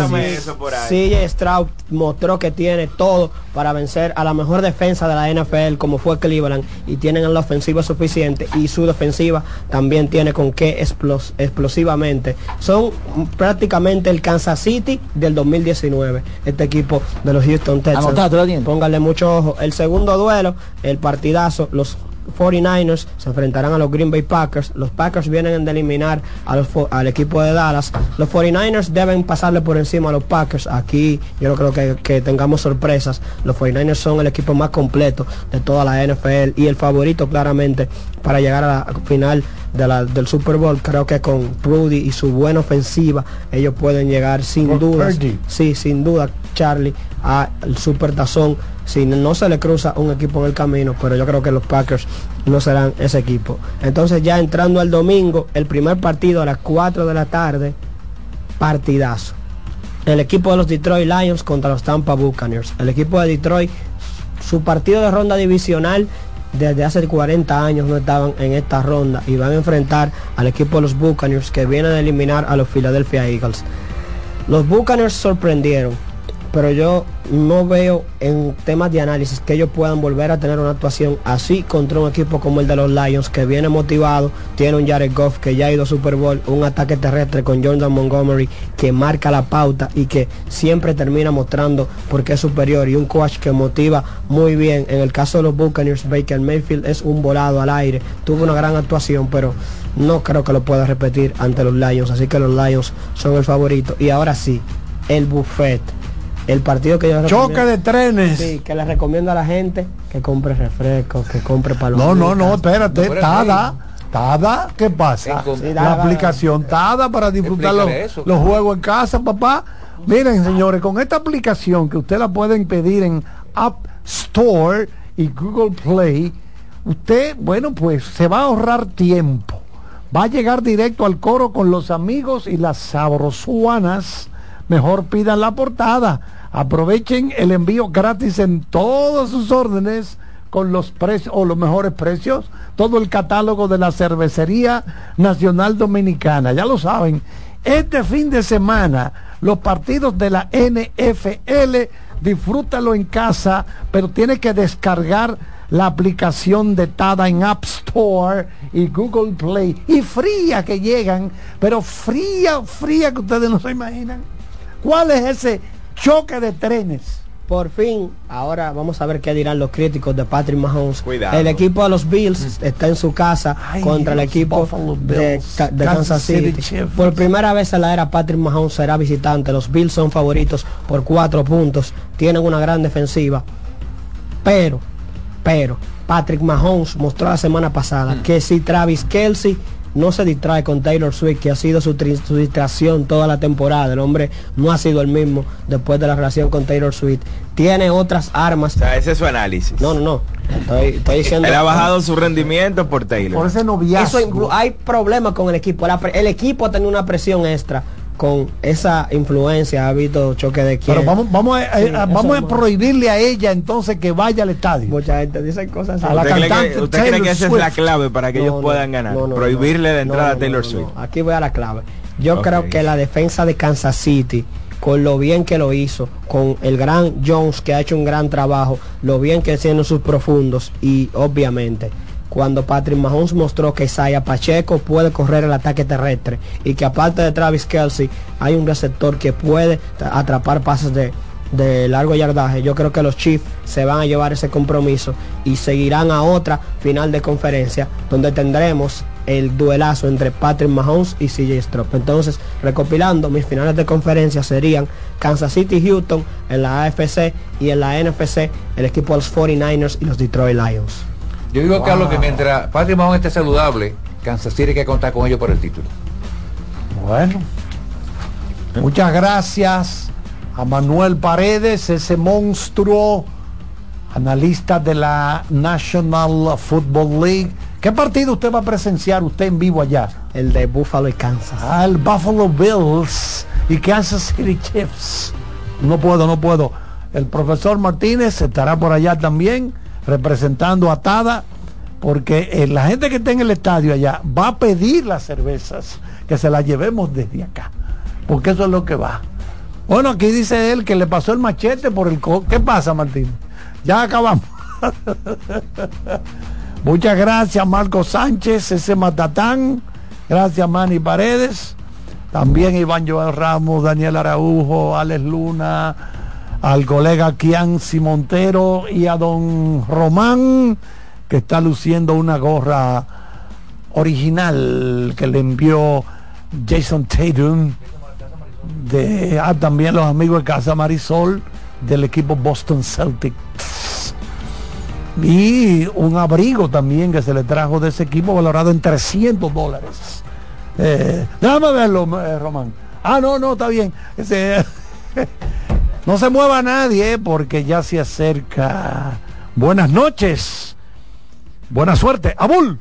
CJ Stroud mostró que tiene todo para vencer a la mejor defensa de la NFL, como fue Cleveland, y tienen la ofensiva suficiente, y su defensiva también tiene con qué explosivamente. Son prácticamente el Kansas City del 2019, este equipo de los Houston Texans. Pónganle mucho ojo. El segundo duelo, el partidazo, los 49ers se enfrentarán a los Green Bay Packers. Los Packers vienen de eliminar al equipo de Dallas. Los 49ers deben pasarle por encima a los Packers. Aquí yo no creo que tengamos sorpresas. Los 49ers son el equipo más completo de toda la NFL y el favorito claramente para llegar a la final del Super Bowl. Creo que con Prudy y su buena ofensiva ellos pueden llegar sin duda, sí, sin duda, Charlie, al Supertazón, si no se le cruza un equipo en el camino, pero yo creo que los Packers no serán ese equipo. Entonces, ya entrando al domingo, el primer partido a las 4 de la tarde, partidazo. El equipo de los Detroit Lions contra los Tampa Buccaneers. El equipo de Detroit, su partido de ronda divisional, desde hace 40 años no estaban en esta ronda, y van a enfrentar al equipo de los Buccaneers, que vienen a eliminar a los Philadelphia Eagles. Los Buccaneers sorprendieron, pero yo no veo en temas de análisis que ellos puedan volver a tener una actuación así contra un equipo como el de los Lions, que viene motivado, tiene un Jared Goff que ya ha ido a Super Bowl, un ataque terrestre con Jordan Montgomery que marca la pauta y que siempre termina mostrando por qué es superior, y un coach que motiva muy bien. En el caso de los Buccaneers, Baker Mayfield es un volado al aire, tuvo una gran actuación, pero no creo que lo pueda repetir ante los Lions, así que los Lions son el favorito. Y ahora sí, el buffet, el partido que yo choque de trenes. Sí, que le recomiendo a la gente que compre refrescos, que compre palomitas. No, espérate, Tada, ¿qué pasa? Sí, la aplicación Tada para disfrutar los juegos en casa, papá. Miren, señores, con esta aplicación que usted la pueden pedir en App Store y Google Play, usted, bueno, pues se va a ahorrar tiempo. Va a llegar directo al coro con los amigos y las sabrosuanas. Mejor pidan la portada. Aprovechen el envío gratis en todas sus órdenes con los precios o los mejores precios. Todo el catálogo de la Cervecería Nacional Dominicana. Ya lo saben, este fin de semana los partidos de la NFL, disfrútalo en casa, pero tienes que descargar la aplicación de Tada en App Store y Google Play. Y fría que llegan, pero fría que ustedes no se imaginan. ¿Cuál es ese choque de trenes? Por fin, ahora vamos a ver qué dirán los críticos de Patrick Mahomes. Cuidado. El equipo de los Bills está en su casa contra el equipo de Kansas City. Por primera vez en la era, Patrick Mahomes será visitante. Los Bills son favoritos por 4 puntos. Tienen una gran defensiva. Pero Patrick Mahomes mostró la semana pasada que si Travis Kelce no se distrae con Taylor Swift, que ha sido su distracción toda la temporada, el hombre no ha sido el mismo después de la relación con Taylor Swift, tiene otras armas. O sea, ese es su análisis. No, estoy diciendo, él ha bajado su rendimiento por Taylor, por ese noviazgo. Hay problemas con el equipo. El equipo ha tenido una presión extra con esa influencia ha habido choque de quién. Pero vamos a prohibirle a ella entonces que vaya al estadio. Mucha gente dice cosas así. A la cantante ¿Usted cree que esa es la clave para que ellos puedan ganar? Prohibirle la entrada a Taylor Swift. Aquí voy a la clave. Yo creo que la defensa de Kansas City, con lo bien que lo hizo, con el gran Jones que ha hecho un gran trabajo, lo bien que tienen sus profundos, y obviamente cuando Patrick Mahomes mostró que Isaiah Pacheco puede correr el ataque terrestre y que aparte de Travis Kelce hay un receptor que puede atrapar pases de largo yardaje, yo creo que los Chiefs se van a llevar ese compromiso y seguirán a otra final de conferencia donde tendremos el duelazo entre Patrick Mahomes y CJ Stroud. Entonces, recopilando, mis finales de conferencia serían Kansas City, Houston en la AFC, y en la NFC el equipo de los 49ers y los Detroit Lions. Yo digo, Carlos, que mientras Patrick Mahomes esté saludable, Kansas City hay que contar con ellos por el título. Bueno, muchas gracias a Manuel Paredes, ese monstruo, analista de la National Football League. ¿Qué partido usted va a presenciar usted en vivo allá? El de Buffalo y Kansas. El Buffalo Bills y Kansas City Chiefs. No puedo. El profesor Martínez estará por allá también, representando a Tada, porque la gente que está en el estadio allá va a pedir las cervezas, que se las llevemos desde acá, porque eso es lo que va. Bueno, aquí dice él que le pasó el machete por el ¿Qué pasa, Martín? Ya acabamos. Muchas gracias, Marco Sánchez, ese Matatán. Gracias, Manny Paredes. También Iván Joel Ramos, Daniel Araujo, Alex Luna, al colega Kianci Montero y a don Román, que está luciendo una gorra original que le envió Jason Tatum, también los amigos de Casa Marisol del equipo Boston Celtics, y un abrigo también que se le trajo de ese equipo valorado en $300. Déjame verlo, Román. No, está bien. No se mueva nadie, porque ya se acerca. Buenas noches, buena suerte, Abul.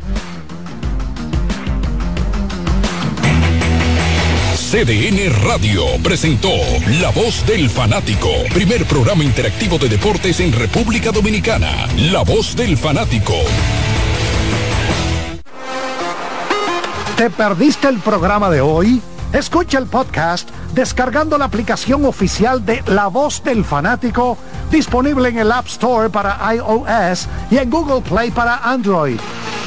CDN Radio presentó La Voz del Fanático, primer programa interactivo de deportes en República Dominicana. La Voz del Fanático. ¿Te perdiste el programa de hoy? Escucha el podcast descargando la aplicación oficial de La Voz del Fanático, disponible en el App Store para iOS y en Google Play para Android.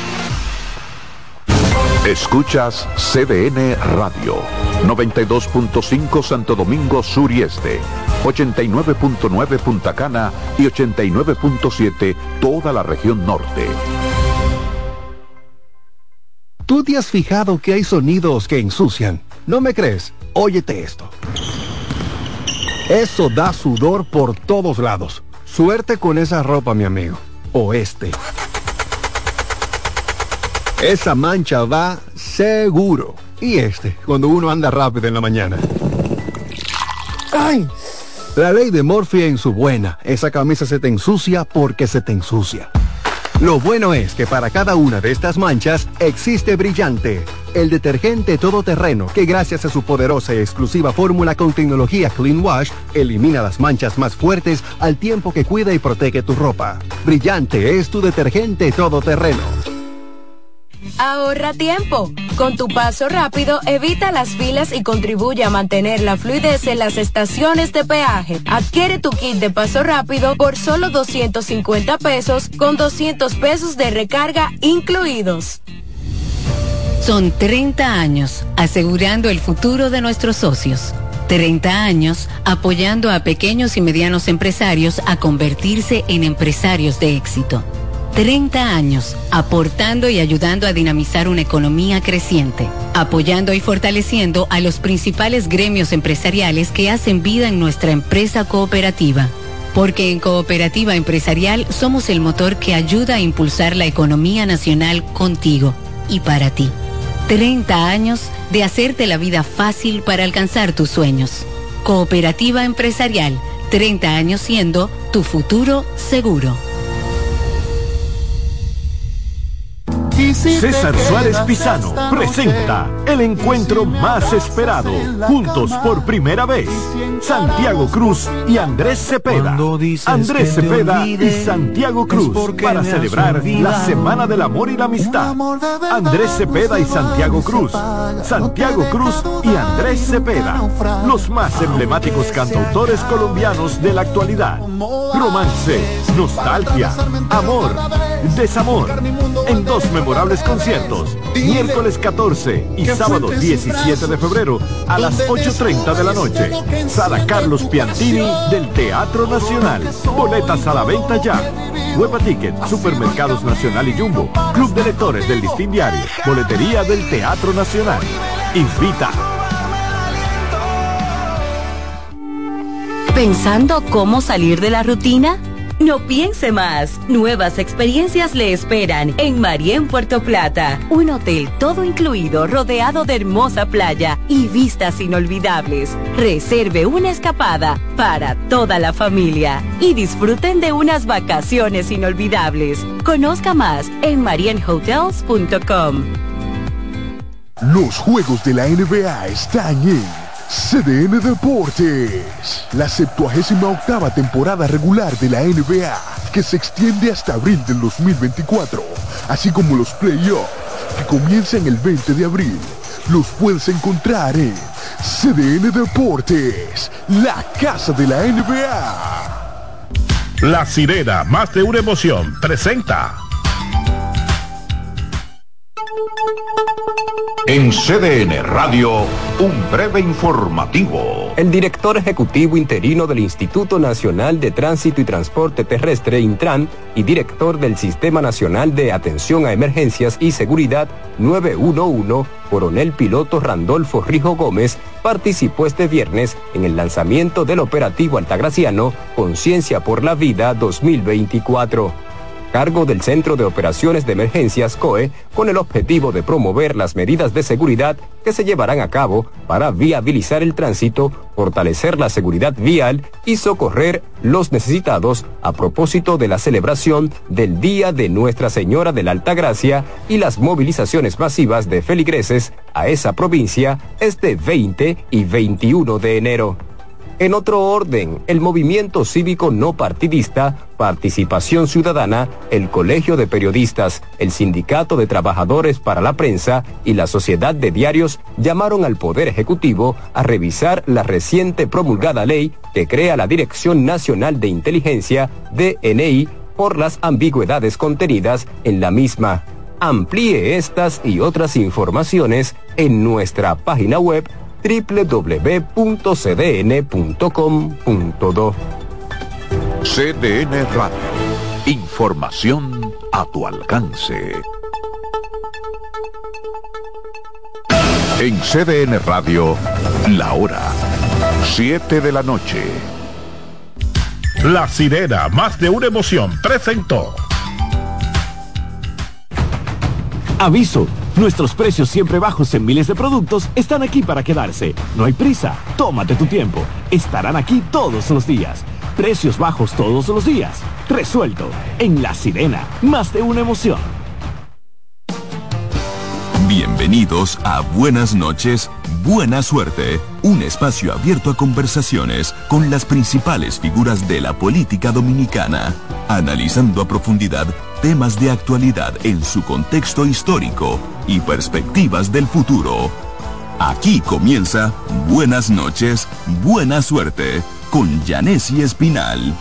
Escuchas CDN Radio, 92.5 Santo Domingo Sur y Este, 89.9 Punta Cana y 89.7 toda la región norte. ¿Tú te has fijado que hay sonidos que ensucian? ¿No me crees? Óyete esto. Eso da sudor por todos lados. Suerte con esa ropa, mi amigo. O este. Esa mancha va seguro. Y este, cuando uno anda rápido en la mañana. ¡Ay! La ley de Murphy en su buena. Esa camisa se te ensucia porque se te ensucia. Lo bueno es que para cada una de estas manchas existe Brillante, el detergente todoterreno que gracias a su poderosa y exclusiva fórmula con tecnología Clean Wash elimina las manchas más fuertes al tiempo que cuida y protege tu ropa. Brillante es tu detergente todoterreno. Ahorra tiempo. Con tu paso rápido, evita las filas y contribuye a mantener la fluidez en las estaciones de peaje. Adquiere tu kit de paso rápido por solo $250 con $200 de recarga incluidos. Son 30 años asegurando el futuro de nuestros socios. 30 años apoyando a pequeños y medianos empresarios a convertirse en empresarios de éxito. 30 años aportando y ayudando a dinamizar una economía creciente, apoyando y fortaleciendo a los principales gremios empresariales que hacen vida en nuestra empresa cooperativa. Porque en Cooperativa Empresarial somos el motor que ayuda a impulsar la economía nacional contigo y para ti. 30 años de hacerte la vida fácil para alcanzar tus sueños. Cooperativa Empresarial, 30 años siendo tu futuro seguro. César Suárez Pisano presenta el encuentro más esperado, juntos por primera vez, Santiago Cruz y Andrés Cepeda. Andrés Cepeda y Santiago Cruz para celebrar la Semana del Amor y la Amistad. Andrés Cepeda y Santiago Cruz. Santiago Cruz y Andrés Cepeda, los más emblemáticos cantautores colombianos de la actualidad. Romance, nostalgia, amor, desamor, en dos memorables conciertos, miércoles 14 y sábado 17 de febrero a las 8:30 de la noche. Sala Carlos Piantini del Teatro Nacional. Boletas a la venta ya. Hueva Ticket, Supermercados Nacional y Jumbo, Club de Lectores del Listín Diario, Boletería del Teatro Nacional. Invita. ¿Pensando cómo salir de la rutina? No piense más. Nuevas experiencias le esperan en Marién Puerto Plata. Un hotel todo incluido, rodeado de hermosa playa y vistas inolvidables. Reserve una escapada para toda la familia y disfruten de unas vacaciones inolvidables. Conozca más en marienhotels.com. Los juegos de la NBA están en CDN Deportes, la 78ª temporada regular de la NBA, que se extiende hasta abril del 2024, así como los playoffs, que comienzan el 20 de abril. Los puedes encontrar en CDN Deportes, la casa de la NBA. La Sirena, más de una emoción, presenta. En CDN Radio, un breve informativo. El director ejecutivo interino del Instituto Nacional de Tránsito y Transporte Terrestre, Intran, y director del Sistema Nacional de Atención a Emergencias y Seguridad 911, coronel piloto Randolfo Rijo Gómez, participó este viernes en el lanzamiento del operativo altagraciano Conciencia por la Vida 2024. Cargo del Centro de Operaciones de Emergencias COE, con el objetivo de promover las medidas de seguridad que se llevarán a cabo para viabilizar el tránsito, fortalecer la seguridad vial y socorrer los necesitados a propósito de la celebración del Día de Nuestra Señora de la Altagracia y las movilizaciones masivas de feligreses a esa provincia este 20 y 21 de enero. En otro orden, el movimiento cívico no partidista, Participación Ciudadana, el Colegio de Periodistas, el Sindicato de Trabajadores para la Prensa y la Sociedad de Diarios llamaron al Poder Ejecutivo a revisar la reciente promulgada ley que crea la Dirección Nacional de Inteligencia, DNI, por las ambigüedades contenidas en la misma. Amplíe estas y otras informaciones en nuestra página web www.cdn.com.do. CDN Radio. Información a tu alcance. En CDN Radio, la hora 7 de la noche. La Sirena, más de una emoción, presentó. Aviso, nuestros precios siempre bajos en miles de productos están aquí para quedarse. No hay prisa, tómate tu tiempo. Estarán aquí todos los días. Precios bajos todos los días. Resuelto. En La Sirena, más de una emoción. Bienvenidos a Buenas noches, Buena Suerte, un espacio abierto a conversaciones con las principales figuras de la política dominicana, analizando a profundidad temas de actualidad en su contexto histórico y perspectivas del futuro. Aquí comienza Buenas noches, Buena Suerte, con Yanesi Espinal.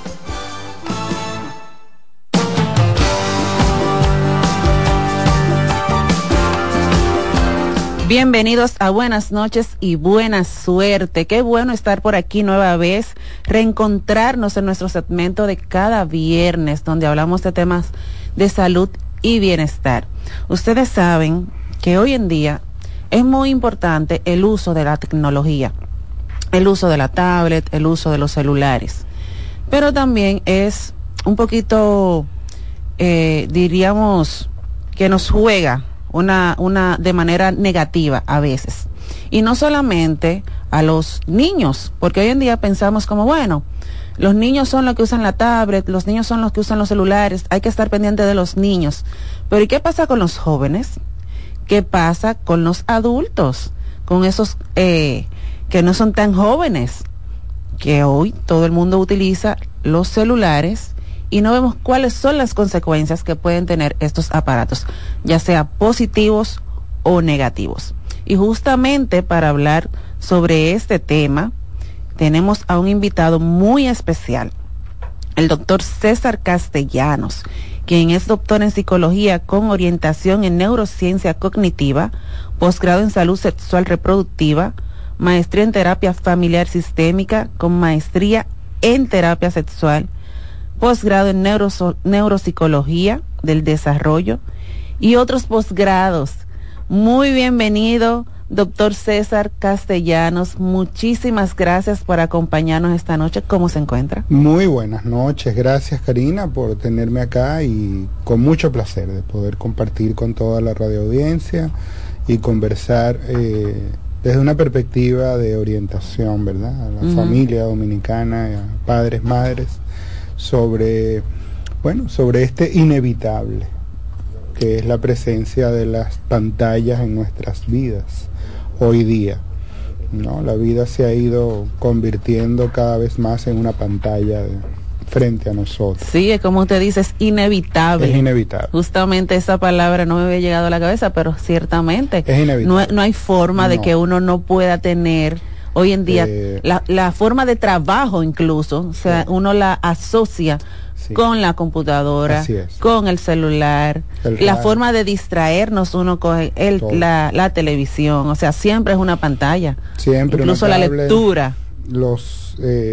Bienvenidos a Buenas noches y Buena Suerte. Qué bueno estar por aquí nueva vez, reencontrarnos en nuestro segmento de cada viernes, donde hablamos de temas de salud y bienestar. Ustedes saben que hoy en día es muy importante el uso de la tecnología, el uso de la tablet, el uso de los celulares, pero también es un poquito, diríamos, que nos juega una de manera negativa a veces, y no solamente a los niños, porque hoy en día pensamos como, bueno, Los niños son los que usan la tablet, los niños son los que usan los celulares, hay que estar pendiente de los niños. Pero ¿y qué pasa con los jóvenes? ¿Qué pasa con los adultos? Con esos que no son tan jóvenes, que hoy todo el mundo utiliza los celulares y no vemos cuáles son las consecuencias que pueden tener estos aparatos, ya sea positivos o negativos. Y justamente para hablar sobre este tema, tenemos a un invitado muy especial, el doctor César Castellanos, quien es doctor en psicología con orientación en neurociencia cognitiva, posgrado en salud sexual reproductiva, maestría en terapia familiar sistémica con maestría en terapia sexual, posgrado en neuropsicología del desarrollo y otros posgrados. Muy bienvenido, doctor César Castellanos. Muchísimas gracias por acompañarnos esta noche. ¿Cómo se encuentra? Muy buenas noches. Gracias, Karina, por tenerme acá y con mucho placer de poder compartir con toda la radioaudiencia y conversar desde una perspectiva de orientación, ¿verdad? A la familia dominicana, a padres, madres, sobre este inevitable que es la presencia de las pantallas en nuestras vidas hoy día, ¿no? La vida se ha ido convirtiendo cada vez más en una pantalla frente a nosotros. Sí, es como usted dice, es inevitable. Es inevitable. Justamente esa palabra no me había llegado a la cabeza, pero ciertamente es inevitable. No hay forma de que uno no pueda tener hoy en día la forma de trabajo incluso, o sea, uno la asocia con la computadora, con el celular, la forma de distraernos, uno coge la televisión, o sea, siempre es una pantalla, siempre incluso una tablet, la lectura, los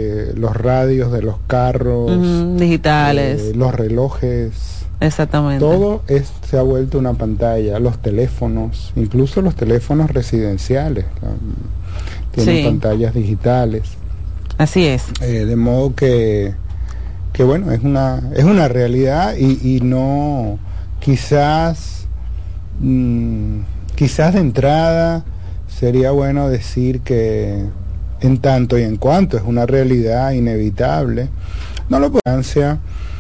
radios de los carros digitales, los relojes, exactamente, todo se ha vuelto una pantalla, los teléfonos, incluso los teléfonos residenciales tienen pantallas digitales, así es, de modo que bueno, es una realidad y no, quizás de entrada sería bueno decir que en tanto y en cuanto es una realidad inevitable, no lo puedo,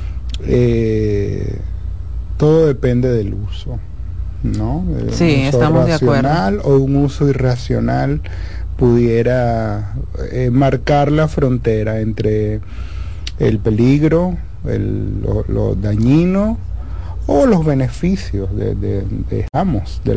todo depende del uso, ¿no? Sí, un uso estamos racional de acuerdo. O un uso irracional pudiera marcar la frontera entre el peligro, lo dañino o los beneficios de